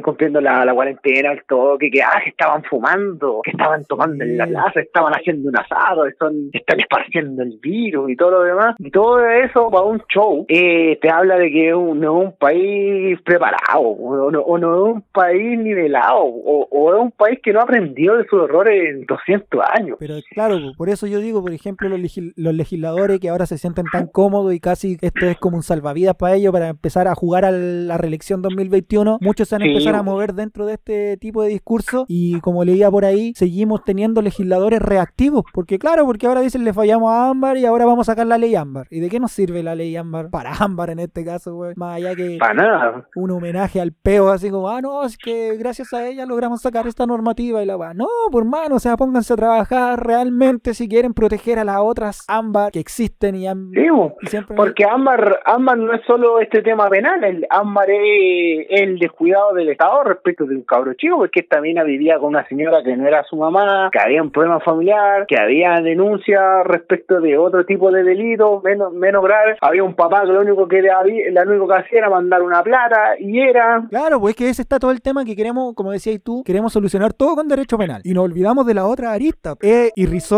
[SPEAKER 2] la cuarentena, el toque, que estaban fumando, que estaban tomando en la plaza, estaban haciendo un asado, están esparciendo el virus y todo lo demás, y todo eso para un show, te habla de que no es un país preparado, o no es un país nivelado, o es un país que no aprendió de sus errores en 200 años.
[SPEAKER 1] Pero claro, por eso yo digo, por ejemplo, los legisladores que ahora se sienten tan cómodos y casi esto es como un salvavidas para ellos para empezar a jugar a la reelección 2021, muchos se van a empezar a mover dentro de este tipo de discurso, y como leía por ahí, seguimos teniendo legisladores reactivos, porque ahora dicen le fallamos a Ámbar y ahora vamos a sacar la ley Ámbar. ¿Y de qué nos sirve la ley Ámbar? Para Ámbar en este caso, güey. Más allá que
[SPEAKER 2] para nada.
[SPEAKER 1] Un homenaje al peo, así como, no, es que gracias a ella logramos sacar esta normativa y la va. No, por mano, o sea, pónganse a trabajar realmente si quieren proteger a las otras Ámbar que existen y siempre...
[SPEAKER 2] Porque Ámbar no es solo este tema penal, el Ámbar es el descuidado del Estado respecto de un cabro chico, porque esta mina vivía con una señora que no era su mamá, que había un problema familiar, que había denuncias respecto de otro tipo de delitos menos graves, había un papá que lo único que hacía era mandar una plata y era...
[SPEAKER 1] Claro, pues es que ese está todo el tema que queremos, como decías tú, queremos solucionar todo con derecho penal y nos olvidamos de la otra arista. Es irrisorio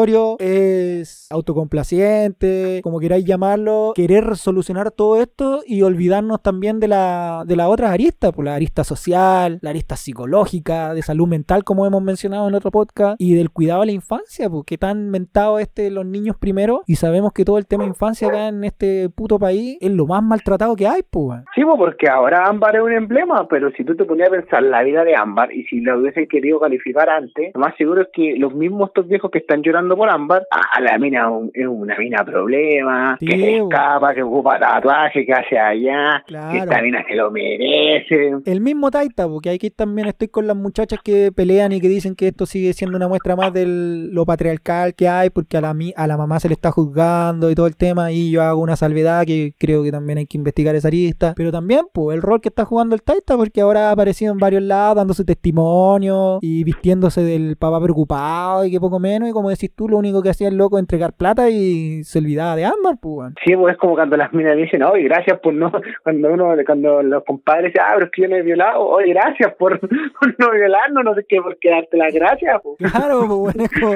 [SPEAKER 1] contradictorio, es autocomplaciente, como queráis llamarlo, querer solucionar todo esto y olvidarnos también de las otras aristas, pues la arista social, la arista psicológica, de salud mental, como hemos mencionado en otro podcast, y del cuidado a la infancia, pues que tan mentado los niños primero, y sabemos que todo el tema de infancia acá en este puto país es lo más maltratado que hay, pues.
[SPEAKER 2] Sí, pues porque ahora Ámbar es un emblema, pero si tú te ponías a pensar la vida de Ámbar, y si la hubiesen querido calificar antes, lo más seguro es que los mismos estos viejos que están llorando por Ámbar, la mina es una mina problema, sí, que se escapa, que ocupa tatuaje, que hace allá, claro, que esta mina se lo merece.
[SPEAKER 1] El mismo Taita, porque aquí también estoy con las muchachas que pelean y que dicen que esto sigue siendo una muestra más de lo patriarcal que hay, porque a la mamá se le está juzgando y todo el tema, y yo hago una salvedad que creo que también hay que investigar esa arista, pero también pues el rol que está jugando el Taita, porque ahora ha aparecido en varios lados dando su testimonio y vistiéndose del papá preocupado y que poco menos, y como decís tú, lo único que hacía el loco es entregar plata y se olvidaba de Ámbar, pues.
[SPEAKER 2] Sí, pues es como cuando las minas dicen, oye, gracias por no, cuando los compadres dicen, pero es que yo no he violado, oye, gracias por no violarnos, no sé qué, por quedarte las gracias, pues.
[SPEAKER 1] Claro, pues bueno, es como,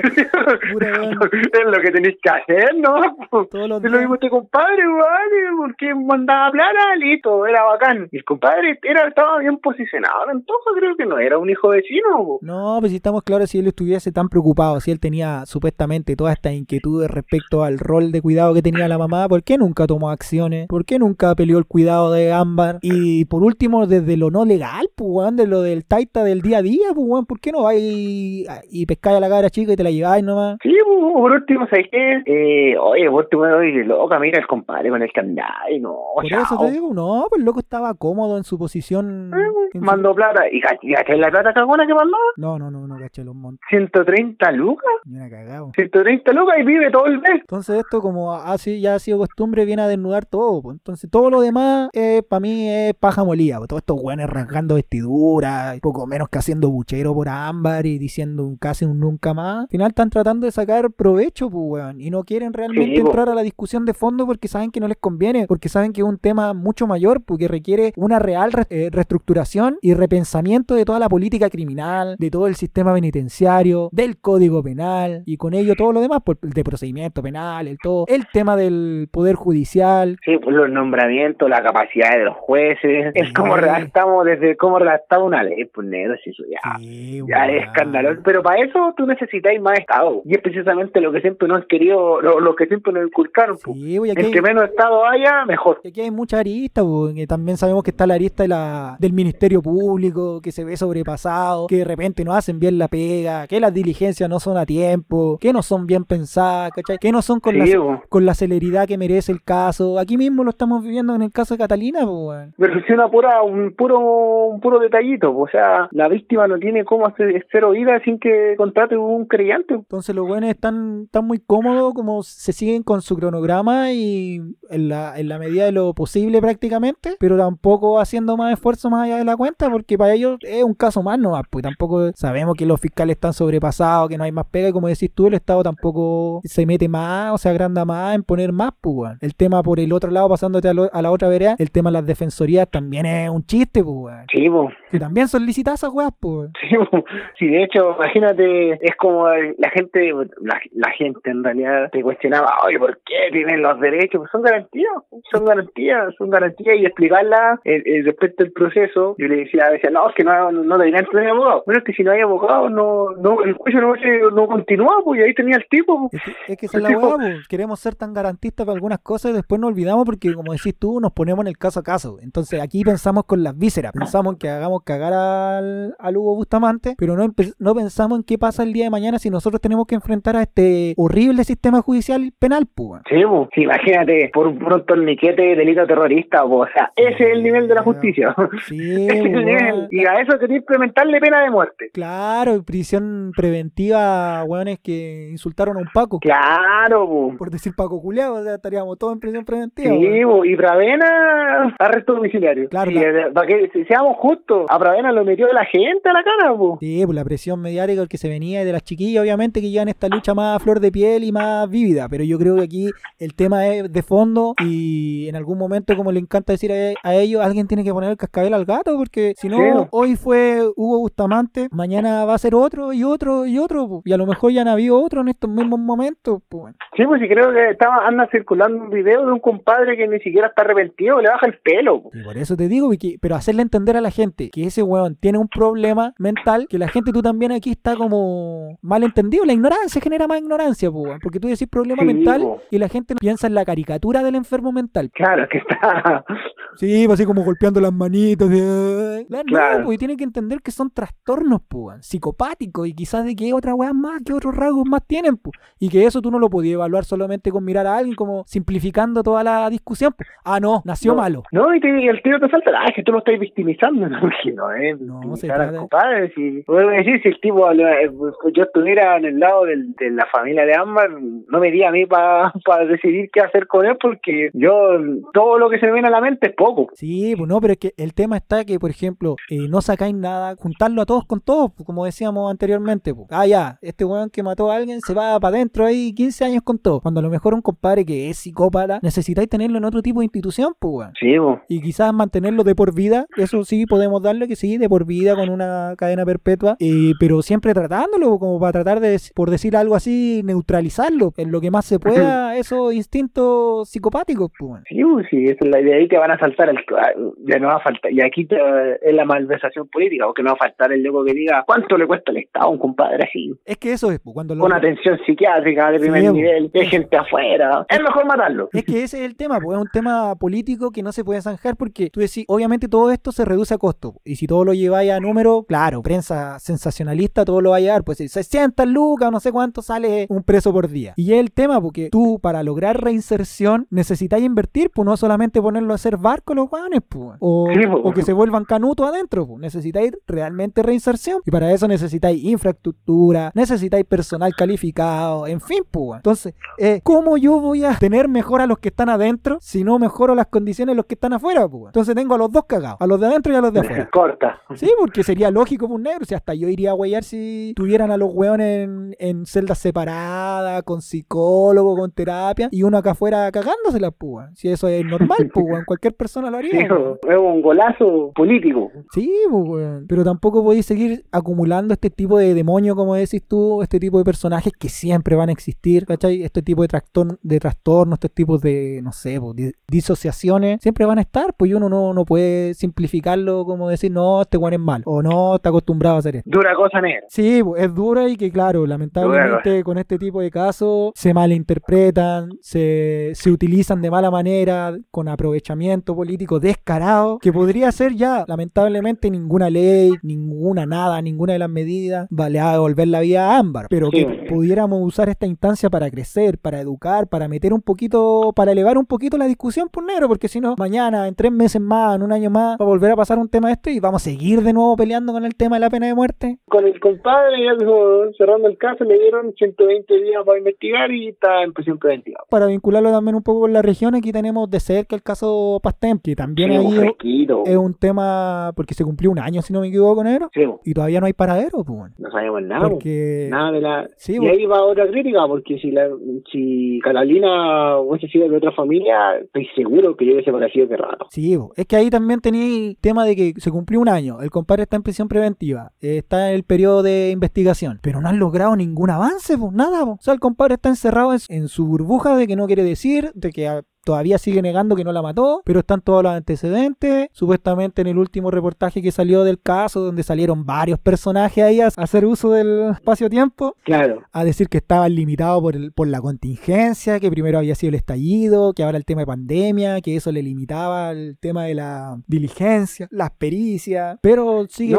[SPEAKER 2] es lo que tenés que hacer, ¿no? Es lo mismo este compadre, ¿vale? Porque mandaba plata, listo, era bacán. Y el compadre estaba bien posicionado, entonces creo que no era un hijo vecino, pues.
[SPEAKER 1] No, pues si estamos claros, si él estuviese tan preocupado, si él tenía supuestamente todas estas inquietudes respecto al rol de cuidado que tenía la mamá, ¿por qué nunca tomó acciones? ¿Por qué nunca peleó el cuidado de Ámbar? Y por último, desde lo no legal, pues weón, de lo del Taita del día a día, pues weón, ¿por qué no vais y pescáis a la cabra chica y te la lleváis nomás?
[SPEAKER 2] Sí, pues, por último, ¿sabes qué? Oye, por último, oye, loca, mira el compadre con el que andaba y no,
[SPEAKER 1] por chao. Eso te digo, no, pues el loco estaba cómodo en su posición.
[SPEAKER 2] Mandó plata. ¿Y caché la plata cagona que mandó?
[SPEAKER 1] No caché los montos.
[SPEAKER 2] 130 lucas.
[SPEAKER 1] Mira, cagado.
[SPEAKER 2] 130 lucas y vive todo el mes.
[SPEAKER 1] Entonces esto, como así ya ha sido costumbre, viene a desnudar todo, pues. Entonces todo lo demás para mí es paja molida, pues. Todos estos güeyes rasgando vestiduras, poco menos que haciendo buchero por Ámbar y diciendo casi un nunca más. Al final están tratando de sacar provecho, pues, weón, y no quieren realmente entrar a la discusión de fondo porque saben que no les conviene, porque saben que es un tema mucho mayor, porque requiere una real reestructuración y repensamiento de toda la política criminal, de todo el sistema penitenciario, del código penal, y con ello todo lo demás, pues, de procedimiento penal, el tema del poder judicial.
[SPEAKER 2] Sí, pues los nombramientos, la capacidad de los jueces, es como redactamos una ley, pues negro, eso ya es escandaloso, pero para eso tú necesitáis más Estado, y es precisamente lo que siempre nos han querido, lo que siempre nos inculcaron, pues.
[SPEAKER 1] Sí,
[SPEAKER 2] Entre menos Estado haya, mejor.
[SPEAKER 1] Aquí hay muchas aristas, pues, que también sabemos que está la arista del Ministerio Público, que se ve sobrepasado, que de repente no hacen bien la pega, que las diligencias no son a tiempo, que no son bien pensadas, ¿cachai? Que no son con la celeridad que merece el caso. Aquí mismo lo estamos viviendo en el caso de Catalina, pues.
[SPEAKER 2] Pero si un puro detallito, pues, o sea, la víctima no tiene cómo ser oída sin que contrate un creyente.
[SPEAKER 1] Entonces los buenos están muy cómodos, como se siguen con su cronograma y en la medida de lo posible prácticamente, pero tampoco haciendo más esfuerzo más allá de la cuenta, porque para ellos es un caso más nomás, pues tampoco sabemos que los fiscales están sobrepasados, que no hay más pega, y como decís tú, el Estado tampoco se mete más o se agranda más en poner más, pues, bueno. El tema por el otro lado, pasándote a la otra vereda, el tema de las defensorías también es un chiste, pues, bueno.
[SPEAKER 2] Sí, pues.
[SPEAKER 1] Que también son licitadas esas weas, pues.
[SPEAKER 2] Sí, pues. Sí, de hecho, imagínate, es como la gente en realidad te cuestionaba, oye, ¿por qué tienen los derechos? Pues son garantías, y explicarla respecto al proceso. Yo le decía a veces, no, es que no deberían tener abogado. Bueno, es que si no hay abogado, el juicio no continúa, pues, y ahí tenía el tipo. Pues.
[SPEAKER 1] Es que esa es la weá, pues. Queremos ser tan garantistas para algunas cosas y después nos olvidamos porque, como decís tú, nos ponemos en el caso a caso. Entonces aquí pensamos con las vísceras, pensamos que hagamos cagar al Hugo Bustamante, pero no pensamos en qué pasa el día de mañana si nosotros tenemos que enfrentar a este horrible sistema judicial penal, pues.
[SPEAKER 2] Sí, pues. Sí, imagínate, por un torniquete de delito terrorista, pues. O sea, ese es el nivel de la justicia.
[SPEAKER 1] Sí,
[SPEAKER 2] ese es el nivel. Y a eso quería implementarle pena de muerte.
[SPEAKER 1] Claro, prisión preventiva, weones que insultaron a un Paco.
[SPEAKER 2] Claro, pues.
[SPEAKER 1] Por decir Paco culiao, o sea, estaríamos todos en prisión preventiva.
[SPEAKER 2] Sí, pues. Y Pravena, arresto domiciliario.
[SPEAKER 1] Claro.
[SPEAKER 2] Sí, para que seamos justos, a Pravena lo metió la gente a la cara, pues.
[SPEAKER 1] Sí, pues la presión mediática que se venía de las chiquillas, obviamente, que llevan esta lucha más a flor de piel y más vívida, pero yo creo que aquí el tema es de fondo y en algún momento, como le encanta decir a ellos, alguien tiene que poner el cascabel al gato, porque si no, hoy fue Hugo Bustamante, mañana va a ser otro y otro y otro, y a lo mejor ya han habido sucedió otro en estos mismos momentos, pues.
[SPEAKER 2] Sí, pues sí, creo que anda circulando un video de un compadre que ni siquiera está arrepentido, le baja el pelo.
[SPEAKER 1] Y por eso te digo, pero hacerle entender a la gente que ese weón tiene un problema mental, que la gente, tú también aquí está como mal entendido, la ignorancia genera más ignorancia, pues, porque tú decís problema mental y la gente piensa en la caricatura del enfermo mental.
[SPEAKER 2] Claro, que está...
[SPEAKER 1] Sí, pues así como golpeando las manitos.
[SPEAKER 2] Claro.
[SPEAKER 1] No, pues tiene que entender que son trastornos, pues, psicopáticos y quizás de qué otra weá más, qué otros rasgos más tienen, pues. Y que eso tú no lo podías evaluar solamente con mirar a alguien, como simplificando toda la discusión. Pues. Ah, no, nació malo.
[SPEAKER 2] No, y el tío te salta, es que tú lo estás victimizando, no,
[SPEAKER 1] no se
[SPEAKER 2] trata. Compadre, si el tipo, yo estuviera en el lado de la familia de Ámbar, no me di a mí para decidir qué hacer con él, porque yo, todo lo que se me viene a la mente es poco.
[SPEAKER 1] Sí, pues no, pero es que el tema está que, por ejemplo, no sacáis nada, juntarlo a todos con todos, pues, como decíamos anteriormente. Pues. Ah, ya, este weón que mató a alguien se va para adentro ahí 15 años con todo. Cuando a lo mejor un compadre que es psicópata, necesitáis tenerlo en otro tipo de institución, pues, weón.
[SPEAKER 2] Sí, pues.
[SPEAKER 1] Y quizás mantenerlo de por vida, eso sí podemos darle que sí, de por vida con una cadena perpetua, pero siempre tratándolo como para tratar de, por decir algo así, neutralizarlo en lo que más se pueda esos instintos psicopáticos, pues.
[SPEAKER 2] Sí, esa es la idea, ahí te van a saltar ya no va a faltar, y aquí es la malversación política, porque no va a faltar el loco que diga cuánto le cuesta al Estado a un compadre así.
[SPEAKER 1] Es que eso es, pues, cuando
[SPEAKER 2] con atención psiquiátrica de primer nivel, hay gente afuera, es mejor matarlo.
[SPEAKER 1] Es que ese es el tema, pues es un tema político que no se puede zanjar porque tú decís, obviamente todo esto se reduce a costo, y si todo lo lleváis a número, claro, prensa sensacionalista, todo lo va a llevar, pues si 600 lucas, no sé cuánto sale un preso por día. Y es el tema, porque tú para lograr reinserción necesitáis invertir, pues no solamente ponerlo a hacer barco los guanes, pues, o que se vuelvan canutos adentro, pues necesitáis realmente reinserción, y para eso necesitáis infraestructura, necesitáis personal calificado, en fin, pues. Entonces, ¿cómo yo voy a tener mejor a los que están adentro si no mejoro las condiciones de los que están afuera, pues? Entonces tengo a los dos cagados, a los de adentro y a los de afuera.
[SPEAKER 2] Corta.
[SPEAKER 1] Sí, porque sería lógico, pues, negro, si hasta yo iría a huellar si tuvieran a los hueones en celdas separadas, con psicólogo, con terapia, y uno acá afuera cagándoselas, pues. Si eso es normal, pues, cualquier persona lo haría.
[SPEAKER 2] Sí, es un golazo político.
[SPEAKER 1] Sí, pues, pero tampoco podéis seguir acumulando este tipo de demonio, como decís tú, este tipo de personajes que siempre van a existir, ¿cachai? Este tipo de trastornos, estos tipos de, no sé, pues, disociaciones, siempre van a estar, pues, y uno no puede simplificarlo como decir, no, este weón es mal, o no, está acostumbrado a hacer esto.
[SPEAKER 2] Dura cosa negra.
[SPEAKER 1] Sí, pues, es dura y que, claro, lamentablemente con este tipo de casos se malinterpretan, se utilizan de mala manera, con aprovechamiento político descarado, que podría ser ya, lamentablemente, ninguna ley, ninguna de las medidas le va a devolver la vida a Ámbar, pero que pudiéramos usar esta instancia para crecer, para educar, para meter un poquito, para elevar un poquito la discusión, por negro, porque si no, mañana, en 3 meses más, en un año más, va a volver a pasar un tema de esto y vamos a seguir de nuevo peleando con el tema de la pena de muerte.
[SPEAKER 2] Con el compadre, ya cerrando el caso, le dieron 120 días para investigar y está en prisión preventiva.
[SPEAKER 1] Para vincularlo también un poco con la región, aquí tenemos de cerca el caso Pastem, que también ahí es un tema, porque se cumplió un año, si no me equivoco, negro, y todavía no hay paradero, pues.
[SPEAKER 2] No sabemos nada,
[SPEAKER 1] porque
[SPEAKER 2] nada de la...
[SPEAKER 1] Sí,
[SPEAKER 2] y ahí va otra crítica, porque si Catalina hubiese sido de otra familia, estoy seguro que yo hubiese parecido que rato.
[SPEAKER 1] Sí, es que ahí también tenía el tema de que se cumplió un año, el compadre está en prisión preventiva, está en el periodo de investigación, pero no han logrado ningún avance, pues, nada, pues. O sea, el compadre está encerrado en su burbuja de que no quiere decir, de que todavía sigue negando que no la mató, pero están todos los antecedentes. Supuestamente en el último reportaje que salió del caso, donde salieron varios personajes ahí a hacer uso del espacio-tiempo,
[SPEAKER 2] claro,
[SPEAKER 1] a decir que estaban limitados por la contingencia, que primero había sido el estallido, que ahora el tema de pandemia, que eso le limitaba el tema de la diligencia, las pericias, pero sigue...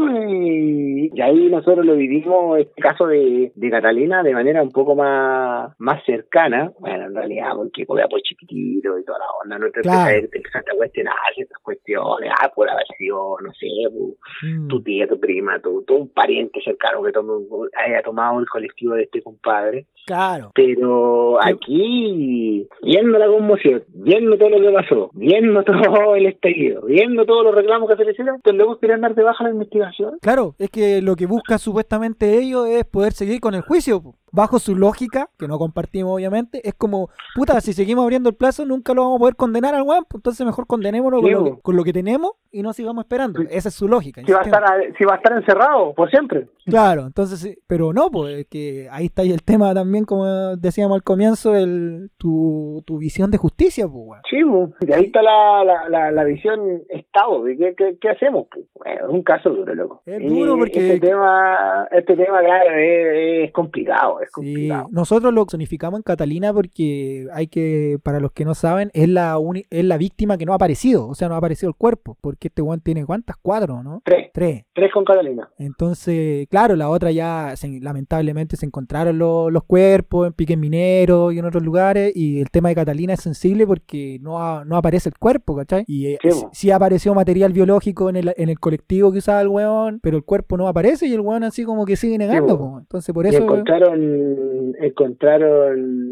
[SPEAKER 2] Y ahí nosotros lo vivimos, este caso de Catalina, de manera un poco más cercana, bueno, en realidad, porque podía por chiquitito y toda la onda, no te empezaste a cuestionar ciertas cuestiones, por haber sido, no sé, tu tía, tu prima, tu un pariente cercano que haya tomado el colectivo de este compadre.
[SPEAKER 1] Claro.
[SPEAKER 2] Pero aquí, viendo la conmoción, viendo todo lo que pasó, viendo todo el estallido, viendo todos los reclamos que se le hicieron, pues luego querían dar de baja la investigación.
[SPEAKER 1] Claro, es que lo que busca supuestamente ellos es poder seguir con el juicio. bajo su lógica, que no compartimos obviamente, es como, puta, si seguimos abriendo el plazo nunca lo vamos a poder condenar al weón, pues entonces mejor condenémonos con lo que tenemos y no sigamos esperando. Esa es su lógica.
[SPEAKER 2] Si va a estar encerrado por siempre.
[SPEAKER 1] Claro, entonces, pero no, pues que ahí está ahí el tema también, como decíamos al comienzo, tu visión de justicia, pues, weón.
[SPEAKER 2] Sí, pues, y ahí está la visión Estado, ¿qué hacemos? Pues? Bueno, es un caso duro, loco.
[SPEAKER 1] Es duro porque...
[SPEAKER 2] Este tema claro, es complicado, es complicado.
[SPEAKER 1] Sí, nosotros lo zonificamos en Catalina porque para los que no saben, es la víctima que no ha aparecido, o sea, no ha aparecido el cuerpo, porque este weón tiene ¿cuántas? 4, ¿no?
[SPEAKER 2] 3 con Catalina.
[SPEAKER 1] Entonces, claro, la otra ya lamentablemente se encontraron los cuerpos en Piques Mineros y en otros lugares, y el tema de Catalina es sensible porque no aparece el cuerpo, ¿cachai? Y sí apareció material biológico en el colectivo que usaba el weón, pero el cuerpo no aparece y el weón así como que sigue negando, pues. Entonces por eso...
[SPEAKER 2] encontraron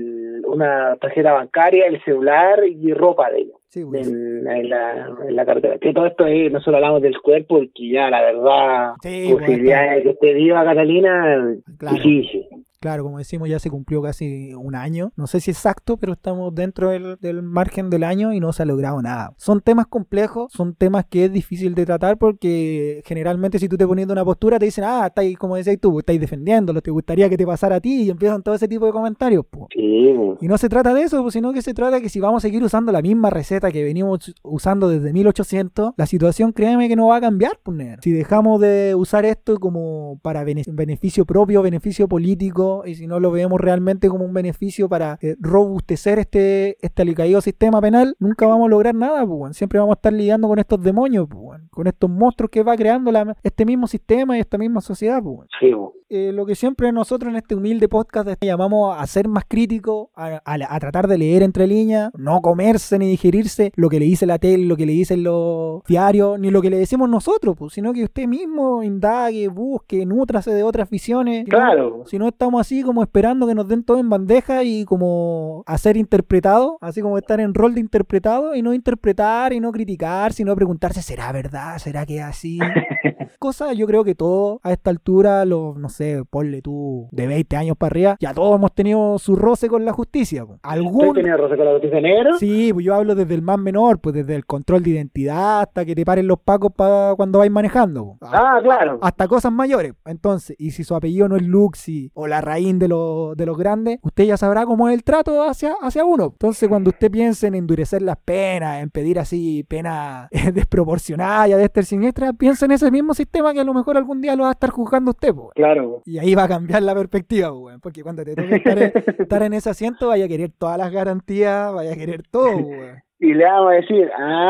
[SPEAKER 2] una tarjeta bancaria, el celular y ropa de ellos. Sí, pues. en la cartera. Que todo esto no solo hablamos del cuerpo, porque ya la verdad, posibilidades de que esté viva Catalina,
[SPEAKER 1] claro.
[SPEAKER 2] Difícil.
[SPEAKER 1] Claro, como decimos, ya se cumplió casi un año. No sé si exacto, pero estamos dentro del margen del año y no se ha logrado nada. Son temas complejos, son temas que es difícil de tratar porque generalmente si tú te pones en una postura te dicen, estáis, como decías tú, estáis defendiéndolo, te gustaría que te pasara a ti, y empiezan todo ese tipo de comentarios, po.
[SPEAKER 2] Sí.
[SPEAKER 1] Y no se trata de eso, sino que se trata de que si vamos a seguir usando la misma receta que venimos usando desde 1800, la situación, créeme que no va a cambiar, pues, negro. Si dejamos de usar esto como para beneficio propio, beneficio político, y si no lo vemos realmente como un beneficio para robustecer este alicaído sistema penal, nunca vamos a lograr nada, pues. Siempre vamos a estar lidiando con estos demonios, pues, con estos monstruos que va creando este mismo sistema y esta misma sociedad, pues.
[SPEAKER 2] Sí.
[SPEAKER 1] Lo que siempre nosotros en este humilde podcast llamamos a ser más críticos, a tratar de leer entre líneas, no comerse ni digerirse lo que le dice la tele, lo que le dicen los diarios, ni lo que le decimos nosotros, pues, sino que usted mismo indague, busque, nútrase de otras visiones.
[SPEAKER 2] Claro.
[SPEAKER 1] Si no estamos así como esperando que nos den todo en bandeja y como a ser interpretado, así como estar en rol de interpretado y no interpretar y no criticar, sino preguntarse, ¿será verdad? ¿Será que es así? Cosas, yo creo que todos a esta altura, no sé, ponle tú de 20 años para arriba, ya todos hemos tenido su roce con la justicia.
[SPEAKER 2] ¿Tú tenías roce con la justicia negra?
[SPEAKER 1] Sí, pues yo hablo desde el más menor, pues desde el control de identidad hasta que te paren los pacos cuando vais manejando.
[SPEAKER 2] Claro.
[SPEAKER 1] Hasta cosas mayores. Entonces, y si su apellido no es Luxi o la raíz de los grandes, usted ya sabrá cómo es el trato hacia uno. Entonces, cuando usted piense en endurecer las penas, en pedir así penas desproporcionadas y a destra y siniestra, piensa en ese mismo sistema que a lo mejor algún día lo va a estar juzgando usted, pues.
[SPEAKER 2] Claro.
[SPEAKER 1] Y ahí va a cambiar la perspectiva, pues, porque cuando te toque estar en ese asiento, vaya a querer todas las garantías, vaya a querer todo, pues.
[SPEAKER 2] Y le vamos a decir,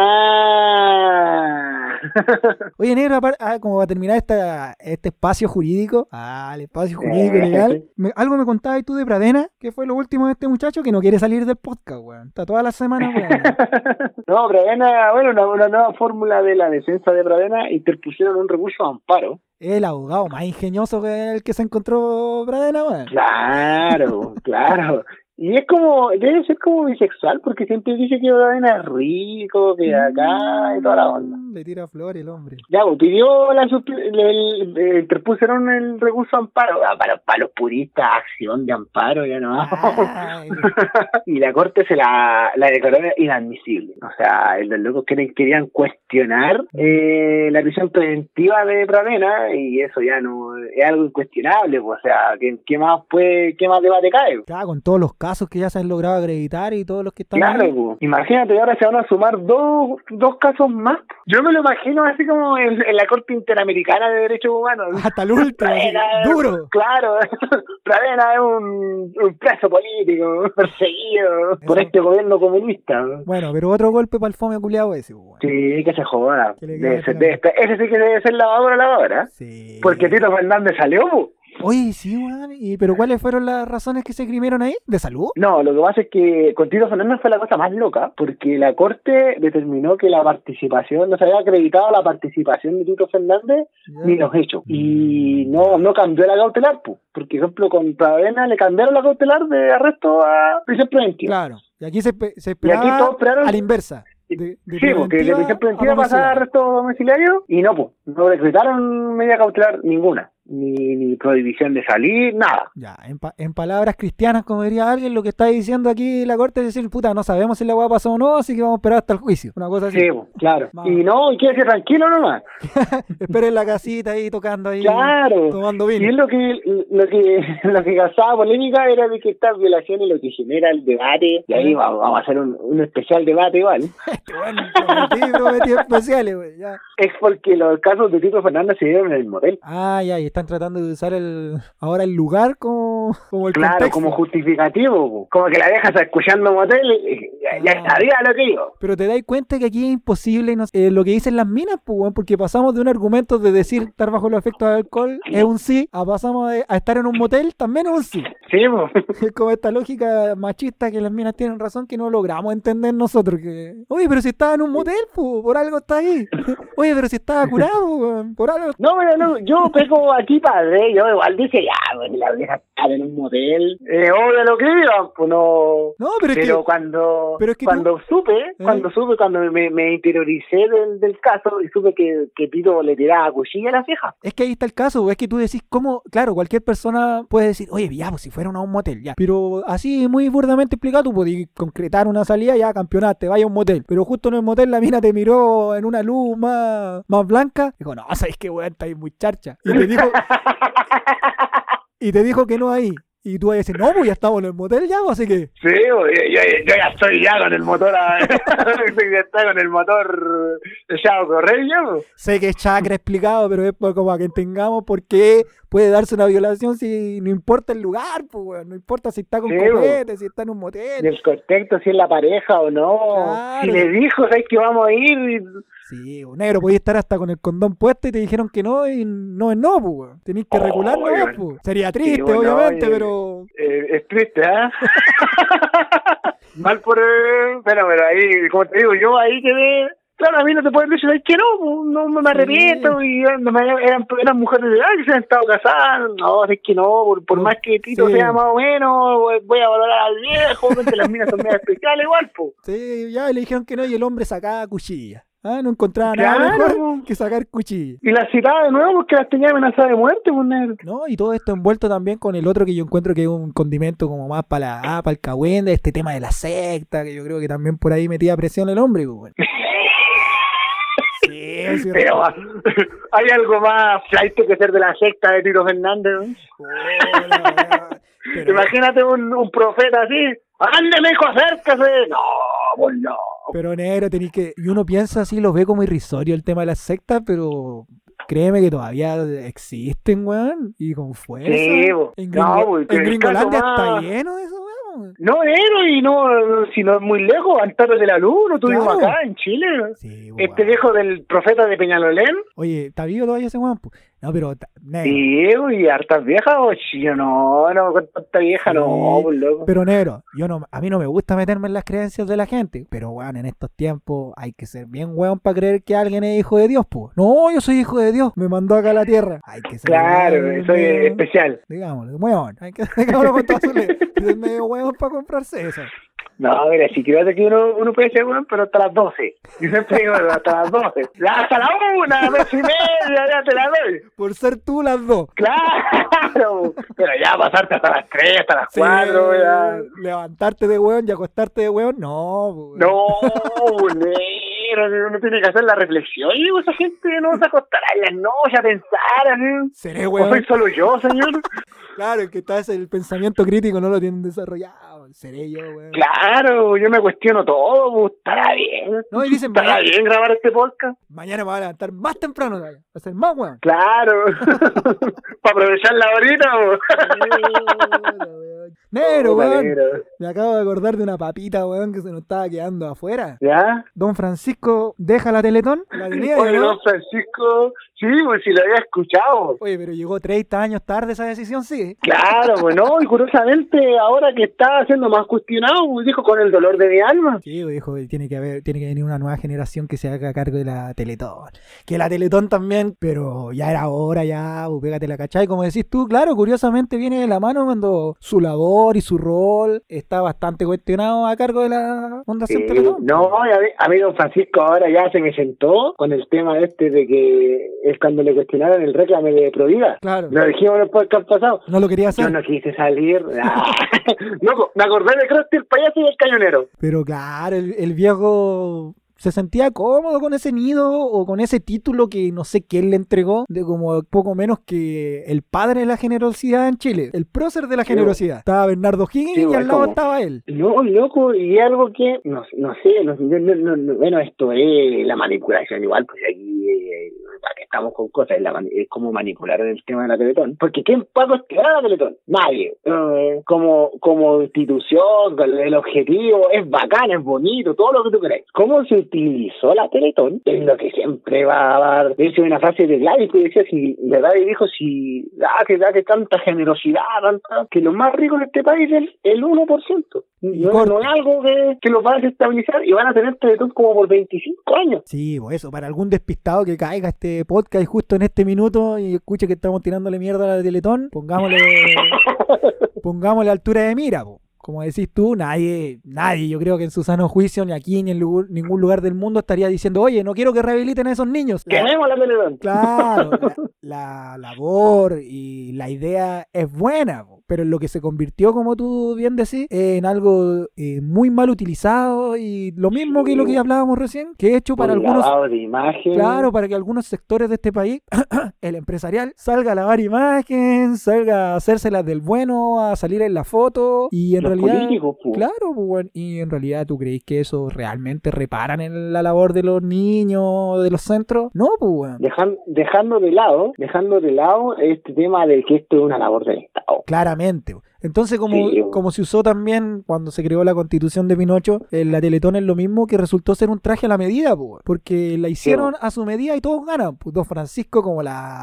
[SPEAKER 1] Oye, negro, como va a terminar este espacio jurídico, el espacio jurídico legal, algo me contabas tú de Pradena, que fue lo último de este muchacho que no quiere salir del podcast, weón. Está toda la semana, weón.
[SPEAKER 2] No, Pradena, bueno, una nueva fórmula de la defensa de Pradena, interpusieron un recurso de amparo.
[SPEAKER 1] El abogado más ingenioso que el que se encontró Pradena, weón.
[SPEAKER 2] Claro. Y debe ser como bisexual, porque siempre dice que Pradena es rico, que acá y toda la onda.
[SPEAKER 1] Le tira flores el hombre.
[SPEAKER 2] Ya, pues interpusieron el recurso de amparo, para los puristas, acción de amparo, ya no. Y la corte se la declaró inadmisible. O sea, los locos querían cuestionar la prisión preventiva de Pradena, y eso ya no es algo incuestionable, pues. O sea, ¿qué más debate cae?
[SPEAKER 1] Claro, con todos los casos que ya se han logrado acreditar y todos los que están
[SPEAKER 2] ahí. Pues. Imagínate, ahora se van a sumar dos casos más. Yo me lo imagino así como en la Corte Interamericana de Derechos Humanos.
[SPEAKER 1] Hasta el último, duro.
[SPEAKER 2] Claro, Pradena es un preso político, perseguido por este gobierno comunista.
[SPEAKER 1] Bueno, pero otro golpe para el fome culiado ese. Bueno.
[SPEAKER 2] Sí, que se joda. Ese sí que debe ser lavadora.
[SPEAKER 1] Sí.
[SPEAKER 2] Porque Tito Fernández salió, pues.
[SPEAKER 1] Oye, sí, weón. ¿Pero cuáles fueron las razones que se esgrimieron ahí? ¿De salud?
[SPEAKER 2] No, lo que pasa es que con Tito Fernández fue la cosa más loca, porque la Corte determinó que la participación, no se había acreditado la participación de Tito Fernández ni los hechos. Y no cambió la cautelar, pues. Por ejemplo, con Pradena le cambiaron la cautelar de arresto a prisión preventiva.
[SPEAKER 1] Claro. Y aquí se esperaba a la inversa.
[SPEAKER 2] Sí, porque de prisión preventiva pasaba a arresto domiciliario y no decretaron medida cautelar ninguna. ni prohibición de salir, nada.
[SPEAKER 1] Ya, en palabras cristianas, como diría alguien, lo que está diciendo aquí la corte es decir, puta, no sabemos si la hueá pasó o no, así que vamos a esperar hasta el juicio. Una cosa así.
[SPEAKER 2] Sí, claro. Y no, y quédese tranquilo nomás.
[SPEAKER 1] Esperen la casita ahí tocando ahí,
[SPEAKER 2] claro,
[SPEAKER 1] tomando vino.
[SPEAKER 2] Y es lo que causaba polémica era de que estas violaciones lo que genera el debate, y ahí vamos a hacer un especial debate igual.
[SPEAKER 1] Bueno, prometí especiales, güey, ya.
[SPEAKER 2] Es porque los casos de Tito Fernández se dieron en el motel.
[SPEAKER 1] Ah, ya, y están tratando de usar ahora el lugar como el
[SPEAKER 2] claro,
[SPEAKER 1] contexto.
[SPEAKER 2] Como justificativo, como que la dejas escuchando motel, ya sabía lo que digo.
[SPEAKER 1] Pero te das cuenta que aquí es imposible lo que dicen las minas, pues, porque pasamos de un argumento de decir estar bajo los efectos del alcohol es un sí, pasamos a estar en un motel también es un sí.
[SPEAKER 2] Sí, pues.
[SPEAKER 1] Es como esta lógica machista que las minas tienen razón que no logramos entender nosotros. Oye, pero si estaba en un motel, pues, por algo está ahí. Oye, pero si estaba curado, por algo.
[SPEAKER 2] No, yo pego aquí padre, yo igual dice, ya, pues la vieja está en un motel. Obvio lo que digan, pues no.
[SPEAKER 1] No, pero es que.
[SPEAKER 2] Cuando supe, cuando me interioricé del caso y supe que Tito le tiraba cuchilla a la vieja.
[SPEAKER 1] Es que ahí está el caso, es que tú decís cómo, claro, cualquier persona puede decir, oye, ya, pues si fueron a un motel, ya. Pero así muy burdamente explicado, tú podías concretar una salida, ya campeonaste, vaya a un motel. Pero justo en el motel la mina te miró en una luz más blanca. Dijo, no, sabes qué weón, está ahí muy charcha. Y te dijo que no ahí. Y tú vas a decir, no, pues ya estamos en el motel ya, así que...
[SPEAKER 2] Sí, yo ya estoy ya con el motor, ya estoy con el motor echado a correr ya. Pues.
[SPEAKER 1] Sé que es chakra explicado, pero es como para que entendamos por qué puede darse una violación si no importa el lugar, pues, weón. No importa si está con copete, si está en un motel.
[SPEAKER 2] Y el contexto, si es la pareja o no. Claro. Si le dijo, ¿sabes que vamos a ir?
[SPEAKER 1] Sí, negro, podías estar hasta con el condón puesto y te dijeron que no y no es no, pues. Tenés que regular, no, pues. Sería triste, sí, bueno, obviamente, pero...
[SPEAKER 2] es triste, ¿eh? Mal por... Pero ahí, como te digo, yo ahí quedé... Claro, a mí no te pueden decir que no me arrepiento, y eran mujeres de edad que se han estado casadas, no, es que no, por más que Tito sea más o menos, voy a valorar al viejo, porque las minas son medio especiales igual, pues.
[SPEAKER 1] Sí, ya le dijeron que no y el hombre sacaba cuchilla. No encontraba nada mejor que sacar cuchillas.
[SPEAKER 2] Y las citaba de nuevo porque las tenía amenazadas de muerte, pues, negro.
[SPEAKER 1] No, y todo esto envuelto también con el otro que yo encuentro que es un condimento como más para el cagüende, este tema de la secta, que yo creo que también por ahí metía presión el hombre, pues, bueno. Sí,
[SPEAKER 2] pero hay algo más flight que ser de la secta de Tito Fernández, ¿no? Pero... Imagínate un profeta así, ¡ándeme, hijo, acércase! No, pues no.
[SPEAKER 1] Pero negro, tenéis que... Y uno piensa así, lo ve como irrisorio el tema de las sectas, pero... Créeme que todavía existen, weón, y con fuerza.
[SPEAKER 2] Sí,
[SPEAKER 1] en Gringolandia está lleno de eso, weón.
[SPEAKER 2] No, y no, si no es muy lejos, Antares de la Luz, lo tuvimos acá en Chile.
[SPEAKER 1] Sí,
[SPEAKER 2] este viejo del profeta de Peñalolén.
[SPEAKER 1] Oye, ¿está vivo todavía ese weón? No, pero...
[SPEAKER 2] negro. Sí, y hartas viejas, yo no, con tanta vieja, sí, no, pues loco.
[SPEAKER 1] Pero negro, a mí no me gusta meterme en las creencias de la gente, pero weón, en estos tiempos hay que ser bien weón para creer que alguien es hijo de Dios, pues. No, yo soy hijo de Dios, me mandó acá a la tierra. Hay que ser
[SPEAKER 2] claro, soy especial.
[SPEAKER 1] Digámoslo, weón, hay que dejarlo con toda su ley. Es medio weón para comprarse eso.
[SPEAKER 2] No, mira, si creo que uno puede ser weón, pero hasta las 12. Yo siempre digo, hasta las 12. Hasta la 1, 2:30, ya te la doy.
[SPEAKER 1] Por ser tú las 2.
[SPEAKER 2] Claro, pero ya pasarte hasta las 3, hasta las 4, sí, ya.
[SPEAKER 1] Levantarte de weón y acostarte de weón, no.
[SPEAKER 2] Weón. No, uno tiene que hacer la reflexión. Y digo, esa gente no se acostará en las noches a pensar, ¿no?
[SPEAKER 1] ¿Seré weón?
[SPEAKER 2] ¿O soy solo yo, señor?
[SPEAKER 1] Claro, es que el pensamiento crítico no lo tienen desarrollado. Seré yo, weón.
[SPEAKER 2] Claro, yo me cuestiono todo, pues, estará bien.
[SPEAKER 1] No, y dicen,
[SPEAKER 2] estará bien grabar este podcast.
[SPEAKER 1] Mañana me voy a levantar más temprano, va a ser más weón.
[SPEAKER 2] Claro, para aprovecharla ahorita,
[SPEAKER 1] Negro, weón. Me acabo de acordar de una papita, weón, que se nos estaba quedando afuera.
[SPEAKER 2] ¿Ya?
[SPEAKER 1] Don Francisco deja la Teletón. La tenía,
[SPEAKER 2] oye, ¿no? Don Francisco, sí, pues si lo había escuchado.
[SPEAKER 1] Oye, pero llegó 30 años tarde esa decisión, sí.
[SPEAKER 2] Claro, bueno, y curiosamente ahora que está haciendo siendo más cuestionado, pues, dijo, con el dolor de mi alma.
[SPEAKER 1] Sí, dijo, tiene que venir una nueva generación que se haga cargo de la Teletón. Que la Teletón también, pero ya era hora, ya, pégate la cachai. Como decís tú, claro, curiosamente viene de la mano cuando su labor y su rol está bastante cuestionado a cargo de la Fundación Teletón.
[SPEAKER 2] No, a mí don Francisco ahora ya se me sentó con el tema este de que es cuando le cuestionaron el réclame de Provida.
[SPEAKER 1] Claro.
[SPEAKER 2] Lo dijimos en el podcast pasado.
[SPEAKER 1] No lo quería hacer.
[SPEAKER 2] Yo no quise salir. Loco, me acordé de Krusty el payaso y el cañonero.
[SPEAKER 1] Pero claro, el viejo se sentía cómodo con ese nido o con ese título que no sé quién le entregó, de como poco menos que el padre de la generosidad en Chile, el prócer de la generosidad. Estaba Bernardo Higgins y al lado estaba él.
[SPEAKER 2] No, loco, y algo que, no sé, bueno, esto es la manipulación igual, pues aquí, para que estamos con cosas, es como manipular en el tema de la Teletón. Porque ¿quién va a cuestionar a la Teletón? Nadie. Como institución, el objetivo es bacán, es bonito, todo lo que tú querés. ¿Cómo se utilizó la Teletón? Es lo que siempre va a dar. Dice una frase de Gladys que decía, que tanta generosidad, que los más ricos de este país es el 1%. No es algo que los va a desestabilizar y van a tener Teletón como por 25 años.
[SPEAKER 1] Sí, pues eso, para algún despistado que caiga este podcast justo en este minuto y escuche que estamos tirándole mierda a la Teletón, pongámosle altura de mira, po. Como decís tú, nadie, yo creo que en su sano juicio, ni aquí ni en ningún lugar del mundo estaría diciendo, oye, no quiero que rehabiliten a esos niños.
[SPEAKER 2] Queremos la Teletón.
[SPEAKER 1] Claro, la labor y la idea es buena, pero en lo que se convirtió, como tú bien decís, en algo muy mal utilizado y lo mismo que lo que hablábamos recién, que he hecho para algunos...
[SPEAKER 2] de imagen.
[SPEAKER 1] Claro, para que algunos sectores de este país, el empresarial, salga a lavar imagen, salga a hacérselas del bueno, a salir en la foto y en realidad...
[SPEAKER 2] Políticos, pues.
[SPEAKER 1] Claro, pues, bueno, y en realidad ¿tú crees que eso realmente reparan en la labor de los niños, de los centros? No, pues, bueno.
[SPEAKER 2] Dejando de lado este tema de que esto es una labor del Estado.
[SPEAKER 1] Claramente. Entonces, como se usó también cuando se creó la Constitución de Pinocho, la Teletón es lo mismo, que resultó ser un traje a la medida, pues, porque la hicieron a su medida y todos ganan. Pues, don Francisco como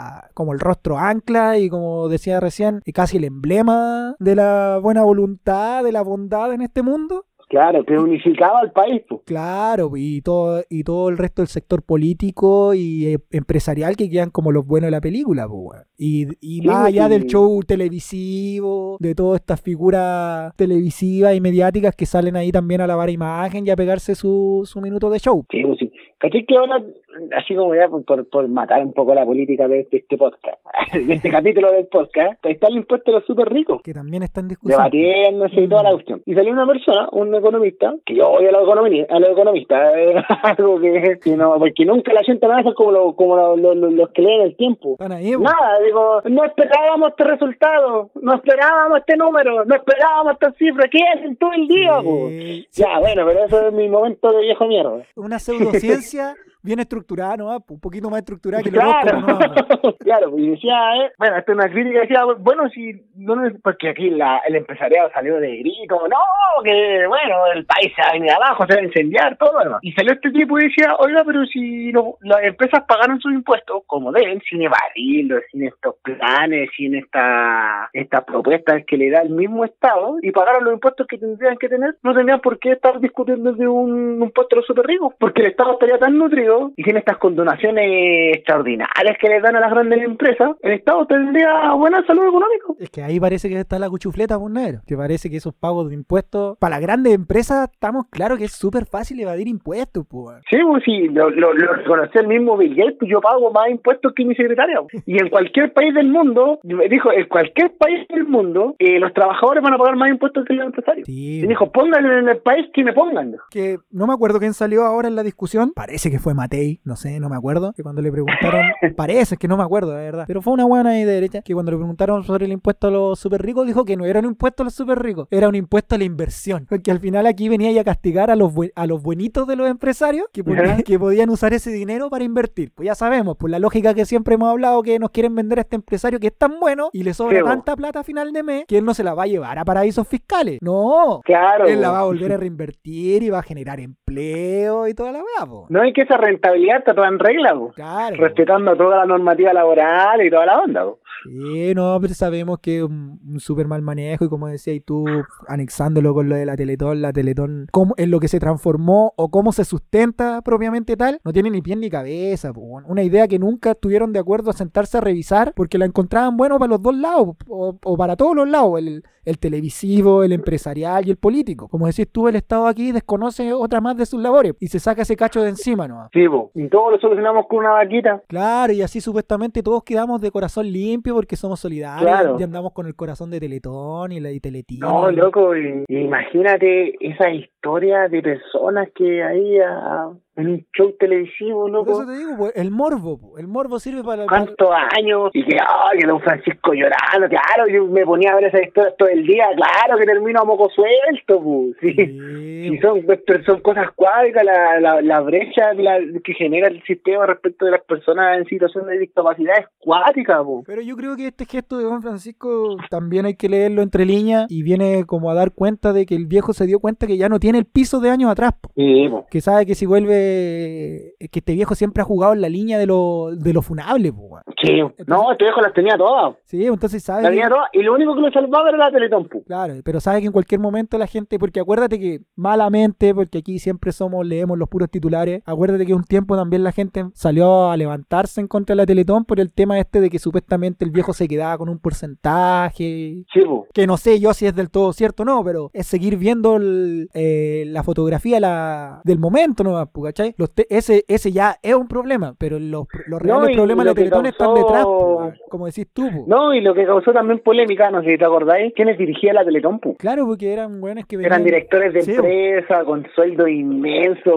[SPEAKER 1] el rostro ancla y, como decía recién, casi el emblema de la buena voluntad, de la bondad en este mundo.
[SPEAKER 2] Claro, que unificaba al país, pues.
[SPEAKER 1] Claro, y todo el resto del sector político y empresarial que quedan como los buenos de la película, pues. Y más allá del show televisivo, de todas estas figuras televisivas y mediáticas que salen ahí también a lavar imagen y a pegarse su minuto de show.
[SPEAKER 2] Sí, pues sí. ¿Cachai que ahora, así como ya por matar un poco la política de este podcast, de este capítulo del podcast, está el impuesto de los súper ricos?
[SPEAKER 1] Que también está en discusión.
[SPEAKER 2] Debatiéndose y toda la cuestión. Y salió una persona, un economista, que yo odio a los economistas, algo que no, porque nunca la gente nada como los que leen el tiempo.
[SPEAKER 1] Ahí,
[SPEAKER 2] nada, digo, no esperábamos este resultado, no esperábamos este número, no esperábamos esta cifra, ¿qué hacen todo el día? Sí. Ya, bueno, pero eso es mi momento de viejo mierda.
[SPEAKER 1] Una pseudociencia bien estructurada, ¿no? Un poquito más estructurada que lo
[SPEAKER 2] claro.
[SPEAKER 1] ¿no?
[SPEAKER 2] Claro, y decía, bueno, esto es una crítica, decía, bueno, si no, porque aquí el empresariado salió de grito, no, que bueno, el país se va a venir abajo, se va a incendiar, todo, ¿no? Y salió este tipo y decía, oiga, pero si las empresas pagaron sus impuestos, como deben, sin evadirlos, sin estos planes, sin estas propuestas que le da el mismo Estado, y pagaron los impuestos que tendrían que tener, no tendrían por qué estar discutiendo de un impuesto a los súper ricos, porque el Estado estaría tan nutrido y tiene estas condonaciones extraordinarias que le dan a las grandes empresas, el Estado tendría buena salud económica.
[SPEAKER 1] Es que ahí parece que está la cuchufleta, pues, negro. Que parece que esos pagos de impuestos, para las grandes empresas, estamos claros que es súper fácil evadir impuestos, pues.
[SPEAKER 2] Sí, pues sí, lo reconoció el mismo Bill Gates, pues yo pago más impuestos que mi secretaria. Y en cualquier país del mundo, dijo, en cualquier país del mundo, los trabajadores van a pagar más impuestos que los empresarios.
[SPEAKER 1] Sí.
[SPEAKER 2] Y dijo, pónganlo en el país que me pongan.
[SPEAKER 1] Que no me acuerdo quién salió ahora en la discusión, parece que fue Matei, no sé, no me acuerdo, que cuando le preguntaron, parece que no me acuerdo, de verdad, pero fue una buena ahí de derecha, que cuando le preguntaron sobre el impuesto a los súper ricos, dijo que no era un impuesto a los súper ricos, era un impuesto a la inversión, porque al final aquí venía a castigar a los buenitos de los empresarios que podían usar ese dinero para invertir. Pues ya sabemos, por la lógica que siempre hemos hablado, que nos quieren vender a este empresario que es tan bueno y le sobra tanta plata a final de mes que él no se la va a llevar a paraísos fiscales. No,
[SPEAKER 2] claro,
[SPEAKER 1] él la va a volver a reinvertir y va a generar empleo y toda la weá, po.
[SPEAKER 2] No hay que esa rentabilidad está toda en regla, po.
[SPEAKER 1] Claro,
[SPEAKER 2] respetando toda la normativa laboral y toda la onda, po.
[SPEAKER 1] Sí, no, pero sabemos que es un súper mal manejo y como decías tú, anexándolo con lo de la Teletón, cómo, en lo que se transformó o cómo se sustenta propiamente tal, no tiene ni pie ni cabeza. Una idea que nunca estuvieron de acuerdo a sentarse a revisar porque la encontraban bueno para los dos lados o para todos los lados, el televisivo, el empresarial y el político. Como decís tú, el Estado aquí desconoce otra más de sus labores y se saca ese cacho de encima, ¿no?
[SPEAKER 2] Sí, y todo lo solucionamos con una vaquita.
[SPEAKER 1] Claro, y así supuestamente todos quedamos de corazón limpio porque somos solidarios,
[SPEAKER 2] claro.
[SPEAKER 1] Y andamos con el corazón de Teletón y la de Teletín.
[SPEAKER 2] No, loco, imagínate esa historia de personas que hay en un show televisivo, loco.
[SPEAKER 1] Por eso te digo, pues, el morbo sirve para...
[SPEAKER 2] ¿Cuántos años? Y que don Francisco llorando, claro, yo me ponía a ver esa historia todo el día, claro que termino a moco suelto, pues, sí. Y son cosas cuádricas, la brecha que genera el sistema respecto de las personas en situación de discapacidad es cuádrica, pues.
[SPEAKER 1] Pero yo creo que este gesto de don Francisco también hay que leerlo entre líneas y viene como a dar cuenta de que el viejo se dio cuenta que ya no tiene el piso de años atrás, po.
[SPEAKER 2] Sí, po.
[SPEAKER 1] Que sabe que si vuelve, que este viejo siempre ha jugado en la línea de lo funable, po.
[SPEAKER 2] Sí, entonces, no, este viejo las tenía todas.
[SPEAKER 1] Sí, entonces sabe.
[SPEAKER 2] Las tenía todas y lo único que lo salvaba era la Teletón, po.
[SPEAKER 1] Claro, pero sabe que en cualquier momento la gente, porque acuérdate que malamente, porque aquí siempre leemos los puros titulares, acuérdate que un tiempo también la gente salió a levantarse en contra de la Teletón por el tema de que supuestamente el viejo se quedaba con un porcentaje.
[SPEAKER 2] Sí, po.
[SPEAKER 1] Que no sé yo si es del todo cierto o no, pero es seguir viendo la fotografía del momento, ¿no? ¿Cachai? Ese ya es un problema, pero los reales problemas de la Teletón están detrás, como decís tú.
[SPEAKER 2] No, y lo que causó también polémica, no sé si te acordáis, ¿quiénes dirigían la Teletón?
[SPEAKER 1] Claro, porque eran buenos que
[SPEAKER 2] venían, eran directores de empresa, con sueldo inmenso,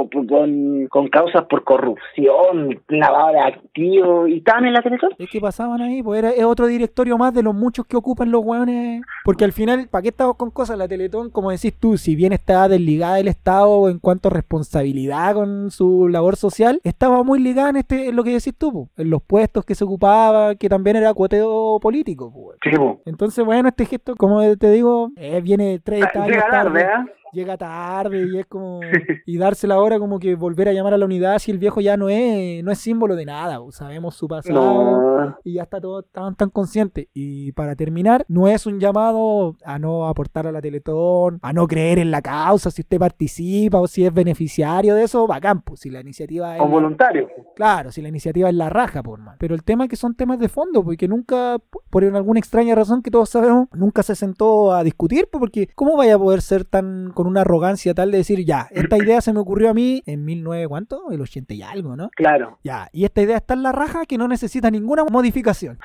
[SPEAKER 2] con causas por corrupción, lavado de activos, y estaban en la Teletón.
[SPEAKER 1] Es que pasaban ahí, pues es otro directorio más de los muchos que ocupan los hueones. Porque al final, ¿para qué estamos con cosas? La Teletón, como decís tú, si bien está desligada del Estado en cuanto a responsabilidad con su labor social, estaba muy ligada en lo que decís tú, pues, en los puestos que se ocupaba, que también era cuoteo político. Pues.
[SPEAKER 2] Sí, pues.
[SPEAKER 1] Entonces, bueno, este gesto, como te digo, viene 30 años tarde. Llega tarde y es como... y dársela ahora como que volver a llamar a la unidad si el viejo ya no es símbolo de nada, sabemos su pasado y ya estaban tan conscientes. Y para terminar, no es un llamado a no aportar a la Teletón, a no creer en la causa, si usted participa o si es beneficiario de eso, bacán, pues, si la iniciativa es...
[SPEAKER 2] O voluntario.
[SPEAKER 1] Claro, si la iniciativa es la raja, por más. Pero el tema es que son temas de fondo, porque nunca, por alguna extraña razón que todos sabemos, nunca se sentó a discutir, porque ¿cómo vaya a poder ser tan... con una arrogancia tal de decir, ya, esta idea se me ocurrió a mí en 1900, ¿cuánto? El 80 y algo, ¿no?
[SPEAKER 2] Claro.
[SPEAKER 1] Ya, y esta idea está en la raja que no necesita ninguna modificación.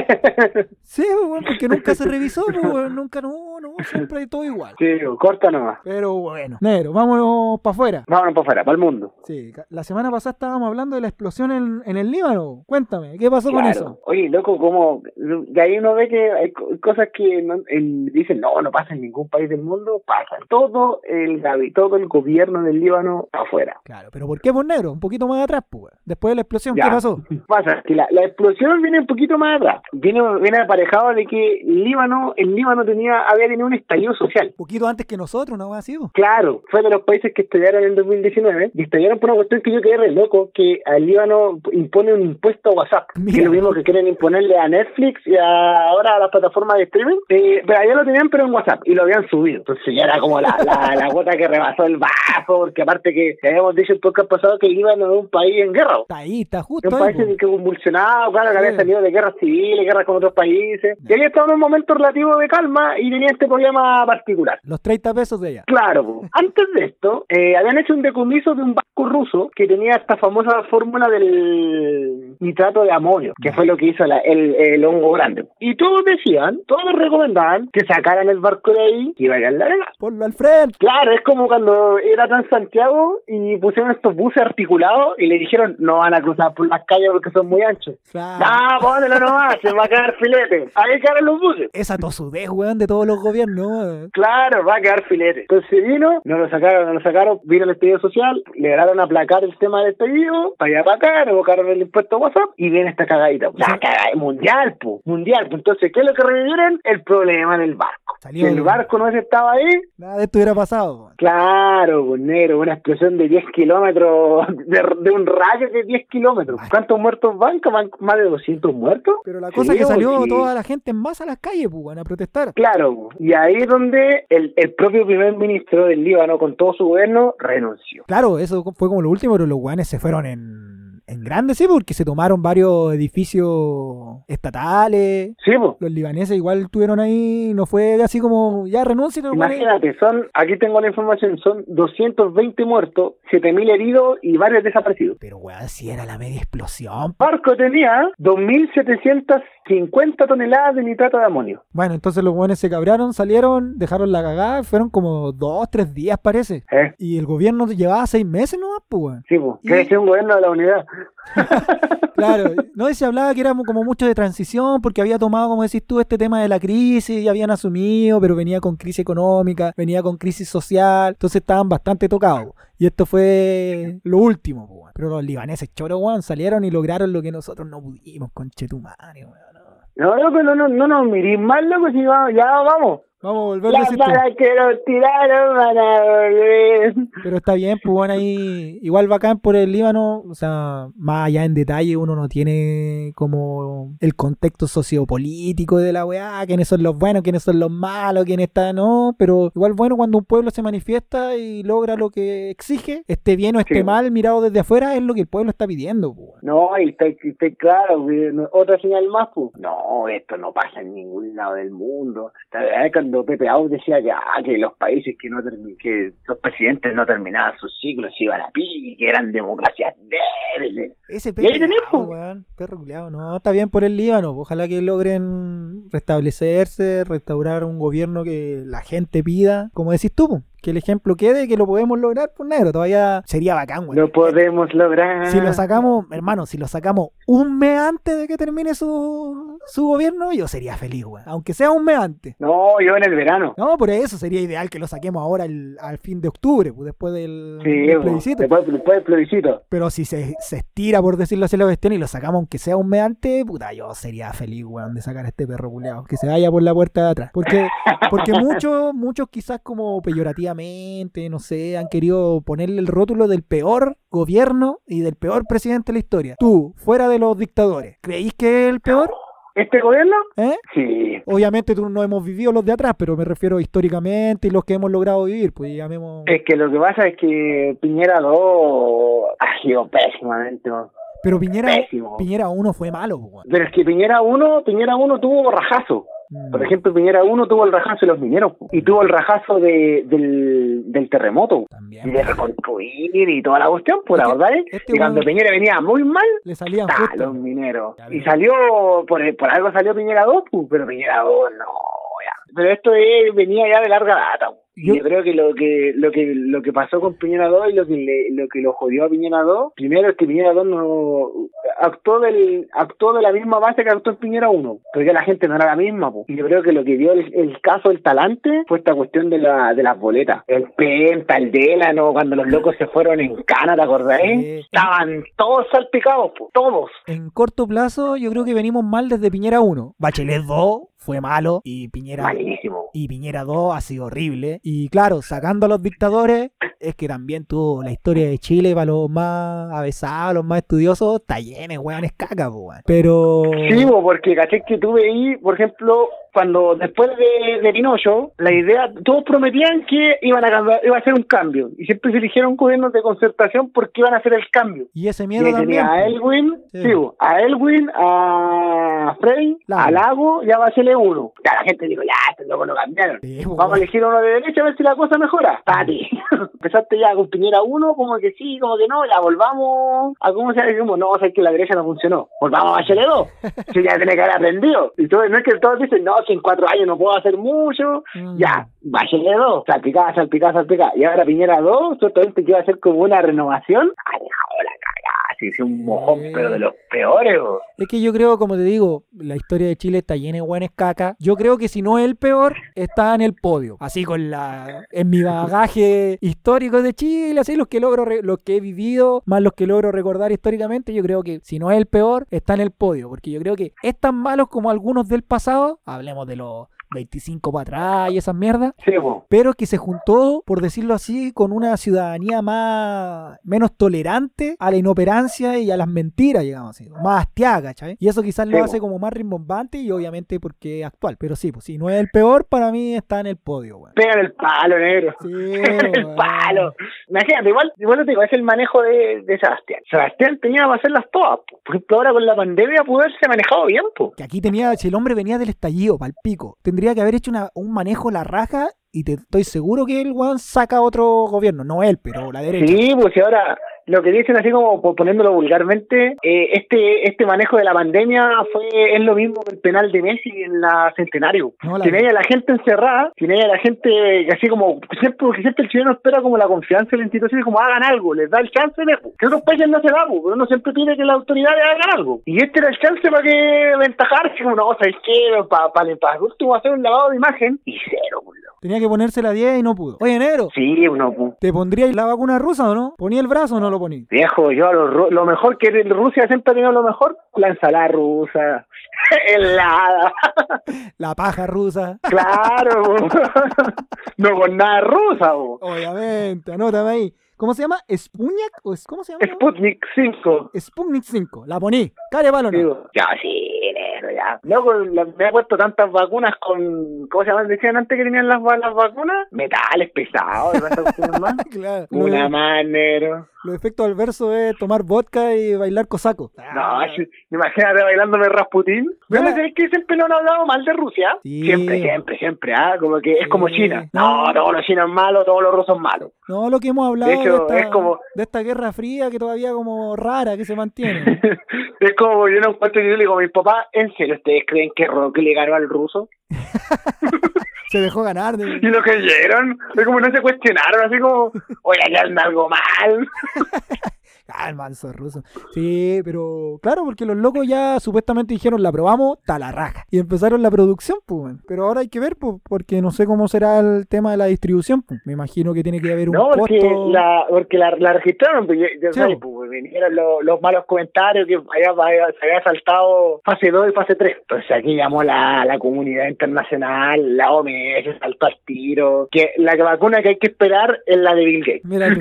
[SPEAKER 1] Sí, bueno, porque nunca se revisó, pues, nunca, no, siempre hay todo igual.
[SPEAKER 2] Sí, corta nomás.
[SPEAKER 1] Pero bueno, negro, vámonos para afuera.
[SPEAKER 2] Vámonos para afuera, para el mundo.
[SPEAKER 1] Sí, la semana pasada estábamos hablando de la explosión en el Líbano. Cuéntame, ¿qué pasó con eso?
[SPEAKER 2] Oye, loco, como de ahí uno ve que hay cosas que dicen, no pasa en ningún país del mundo, pasa. Todo el gobierno del Líbano afuera.
[SPEAKER 1] Claro, pero ¿por qué por negro? Un poquito más atrás, pues. Después de la explosión, ¿qué pasó?
[SPEAKER 2] Pasa que la explosión viene un poquito más atrás. Viene aparejado de que el Líbano había tenido un estallido social.
[SPEAKER 1] Un poquito antes que nosotros, ¿no? Así, ¿no?
[SPEAKER 2] Claro, fue de los países que estallaron en el 2019 y estallaron por una cuestión que yo quedé re loco, que al Líbano impone un impuesto a WhatsApp. Mira. Que es lo mismo que quieren imponerle a Netflix y ahora a las plataformas de streaming. Pero allá lo tenían, pero en WhatsApp, y lo habían subido. Entonces ya era como la gota que rebasó el vaso, porque aparte que habíamos dicho el podcast pasado que el Líbano es un país en guerra.
[SPEAKER 1] Está ahí, está justo.
[SPEAKER 2] Es un país que convulsionado, claro, que había salido de guerras civiles, guerras con otros países. Y había estado en un momento relativo de calma y tenía este problema particular.
[SPEAKER 1] Los 30 pesos de ella.
[SPEAKER 2] Claro, antes de esto, habían hecho un decomiso de un barco ruso que tenía esta famosa fórmula del nitrato de amonio, que fue lo que hizo el hongo grande. Y todos recomendaban que sacaran el barco de ahí y vayan la arena.
[SPEAKER 1] Ponlo al frente.
[SPEAKER 2] Claro, es como cuando era Transantiago y pusieron estos buses articulados y le dijeron, no van a cruzar por las calles porque son muy anchos. Claro. No, pónelo nomás, se va a quedar filete. Ahí quedaron los buses.
[SPEAKER 1] Esa tosudez, weón, de todos los gobiernos.
[SPEAKER 2] Claro, va a quedar filete. Entonces vino, no lo sacaron, vino el estallido social, le lograron aplacar el tema del estallido, para allá para acá, revocaron el impuesto WhatsApp y viene esta cagadita. La cagada mundial. Entonces, ¿qué es lo que revivieron? El problema en el barco. Si el barco no estaba ahí,
[SPEAKER 1] nada de esto hubiera hubiera pasado.
[SPEAKER 2] Claro, pues, negro, una explosión de 10 kilómetros, de un radio de 10 kilómetros. ¿Cuántos muertos van? ¿Van más de 200 muertos?
[SPEAKER 1] Pero la cosa es que salió toda la gente en masa a las calles, pues, a protestar.
[SPEAKER 2] Claro, y ahí es donde el propio primer ministro del Líbano, con todo su gobierno, renunció.
[SPEAKER 1] Claro, eso fue como lo último, pero los guanes se fueron en grande, sí, porque se tomaron varios edificios estatales.
[SPEAKER 2] Sí, pues.
[SPEAKER 1] Los libaneses igual tuvieron ahí, no fue así como, ya renuncien.
[SPEAKER 2] Imagínate, aquí tengo la información, son 220 muertos, 7.000 heridos y varios desaparecidos.
[SPEAKER 1] Pero weón, si era la media explosión.
[SPEAKER 2] El barco tenía 2.750 toneladas de nitrato de amonio.
[SPEAKER 1] Bueno, entonces los weones se cabraron, salieron, dejaron la cagada, fueron como 2-3 días parece. Y el gobierno llevaba 6 meses nomás, pues weón.
[SPEAKER 2] Sí, pues, que decía un gobierno de la unidad.
[SPEAKER 1] Claro, no, y se hablaba que era como mucho de transición porque había tomado, como decís tú, este tema de la crisis y habían asumido, pero venía con crisis económica, venía con crisis social, entonces estaban bastante tocados. Y esto fue lo último, pues. Pero los libaneses choros, weón, salieron y lograron lo que nosotros no pudimos, conchetumare, weón.
[SPEAKER 2] No, loco, no nos mirís mal, loco, si vamos, ya vamos.
[SPEAKER 1] Vamos a volver
[SPEAKER 2] a decir. Las balas que nos tiraron van a volver.
[SPEAKER 1] Pero está bien, pues bueno, ahí igual bacán por el Líbano, o sea, más allá en detalle uno no tiene como el contexto sociopolítico de la weá, quiénes son los buenos, quiénes son los malos, quién está, no, pero igual bueno cuando un pueblo se manifiesta y logra lo que exige, esté bien o esté mal, mirado desde afuera, es lo que el pueblo está pidiendo, pues.
[SPEAKER 2] No, y está claro, otra señal más, pues. No, esto no pasa en ningún lado del mundo. La verdad es cuando Pepe Aus decía que los países que los presidentes no terminaban sus ciclos se iban a pique, que eran democracias débiles.
[SPEAKER 1] Ese Pepe Aus, weón, perro culiao, no, está bien por el Líbano, ojalá que logren restablecerse, restaurar un gobierno que la gente pida, como decís tú, que el ejemplo quede, que lo podemos lograr, pues negro, todavía sería bacán, güey.
[SPEAKER 2] Lo podemos lograr.
[SPEAKER 1] Si lo sacamos, hermano, si lo sacamos un mes antes de que termine su gobierno, yo sería feliz, güey. Aunque sea un mes antes.
[SPEAKER 2] No, yo en el verano.
[SPEAKER 1] No, por eso sería ideal que lo saquemos ahora al fin de octubre, pues después del plebiscito.
[SPEAKER 2] Después del plebiscito.
[SPEAKER 1] Pero si se estira, por decirlo así, la cuestión y lo sacamos aunque sea un mes antes, puta, yo sería feliz, güey, de sacar a este perro culiao. Que se vaya por la puerta de atrás. Porque muchos quizás como peyorativamente, no sé, han querido ponerle el rótulo del peor gobierno y del peor presidente de la historia. Tú, fuera de los dictadores, ¿creéis que es el peor?
[SPEAKER 2] ¿Este gobierno?
[SPEAKER 1] Sí. Obviamente tú no hemos vivido los de atrás, pero me refiero históricamente y los que hemos logrado vivir, pues llamemos...
[SPEAKER 2] Es que lo que pasa es que Piñera 2 ha sido pésimamente.
[SPEAKER 1] Pero Piñera 1 fue malo, pues.
[SPEAKER 2] Pero es que Piñera 1 tuvo rajazo. Por ejemplo, Piñera 1 tuvo el rajazo de los mineros y tuvo el rajazo del terremoto. También. Y de reconstruir y toda la cuestión, la verdad es que cuando Piñera venía muy mal,
[SPEAKER 1] le salían
[SPEAKER 2] los mineros. Y salió, por algo salió Piñera 2, pero Piñera 2 no, ya. Pero esto venía ya de larga data. Yo creo que lo que pasó con Piñera 2 y lo que lo jodió a Piñera 2, primero es que Piñera 2 no actuó de la misma base que actuó en Piñera 1, porque la gente no era la misma, po. Y yo creo que lo que dio el caso del talante fue esta cuestión de las boletas. El Penta, el Delano, cuando los locos se fueron en cana, ¿te acordás? Estaban todos salpicados, po, todos.
[SPEAKER 1] En corto plazo yo creo que venimos mal desde Piñera 1. Bachelet 2 fue malo y
[SPEAKER 2] malísimo.
[SPEAKER 1] Y Piñera 2 ha sido horrible. Y claro, sacando a los dictadores, es que también tuvo la historia de Chile para los más avesados, los más estudiosos, está llena de hueones caca, weón. Pero...
[SPEAKER 2] Sí, porque caché que tú veí, por ejemplo, cuando después de Pinocho, la idea, todos prometían que iba a hacer un cambio. Y siempre se eligieron gobiernos de concertación porque iban a hacer el cambio.
[SPEAKER 1] Y ese miedo también.
[SPEAKER 2] A Elwin, a Frey, a Lago y a Bachelet 1. Ya la gente dijo, ya, estos locos lo cambiaron. Sí, vamos a elegir uno de derecha a ver si la cosa mejora. Tati. Empezaste ya con Piñera 1, como que sí, como que no, ya volvamos a cómo se decimos, no, o sea, que la derecha no funcionó. Volvamos a Bachelet 2. Si ya tiene que haber aprendido. Y todo, no es que todos dicen, no, si en 4 años no puedo hacer mucho. Ya, Bachelet 2, salpicada. Y ahora Piñera 2, supuestamente que iba a ser como una renovación. Ay, ahora cagada, sí, un mojón, pero de los peores.
[SPEAKER 1] Es que yo creo, como te digo, la historia de Chile está llena de buenas caca. Yo creo que si no es el peor, está en el podio. Así en mi bagaje histórico de Chile, así los que he vivido, más los que logro recordar históricamente, yo creo que si no es el peor, está en el podio. Porque yo creo que es tan malo como algunos del pasado, hablemos de los 25 para atrás y esas mierdas.
[SPEAKER 2] Sí, po.
[SPEAKER 1] Pero que se juntó, por decirlo así, con una ciudadanía menos tolerante a la inoperancia y a las mentiras, digamos así, más hastiada, ¿cachai? Y eso quizás lo hace como más rimbombante y obviamente porque es actual. Pero sí, pues si no es el peor, para mí está en el podio, weón.
[SPEAKER 2] Pegan el palo, negro.
[SPEAKER 1] Sí,
[SPEAKER 2] el palo. Imagínate, igual te digo, es el manejo de Sebastián. Sebastián tenía que hacerlas todas. Por ejemplo, ahora con la pandemia pudo haberse manejado bien, po.
[SPEAKER 1] Que aquí si el hombre venía del estallido, pal pico, tendría que haber hecho un manejo la raja y te estoy seguro que el weón saca otro gobierno. No él, pero la derecha.
[SPEAKER 2] Sí, pues si ahora lo que dicen así como poniéndolo vulgarmente, este manejo de la pandemia es lo mismo que el penal de Messi en la Centenario. No, tiene a la gente encerrada, tiene a la gente así como porque siempre el chileno espera como la confianza en la institución y como hagan algo, les da el chance de que otros países no se da, pero uno siempre pide que las autoridades hagan algo. Y este era el chance para que ventajarse, como no, ¿sabes qué? Para el último hacer un lavado de imagen y cero, boludo.
[SPEAKER 1] Tenía que ponerse la 10 y no pudo. Oye, negro.
[SPEAKER 2] Sí, no pudo.
[SPEAKER 1] ¿Te pondrías la vacuna rusa o no? ¿Ponía el brazo o no lo ponía?
[SPEAKER 2] Viejo, yo lo mejor que Rusia siempre ha tenido lo mejor, la ensalada rusa, helada.
[SPEAKER 1] La paja rusa.
[SPEAKER 2] Claro. No con nada rusa, bo.
[SPEAKER 1] Obviamente, anótame ahí. ¿Cómo se llama? ¿Sputnik? ¿Cómo se llama?
[SPEAKER 2] Sputnik 5.
[SPEAKER 1] Sputnik 5. La poní. Care palo, ¿no?
[SPEAKER 2] Ya, sí, negro, ya. Loco, me he puesto tantas vacunas con... ¿Cómo se llaman? Decían antes que tenían las vacunas. Metales pesados. Más.
[SPEAKER 1] Claro.
[SPEAKER 2] Una más, negro.
[SPEAKER 1] Los efectos adversos es tomar vodka y bailar cosaco.
[SPEAKER 2] No, imagínate bailándome Rasputín. ¿Bueno? ¿Sabes que siempre no han hablado mal de Rusia? Sí. Siempre, Como que es como China. No, todos los chinos malos, todos los rusos malos.
[SPEAKER 1] No, lo que hemos hablado
[SPEAKER 2] de hecho, es como...
[SPEAKER 1] de esta guerra fría que todavía como rara, que se mantiene.
[SPEAKER 2] Es como yo no encuentro que yo le digo a mi papá, ¿en serio ustedes creen que Rocky le ganó al ruso?
[SPEAKER 1] Se dejó ganar.
[SPEAKER 2] Y lo creyeron, es como no se cuestionaron, así como, oye, ya anda algo mal.
[SPEAKER 1] El manso ruso. Sí, pero claro, porque los locos ya supuestamente dijeron la probamos, ta la raja. Y empezaron la producción, pues. Pero ahora hay que ver, pues, porque no sé cómo será el tema de la distribución, pues. Me imagino que tiene que haber un costo.
[SPEAKER 2] Porque la registraron, pues, sí, pues, vinieron los malos comentarios que se había saltado fase 2 y fase 3. Entonces aquí llamó la comunidad internacional, la OMS saltó al tiro, que la vacuna que hay que esperar es la de Bill Gates.
[SPEAKER 1] Mira tú.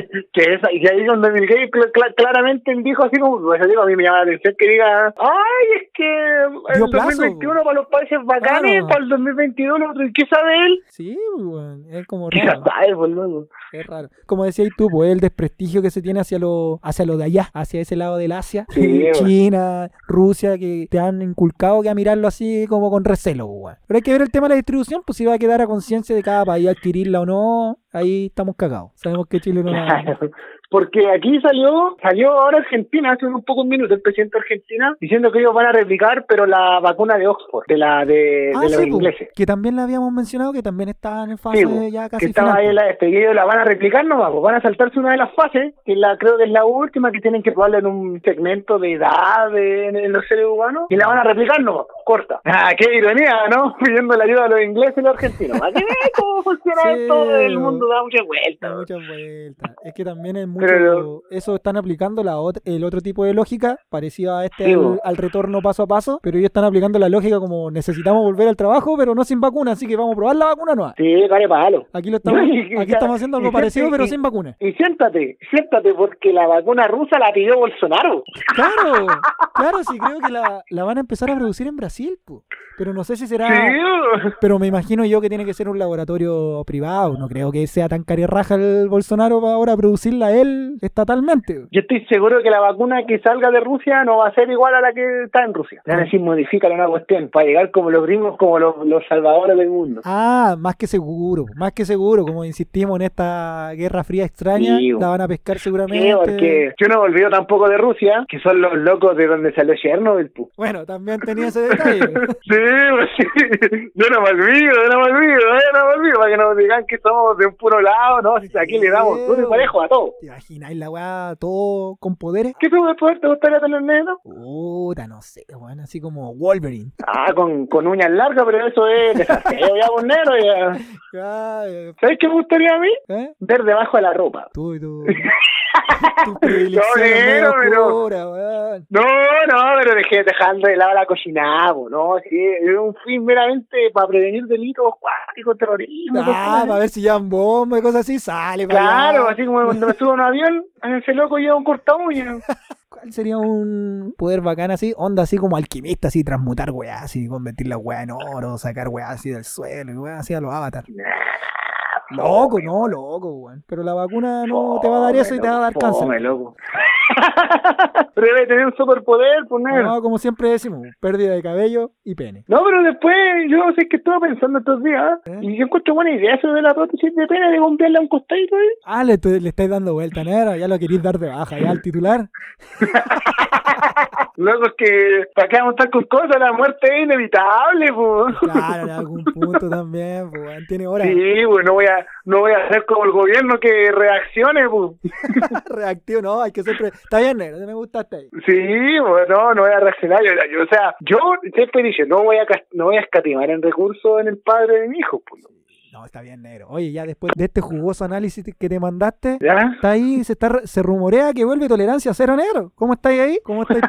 [SPEAKER 2] Y ahí donde Bill Gates claramente dijo así como, pues digo, a mí me llama la atención que diga, ay, es que el 2021 para los países bacanes, claro. Para el 2022 ¿qué sabe él?
[SPEAKER 1] Sí, bueno, es como raro.
[SPEAKER 2] Sabe, boludo.
[SPEAKER 1] Es raro. Como decías tú, pues el desprestigio que se tiene hacia lo de allá, hacia ese lado del Asia, sí, China, Rusia, que te han inculcado que a mirarlo así como con recelo, güey. Pero hay que ver el tema de la distribución, pues si va a quedar a conciencia de cada país adquirirla o no, ahí estamos cagados. Sabemos que Chile no
[SPEAKER 2] claro. Porque aquí salió ahora Argentina, hace unos pocos minutos, el presidente de Argentina, diciendo que ellos van a replicar, pero la vacuna de Oxford, de los ingleses.
[SPEAKER 1] Que también la habíamos mencionado, que también está en fase ya casi
[SPEAKER 2] que estaba
[SPEAKER 1] final.
[SPEAKER 2] Ahí y ellos la van a replicar, no van a saltarse una de las fases, que creo que es la última, que tienen que probarla en un segmento de edad en los seres humanos, y la van a replicar, no, corta. Ah, qué ironía, ¿no? Pidiendo la ayuda a los ingleses y los argentinos. ¿A qué ves cómo funciona esto? El mundo da muchas vueltas.
[SPEAKER 1] Es que también es mucho, eso están aplicando el otro tipo de lógica parecida a al retorno paso a paso, pero ellos están aplicando la lógica como necesitamos volver al trabajo pero no sin vacuna, así que vamos a probar la vacuna nueva.
[SPEAKER 2] Sí, care palo.
[SPEAKER 1] Aquí estamos haciendo algo parecido pero sin vacuna.
[SPEAKER 2] Y siéntate porque la vacuna rusa la pidió Bolsonaro.
[SPEAKER 1] Claro, sí, creo que la van a empezar a producir en Brasil, pero no sé si será, pero me imagino yo que tiene que ser un laboratorio privado, no creo que sea tan carirraja el Bolsonaro para ahora producirla él estatalmente.
[SPEAKER 2] Yo estoy seguro que la vacuna que salga de Rusia no va a ser igual a la que está en Rusia. Es decir, modifican una cuestión para llegar como los gringos, como los salvadores del mundo.
[SPEAKER 1] Más que seguro, como insistimos en esta guerra fría extraña, la van a pescar seguramente.
[SPEAKER 2] Sí, porque yo no me olvido tampoco de Rusia, que son los locos de donde salió Chernobyl.
[SPEAKER 1] Bueno, también tenía ese detalle.
[SPEAKER 2] Sí, yo no me olvido, para que nos digan que somos de un puro lado, ¿no? Si aquí le damos duro y parejo a todo.
[SPEAKER 1] ¿Te imagináis la weá todo con poderes?
[SPEAKER 2] ¿Qué tipo de poder te gustaría tener, negro?
[SPEAKER 1] No sé, weón, así como Wolverine.
[SPEAKER 2] Con uñas largas, pero eso es desaseo ya con negro ya. ¿Sabes qué me gustaría a mí? Ver debajo de la ropa.
[SPEAKER 1] Tú. Tu predilección
[SPEAKER 2] pero dejando de lado la cochinada, ¿no? Sí, es un fin meramente para prevenir delitos acuáticos, terrorismo.
[SPEAKER 1] Para ver si llevan bombas y cosas así, sale.
[SPEAKER 2] Claro, así como cuando me subo a un avión, ese loco lleva un corta uña.
[SPEAKER 1] ¿Cuál sería un poder bacán así? Onda así como alquimista, así, transmutar weá, así, convertir la weá en oro, sacar weá así del suelo, y weá así a los avatar. Loco, no, loco, weón. Pero la vacuna no te va a dar eso y te va a dar cáncer.
[SPEAKER 2] Loco. Pero debe tener un superpoder, pues
[SPEAKER 1] no, como siempre decimos, pérdida de cabello y pene.
[SPEAKER 2] No, pero después, yo sé que estaba pensando estos días, y yo encuentro buena idea eso de la prótesis de pene, de bombearle a un costadito ahí.
[SPEAKER 1] Ah, le estáis dando vuelta, negro, ya lo queréis dar de baja, ya al titular.
[SPEAKER 2] Luego es que, ¿para qué vamos a estar con cosas? La muerte es inevitable, pues.
[SPEAKER 1] Claro, en algún punto también, pues, tiene horas.
[SPEAKER 2] Sí, pues, no voy a hacer como el gobierno que reaccione, pues.
[SPEAKER 1] Reactivo, no, hay que siempre... Está bien, negro, me gustaste ahí.
[SPEAKER 2] Sí, pues, no voy a reaccionar. Yo siempre dije, no voy a escatimar en recursos en el padre de mi hijo, pues.
[SPEAKER 1] No, está bien, negro. Oye, ya después de este jugoso análisis que te mandaste,
[SPEAKER 2] ¿ya?
[SPEAKER 1] Está ahí, se rumorea que vuelve Tolerancia Cero, negro. ¿Cómo estáis ahí? ¿Cómo estáis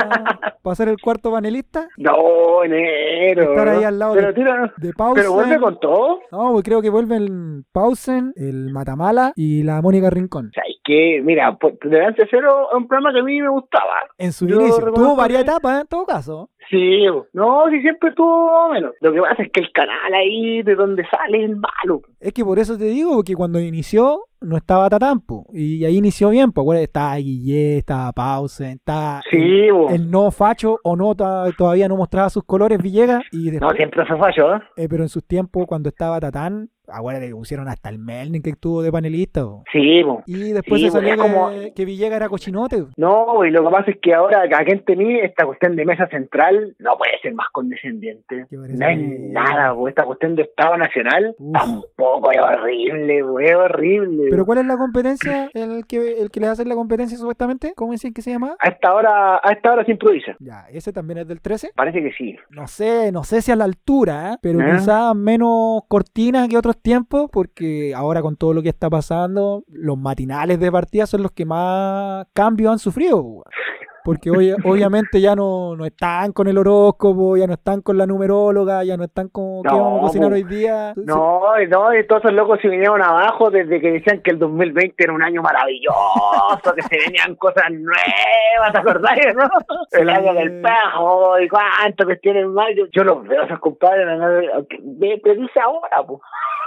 [SPEAKER 1] para ser el cuarto panelista?
[SPEAKER 2] No, negro.
[SPEAKER 1] Estar ahí al lado de Pausen.
[SPEAKER 2] ¿Pero vuelve con todo?
[SPEAKER 1] No, pues creo que vuelven Pausen, el Matamala y la Mónica Rincón.
[SPEAKER 2] O sea, es que, mira, Tolerancia Cero es un programa que a mí me gustaba.
[SPEAKER 1] En su inicio. Tuvo varias etapas, en todo caso.
[SPEAKER 2] Sí, no, sí siempre estuvo menos. Lo que pasa es que el canal ahí de donde sale es malo.
[SPEAKER 1] Es que por eso te digo, que cuando inició no estaba Tatampo, y ahí inició bien, pues estaba Guillé, estaba Pausen, estaba el no facho o no todavía no mostraba sus colores Villegas, y después,
[SPEAKER 2] no, siempre fue facho,
[SPEAKER 1] pero en sus tiempos cuando estaba Tatán, acuérdate que pusieron hasta el Melnik que estuvo de panelista.
[SPEAKER 2] Sí,
[SPEAKER 1] y después se salió que Villegas era cochinote.
[SPEAKER 2] No, y lo que pasa es que ahora acá en Tení esta cuestión de mesa central no puede ser más condescendiente. No hay nada, esta cuestión de Estado Nacional tampoco es horrible, es horrible.
[SPEAKER 1] ¿Pero cuál es la competencia? ¿El que le hace la competencia supuestamente? ¿Cómo decían que se llama?
[SPEAKER 2] A esta hora se improvisa.
[SPEAKER 1] Ya, ¿ese también es del 13?
[SPEAKER 2] Parece que sí.
[SPEAKER 1] No sé si a la altura, pero quizás menos cortina que otros tiempos, porque ahora con todo lo que está pasando, los matinales de partida son los que más cambios han sufrido. Porque obviamente ya no están con el horóscopo, ya no están con la numeróloga, ya no están con qué vamos a cocinar hoy día.
[SPEAKER 2] No, y todos esos locos se vinieron abajo desde que decían que el 2020 era un año maravilloso, que se venían cosas nuevas, ¿te acordáis, no? El año del pejo y cuánto que tienen mal. Yo los veo a esos compadres, te dice ahora, pues.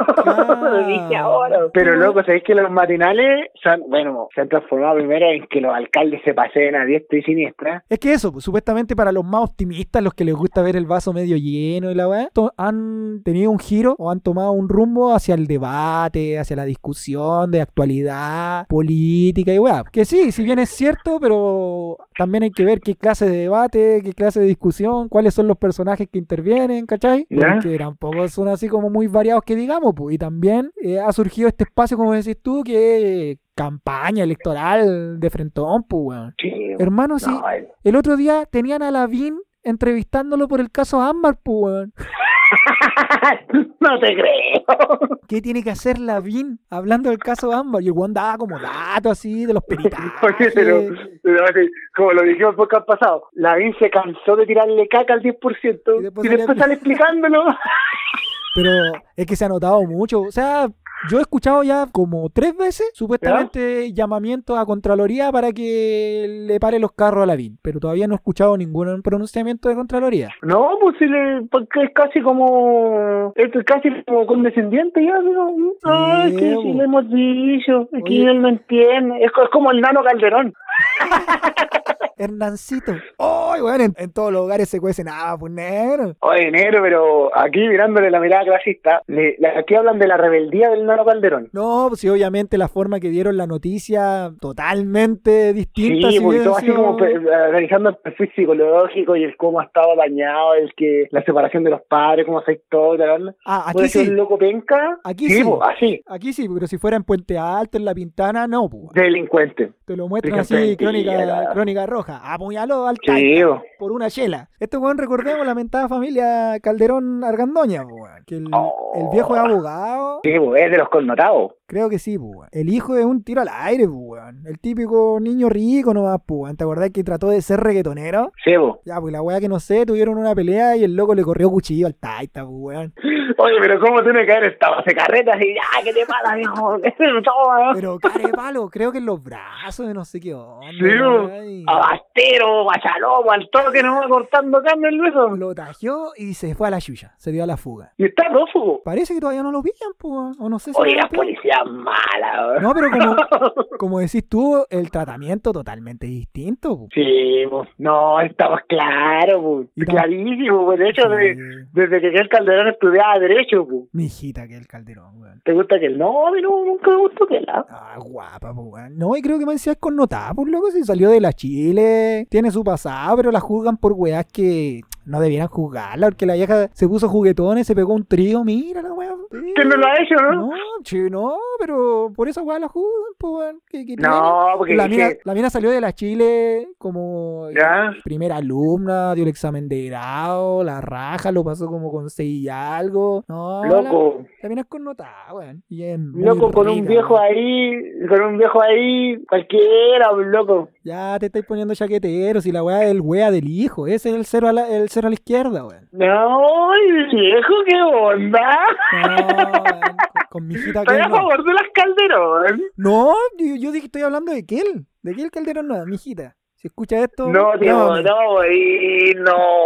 [SPEAKER 2] Dije ahora. Pero loco, ¿sabéis que los matinales se han transformado primero en que los alcaldes se paseen a diestra y siniestra?
[SPEAKER 1] Es que eso, pues, supuestamente para los más optimistas, los que les gusta ver el vaso medio lleno y la weá, han tenido un giro o han tomado un rumbo hacia el debate, hacia la discusión de actualidad, política y weá. Que sí, si bien es cierto, pero también hay que ver qué clase de debate, qué clase de discusión, cuáles son los personajes que intervienen, ¿cachai? Porque tampoco son así como muy variados que digamos. Y también ha surgido este espacio, como decís tú, que es campaña electoral de frentón, pues, weón.
[SPEAKER 2] Sí,
[SPEAKER 1] hermano, sí. El otro día tenían a Lavín entrevistándolo por el caso Ámbar, pues, weón.
[SPEAKER 2] No te creo.
[SPEAKER 1] ¿Qué tiene que hacer Lavín hablando del caso Ámbar? Y el weón daba como datos así de los peritajes.
[SPEAKER 2] Oye, pero como lo dijimos el podcast pasado, Lavín se cansó de tirarle caca al 10% y después sale explicándolo.
[SPEAKER 1] Pero es que se ha notado mucho. O sea, yo he escuchado ya como 3 veces, supuestamente, llamamientos a Contraloría para que le pare los carros a Lavín. Pero todavía no he escuchado ningún pronunciamiento de Contraloría.
[SPEAKER 2] No, pues porque es casi como condescendiente ya, ¿no? Ay, que sí le hemos dicho. Aquí él no entiende. Es como el Nano Calderón.
[SPEAKER 1] Hernancito. ¡Ay, bueno! En todos los lugares se cuece nada, pues, negro.
[SPEAKER 2] Oye, negro, pero aquí mirándole la mirada clasista, aquí hablan de la rebeldía del Nano Calderón.
[SPEAKER 1] No, pues sí, obviamente la forma que dieron la noticia totalmente distinta.
[SPEAKER 2] Sí, porque todo así como analizando el perfil psicológico y el cómo ha estado dañado, la separación de los padres, cómo se ha todo, ¿verdad?
[SPEAKER 1] Aquí sí.
[SPEAKER 2] Un loco penca.
[SPEAKER 1] Aquí sí.
[SPEAKER 2] Pues, así.
[SPEAKER 1] Aquí sí, pero si fuera en Puente Alto, en La Pintana, no, pues.
[SPEAKER 2] Delincuente.
[SPEAKER 1] Te lo muestran así, crónica roja. Apuñaló al Taita por una chela. Esto, weón, recordemos la mentada familia Calderón Argandoña, weón. Que el viejo es abogado.
[SPEAKER 2] Sí, pues, es de los connotados.
[SPEAKER 1] Creo que sí, pues, weón. El hijo es un tiro al aire, pues, weón. El típico niño rico nomás, pues, weón. ¿Te acordás que trató de ser reggaetonero?
[SPEAKER 2] Sí, po.
[SPEAKER 1] Ya, pues la weá que no sé, tuvieron una pelea y el loco le corrió cuchillo al taita, pues, weón.
[SPEAKER 2] Oye, pero ¿cómo tiene que haber estado? Se carretas y ya, ¿qué te pasa, viejo? Toma.
[SPEAKER 1] Pero care de palo, creo que en los brazos de no sé qué onda.
[SPEAKER 2] Sí, po.
[SPEAKER 1] Ay.
[SPEAKER 2] Abastero, guachalomo, al toque no va cortando carne el hueso.
[SPEAKER 1] Lo tajió y se fue a la chucha, se dio a la fuga.
[SPEAKER 2] Y está prófugo.
[SPEAKER 1] Parece que todavía no lo pillan, pues, o no sé si
[SPEAKER 2] Oye,
[SPEAKER 1] lo
[SPEAKER 2] las
[SPEAKER 1] pillan.
[SPEAKER 2] policías malas, weón.
[SPEAKER 1] No, pero como decís tú, el tratamiento totalmente distinto, pues.
[SPEAKER 2] Sí, pues, no, estamos claros, pues,
[SPEAKER 1] Y
[SPEAKER 2] clarísimo, pues, de hecho,
[SPEAKER 1] Sí.
[SPEAKER 2] desde que el Calderón estudiaba Derecho, pues.
[SPEAKER 1] Mi hijita que el Calderón, weón.
[SPEAKER 2] ¿Te gusta que él? No, a mí no, nunca me gustó que él.
[SPEAKER 1] Ah, guapa, pues, weón. No, y creo que me decías con nota, pues, loco, si salió de la Chile, tiene su pasado, pero la juzgan por weas que no debieran juzgarla, porque la vieja se puso juguetones, se pegó un trío, mira la wea.
[SPEAKER 2] ¿Quién no lo ha hecho, no?
[SPEAKER 1] No, che, no, pero por esa weá la juzgan, pues, weón. ¿Qué
[SPEAKER 2] No, porque
[SPEAKER 1] la
[SPEAKER 2] es
[SPEAKER 1] mina,
[SPEAKER 2] que-
[SPEAKER 1] la mina salió de la Chile como
[SPEAKER 2] ¿Ya?
[SPEAKER 1] primera alumna, dio el examen de grado, la raja, lo pasó como con 6 y algo. No,
[SPEAKER 2] Loco,
[SPEAKER 1] la mina es connotada, weón. Y es muy
[SPEAKER 2] loco, con un
[SPEAKER 1] rica,
[SPEAKER 2] viejo
[SPEAKER 1] weón.
[SPEAKER 2] ahí, cualquiera, loco.
[SPEAKER 1] Ya te estáis poniendo chaquetero, si la weá es el wea del hijo, ese es el cero el cero a la izquierda, weón.
[SPEAKER 2] No, el viejo, qué onda.
[SPEAKER 1] No, weón, con mi hijita
[SPEAKER 2] Estoy
[SPEAKER 1] que
[SPEAKER 2] a
[SPEAKER 1] no.
[SPEAKER 2] favor de las Calderón.
[SPEAKER 1] No, yo dije que estoy hablando de Kel Calderón no, mi hijita. Si escucha esto,
[SPEAKER 2] No, tío,
[SPEAKER 1] llámame.
[SPEAKER 2] no, y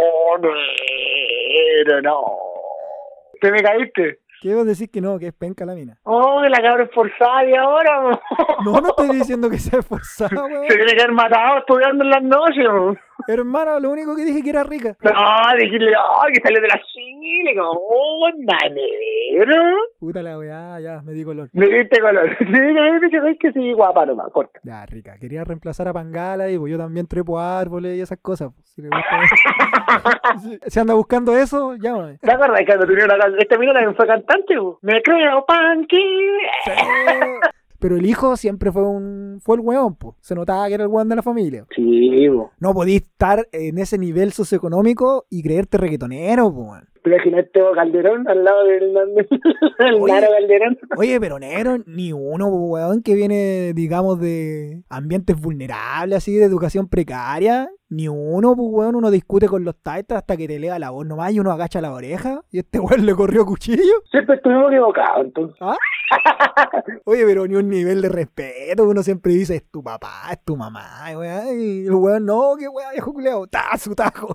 [SPEAKER 2] no. ¿Te me caíste?
[SPEAKER 1] ¿Qué vos decís que no, que es penca la mina?
[SPEAKER 2] Oh, que la cabra es forzada y ahora.
[SPEAKER 1] No, no estoy diciendo que sea esforzada, weón.
[SPEAKER 2] Se tiene que haber matado estudiando en las noches.
[SPEAKER 1] Hermano, lo único que dije que era rica.
[SPEAKER 2] No, decirle, que salió de la Chile, como, negro.
[SPEAKER 1] Puta la weá, ya, me di color.
[SPEAKER 2] Me diste color. Sí, me dice que sí, guapa nomás, corta.
[SPEAKER 1] Ya, rica. Quería reemplazar a Pangala y pues yo también trepo árboles y esas cosas. Pues, si le gusta eso. Si anda buscando eso, llámame.
[SPEAKER 2] ¿Te acuerdas cuando tenía una canción? Esta mina también fue cantante, po. Me creo punky.
[SPEAKER 1] Sí. Pero el hijo siempre fue el weón, pues. Se notaba que era el weón de la familia.
[SPEAKER 2] Sí, po.
[SPEAKER 1] No podís estar en ese nivel socioeconómico y creerte reggaetonero, pues.
[SPEAKER 2] ¿Te imaginaste vos Calderón al lado del
[SPEAKER 1] Oye.
[SPEAKER 2] Naro Calderón?
[SPEAKER 1] Oye, pero negro, ni uno, weón, que viene, digamos, de ambientes vulnerables, así, de educación precaria. Ni uno, pues, weón, uno discute con los taitas hasta que te lea la voz nomás y uno agacha la oreja y este weón le corrió cuchillo.
[SPEAKER 2] Siempre estuvimos equivocados, entonces.
[SPEAKER 1] ¿Ah? Oye, pero ni un nivel de respeto, uno siempre dice, es tu papá, es tu mamá, weón, y el weón, no, qué weón, viejo culeado, su tajo.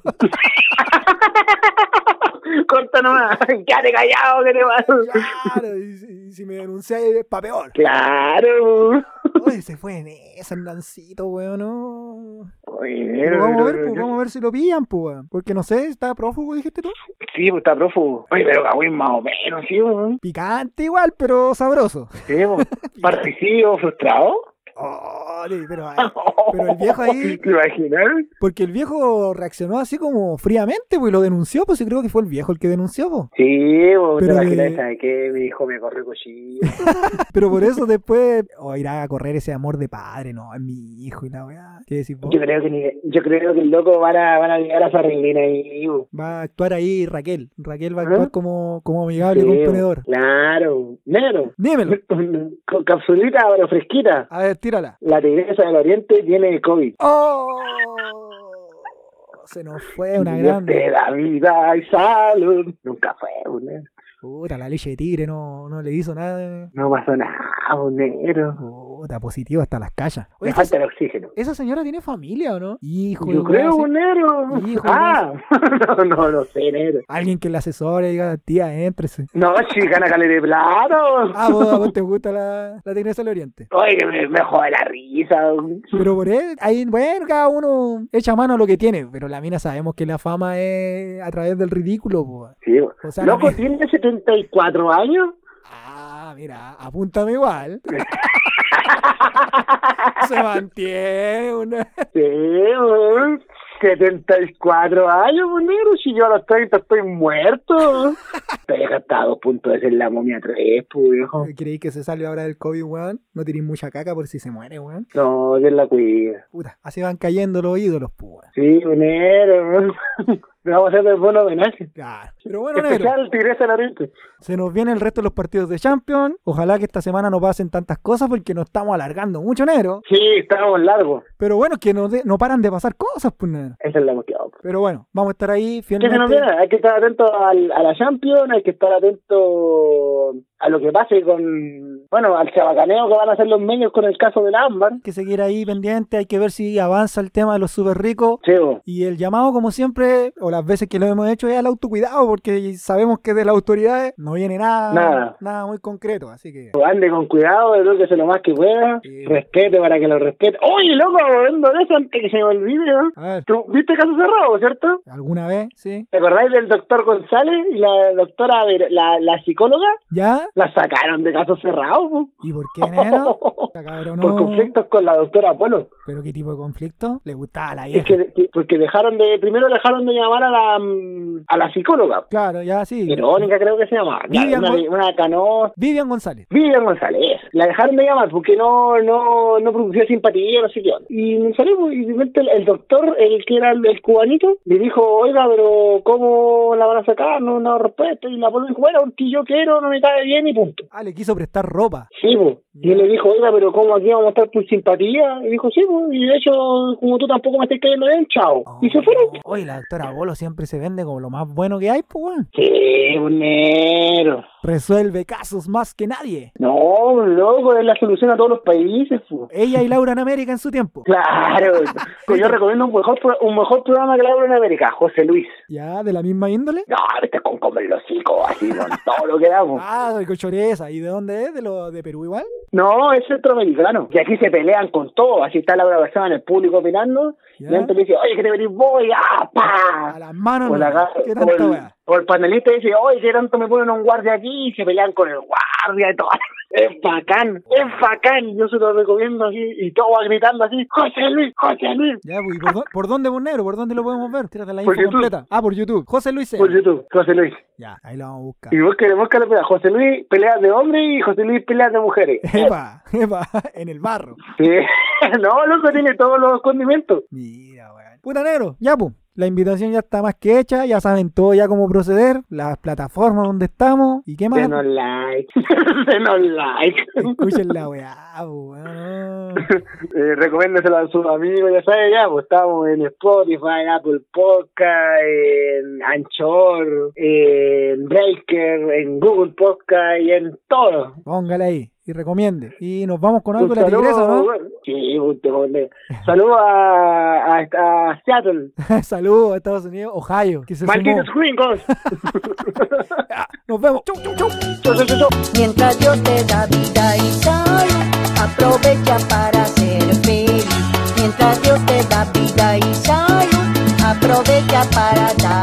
[SPEAKER 2] Corta nomás, quédate callado, que te pasa.
[SPEAKER 1] Claro, y si me denunciáis es pa' peor.
[SPEAKER 2] Claro.
[SPEAKER 1] Oye, se fue en esa, el Nancito, weón, no.
[SPEAKER 2] Oye,
[SPEAKER 1] Pero vamos a ver, pues, vamos a ver si lo pillan, pues, weón. Porque no sé, está prófugo, dijiste tú.
[SPEAKER 2] Sí, pues está prófugo. Oye, pero Cagüín más o menos, sí, weón.
[SPEAKER 1] Picante igual, pero sabroso.
[SPEAKER 2] Sí, pues. Participo frustrado.
[SPEAKER 1] Oye, pero el viejo ahí,
[SPEAKER 2] ¿Te imaginas?
[SPEAKER 1] porque el viejo reaccionó así como fríamente, pues, y lo denunció, pues, y creo que fue el viejo el que denunció, pues.
[SPEAKER 2] Sí, pues,
[SPEAKER 1] Pero
[SPEAKER 2] ¿te imaginas?
[SPEAKER 1] de-
[SPEAKER 2] ¿Sabes qué? Mi hijo me corre cuchillo.
[SPEAKER 1] Pero por eso después, irá a correr ese amor de padre, no, es mi hijo y la weá. ¿Qué decís vos?
[SPEAKER 2] Yo creo que el loco van a llegar a esa reina ahí, pues.
[SPEAKER 1] Va a actuar ahí Raquel. Raquel va a actuar como amigable
[SPEAKER 2] Sí,
[SPEAKER 1] contenedor.
[SPEAKER 2] Claro. Negro.
[SPEAKER 1] Dímelo.
[SPEAKER 2] Con capsulita, pero fresquita.
[SPEAKER 1] A ver, tírala.
[SPEAKER 2] La tigresa del oriente tiene COVID.
[SPEAKER 1] ¡Oh! Se nos fue una
[SPEAKER 2] Dios te
[SPEAKER 1] grande.
[SPEAKER 2] da vida y salud. Nunca fue, un negro.
[SPEAKER 1] Puta, la leche de tigre no le hizo nada.
[SPEAKER 2] No pasó nada, un negro.
[SPEAKER 1] Puta, positivo hasta las calles. Oye,
[SPEAKER 2] Me falta el oxígeno.
[SPEAKER 1] ¿esa señora tiene familia o no? Hijo
[SPEAKER 2] Yo
[SPEAKER 1] de
[SPEAKER 2] creo,
[SPEAKER 1] weá,
[SPEAKER 2] un negro.
[SPEAKER 1] Hijo,
[SPEAKER 2] No sé, negro.
[SPEAKER 1] alguien que le asesore y diga, tía, éntrese.
[SPEAKER 2] No, chica, na cale de plato.
[SPEAKER 1] A vos te gusta la tigresa del oriente.
[SPEAKER 2] Oye, que me jode la risa.
[SPEAKER 1] Pero por él, ahí, bueno, cada uno echa mano a lo que tiene, pero la mina sabemos que la fama es a través del ridículo, po.
[SPEAKER 2] Sí,
[SPEAKER 1] O sea,
[SPEAKER 2] loco,
[SPEAKER 1] la-
[SPEAKER 2] tiene 74 años.
[SPEAKER 1] Ah, mira, apúntame igual. Se mantiene una...
[SPEAKER 2] Sí, weón. 74 años, un negro. Si yo a los 30 estoy muerto. Te deja hasta a 2 puntos de ser la momia 3, pues, viejo.
[SPEAKER 1] ¿Creéis que se salió ahora del COVID, weón? No tiréis mucha caca por si se muere, weón.
[SPEAKER 2] No, Dios la cuida.
[SPEAKER 1] Puta, así van cayendo los ídolos, pues, weón.
[SPEAKER 2] Sí, un negro. Le vamos a hacer el buen homenaje.
[SPEAKER 1] Claro. Pero bueno, negro,
[SPEAKER 2] Especial Tigresa del Oriente.
[SPEAKER 1] se nos viene el resto de los partidos de Champions. Ojalá que esta semana no pasen tantas cosas porque nos estamos alargando mucho, negro.
[SPEAKER 2] Sí, estábamos largos.
[SPEAKER 1] Pero bueno, que no paran de pasar cosas, pues, negro.
[SPEAKER 2] Esa es la cuestión.
[SPEAKER 1] Pero bueno, vamos a estar ahí
[SPEAKER 2] ¿Qué se nos
[SPEAKER 1] fielmente.
[SPEAKER 2] viene? Hay que estar atento a la Champions, hay que estar atento a lo que pase al chabacaneo que van a hacer los medios con el caso del Ámbar.
[SPEAKER 1] Hay que seguir ahí pendiente, hay que ver si avanza el tema de los súper ricos.
[SPEAKER 2] Sí, bo.
[SPEAKER 1] Y el llamado, como siempre, o las veces que lo hemos hecho, es al autocuidado, porque sabemos que de las autoridades no viene nada muy concreto, así que...
[SPEAKER 2] Ande con cuidado, edúquese lo más que pueda,
[SPEAKER 1] Sí.
[SPEAKER 2] respete para que lo respete. Oye, loco, hablando de eso, antes que se me olvide, ¿no?
[SPEAKER 1] A ver,
[SPEAKER 2] ¿Tú viste Caso Cerrado, cierto?
[SPEAKER 1] ¿alguna vez? ¿Sí?
[SPEAKER 2] ¿Te acordáis del doctor González y la doctora, la psicóloga?
[SPEAKER 1] ¿Ya?
[SPEAKER 2] La sacaron de Caso Cerrado, po.
[SPEAKER 1] ¿Y por qué, negro? Cabrón,
[SPEAKER 2] Por
[SPEAKER 1] no.
[SPEAKER 2] conflictos con la doctora Apolo.
[SPEAKER 1] ¿Pero qué tipo de conflicto? Le gustaba la
[SPEAKER 2] Es
[SPEAKER 1] vieja.
[SPEAKER 2] porque primero dejaron de llamar a la psicóloga.
[SPEAKER 1] Claro, ya sí.
[SPEAKER 2] Verónica creo que se llamaba.
[SPEAKER 1] Vivian
[SPEAKER 2] Una canosa.
[SPEAKER 1] Vivian González.
[SPEAKER 2] Vivian González. La dejaron de llamar porque no producía simpatía, no sé qué onda. Y salimos y de repente el doctor, el que era el cubanito, le dijo, oiga, pero ¿cómo la van a sacar? No respeto. Y la Apolo dijo, bueno, que yo quiero, no me cae bien y punto.
[SPEAKER 1] Ah, le quiso prestar ropa.
[SPEAKER 2] Sí, pues. Y él le dijo, oiga, pero ¿cómo aquí vamos a estar por simpatía? Y dijo, sí, pues. Y de hecho, como tú tampoco me estás cayendo bien, chao. Y se fueron.
[SPEAKER 1] Oye, la doctora Bolo siempre se vende como lo más bueno que hay, pues, weón.
[SPEAKER 2] Sí, un negro.
[SPEAKER 1] Resuelve casos más que nadie.
[SPEAKER 2] No, loco, es la solución a todos los países, pues.
[SPEAKER 1] Ella y Laura en América en su tiempo.
[SPEAKER 2] Claro. Pues yo recomiendo un mejor programa que Laura en América, José Luis.
[SPEAKER 1] Ya, de la misma índole.
[SPEAKER 2] No, viste con comer los hocicos, así con todo lo que damos.
[SPEAKER 1] Ah, de Cochoreza. ¿Y de dónde es? ¿De Perú igual?
[SPEAKER 2] No, es centroamericano. Y aquí se pelean con todo. Así está Laura Bersama en el público opinando.
[SPEAKER 1] Ya.
[SPEAKER 2] Y antes le dice, oye, que te venís vos, y ¡ah, pa!
[SPEAKER 1] A las manos,
[SPEAKER 2] O,
[SPEAKER 1] no. ¿Qué tanta weá?
[SPEAKER 2] o el panelista dice, oye, ¿qué tanto me ponen a un guardia aquí? Y se pelean con el guardia y todo. Es bacán. Yo se lo recomiendo así. Y todo va gritando así, José Luis.
[SPEAKER 1] Ya, pues, ¿y por dónde, pues, negro? ¿Por dónde lo podemos ver? Tírate la
[SPEAKER 2] Por
[SPEAKER 1] info
[SPEAKER 2] YouTube.
[SPEAKER 1] completa. Ah, por YouTube. José Luis Sea.
[SPEAKER 2] Por YouTube, José Luis.
[SPEAKER 1] Ya, ahí lo vamos a buscar.
[SPEAKER 2] Y búscale pelea. José Luis, peleas de hombres y José Luis, peleas de mujeres.
[SPEAKER 1] Epa, en el barro.
[SPEAKER 2] Sí. No, loco, tiene todos los condimentos.
[SPEAKER 1] Mira, weón. Puta, negro, ya, pues. La invitación ya está más que hecha, ya saben todo ya cómo proceder, las plataformas donde estamos y qué más.
[SPEAKER 2] Denos like. Denos like.
[SPEAKER 1] Escuchen la weá, weón.
[SPEAKER 2] Recomiéndeselo a sus amigos, ya saben, ya, pues estamos en Spotify, en Apple Podcast, en Anchor, en Breaker, en Google Podcast y en todo.
[SPEAKER 1] Póngale ahí y recomiende. Y nos vamos con algo
[SPEAKER 2] Un
[SPEAKER 1] de la tigresa, ¿no?
[SPEAKER 2] bueno, sí, saludos a Seattle.
[SPEAKER 1] Saludos a Estados Unidos, Ohio, que se
[SPEAKER 2] Malditos
[SPEAKER 1] sumó.
[SPEAKER 2] gringos.
[SPEAKER 1] Ya, nos vemos. Chau, chau, chau.
[SPEAKER 2] Chau.
[SPEAKER 3] Mientras Dios te da vida y salud, aprovecha para ser feliz. Mientras Dios te da vida y salud, aprovecha para dar